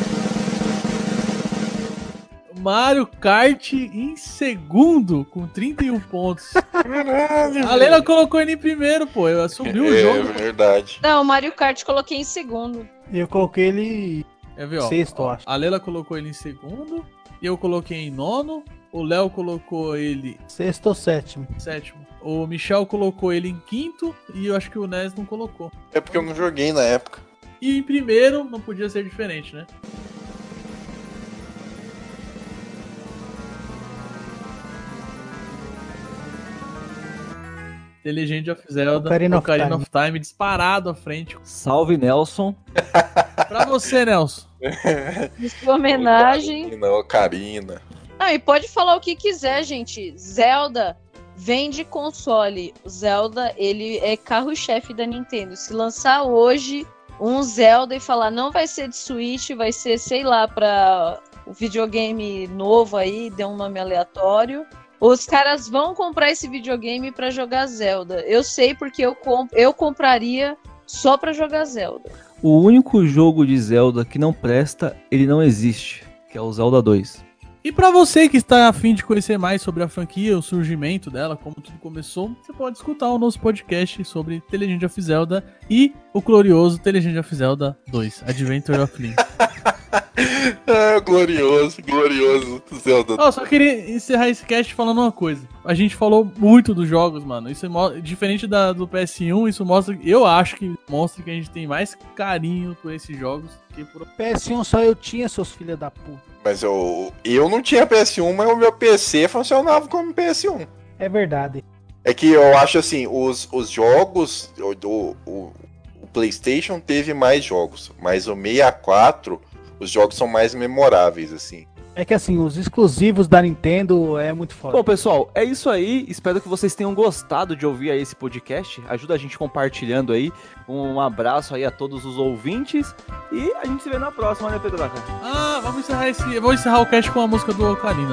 Mario Kart em segundo, com trinta e um pontos. Caralho, A Leila colocou ele em primeiro, pô. Eu subiu o é jogo. verdade. Não, o Mario Kart coloquei em segundo. E eu coloquei ele. Quer ver, ó? Sexto, eu Ó, acho. A Leila colocou ele em segundo. Eu coloquei em nono. O Léo colocou ele Sexto ou sétimo. em sétimo. O Michel colocou ele em quinto. E eu acho que o Nes não colocou. É porque eu não joguei na época. E em primeiro, não podia ser diferente, né? The Legend of Zelda, Ocarina of Ocarina Time. of Time, disparado à frente. Salve, Nelson. Pra você, Nelson. Em sua homenagem. Não, Karina. Ah, e pode falar o que quiser, gente. Zelda vende console. O Zelda, ele é carro-chefe da Nintendo. Se lançar hoje um Zelda e falar não vai ser de Switch, vai ser, sei lá, pra o videogame novo aí, dê um nome aleatório. Os caras vão comprar esse videogame pra jogar Zelda. Eu sei porque eu, comp eu compraria só pra jogar Zelda. O único jogo de Zelda que não presta, ele não existe, que é o Zelda dois. E pra você que está a fim de conhecer mais sobre a franquia, o surgimento dela, como tudo começou, você pode escutar o nosso podcast sobre The Legend of Zelda e o glorioso The Legend of Zelda dois, Adventure of Link. Ah, glorioso, glorioso Zelda. Ó, só queria encerrar esse cast falando uma coisa. A gente falou muito dos jogos, mano. Isso é diferente da, do P S um, isso mostra, eu acho que mostra que a gente tem mais carinho por esses jogos que por... P S um só eu tinha, seus filhos da puta. Mas eu, eu não tinha P S um, mas o meu P C funcionava como P S um. É verdade. É que eu acho assim, os, os jogos, o, o, o, o PlayStation teve mais jogos, mas o sessenta e quatro, os jogos são mais memoráveis, assim. É que assim, os exclusivos da Nintendo é muito foda. Bom, pessoal, é isso aí. Espero que vocês tenham gostado de ouvir aí esse podcast. Ajuda a gente compartilhando aí. Um abraço aí a todos os ouvintes. E a gente se vê na próxima, né, Pedroca? Ah, vamos encerrar esse... Eu vou encerrar o cast com a música do Ocarina.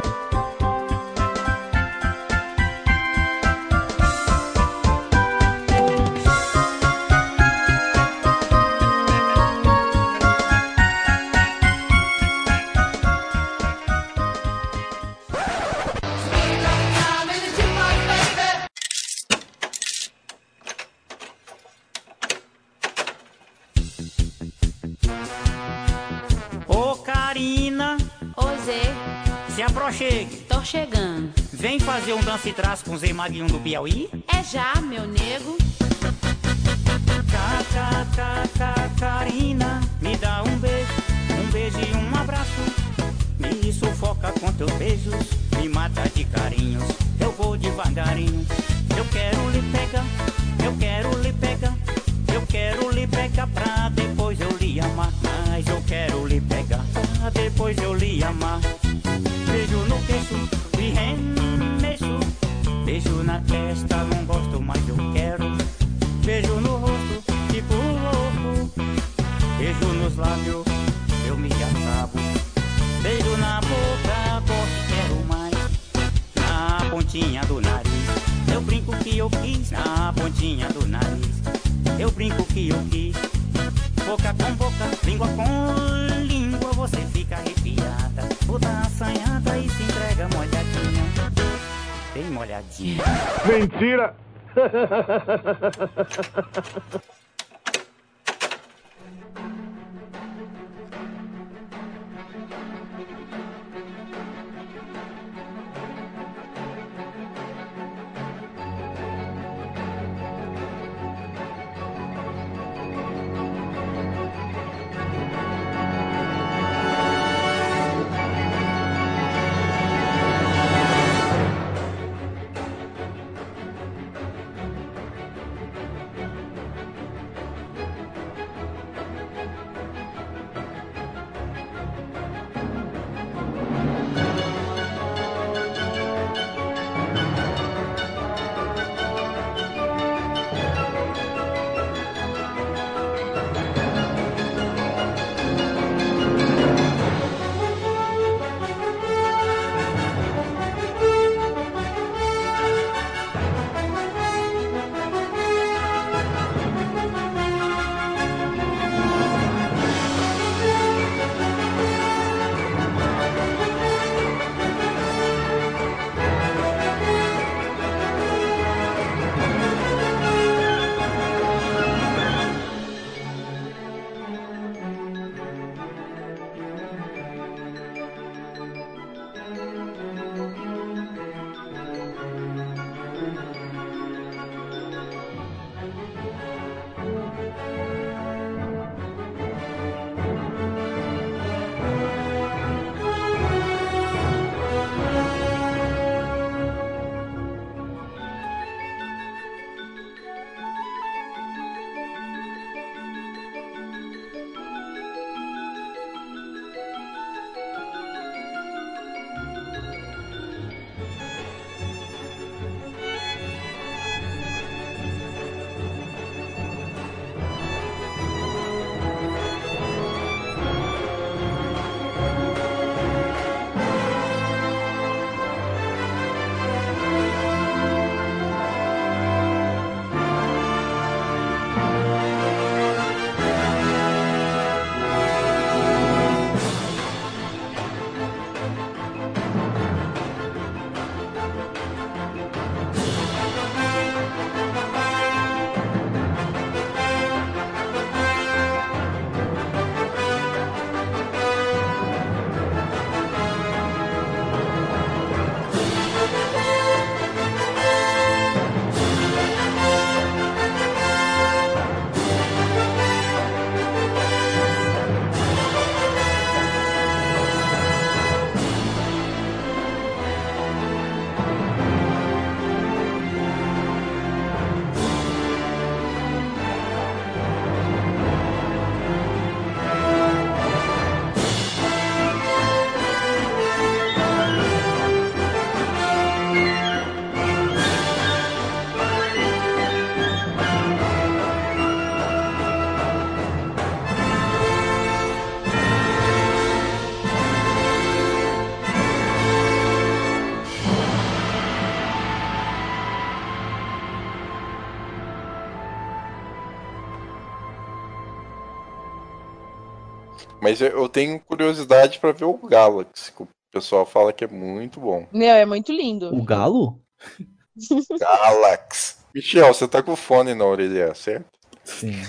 Karina, Oi, Zé. se aproxime. Tô chegando. Vem fazer um dança e traço com Zé Maguinho do Piauí. É já, meu nego. Ca, ca, ca, ca, Karina, me dá um beijo, um beijo e um abraço. Me sufoca com teus beijos, me mata de carinhos. Eu vou devagarinho, eu quero lhe pegar, eu quero lhe pegar, eu quero lhe pegar pra depois eu lhe amar. Mas eu quero lhe pegar pra depois eu lhe amar. Beijo no queixo e remexo, beijo na testa, não gosto, mas eu quero. Beijo no rosto, tipo louco, lábios, eu me acabo. Beijo na boca, corte, quero mais. Na pontinha do nariz, eu brinco que eu quis. Na pontinha do nariz, eu brinco que eu quis. Boca com boca, língua com língua, você fica arrepiada, toda assanhada e se entrega molhadinha. Bem molhadinha. Mentira! Mas eu- eu tenho curiosidade pra ver o Galaxy, que o pessoal fala que é muito bom. Meu, é muito lindo. O galo? Galaxy. Michel, você tá com o fone na orelha, certo? Sim.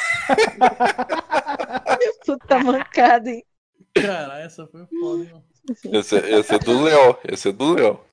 Puta mancada, hein? Cara, essa foi foda, hein? Esse, esse é do Léo, esse é do Léo.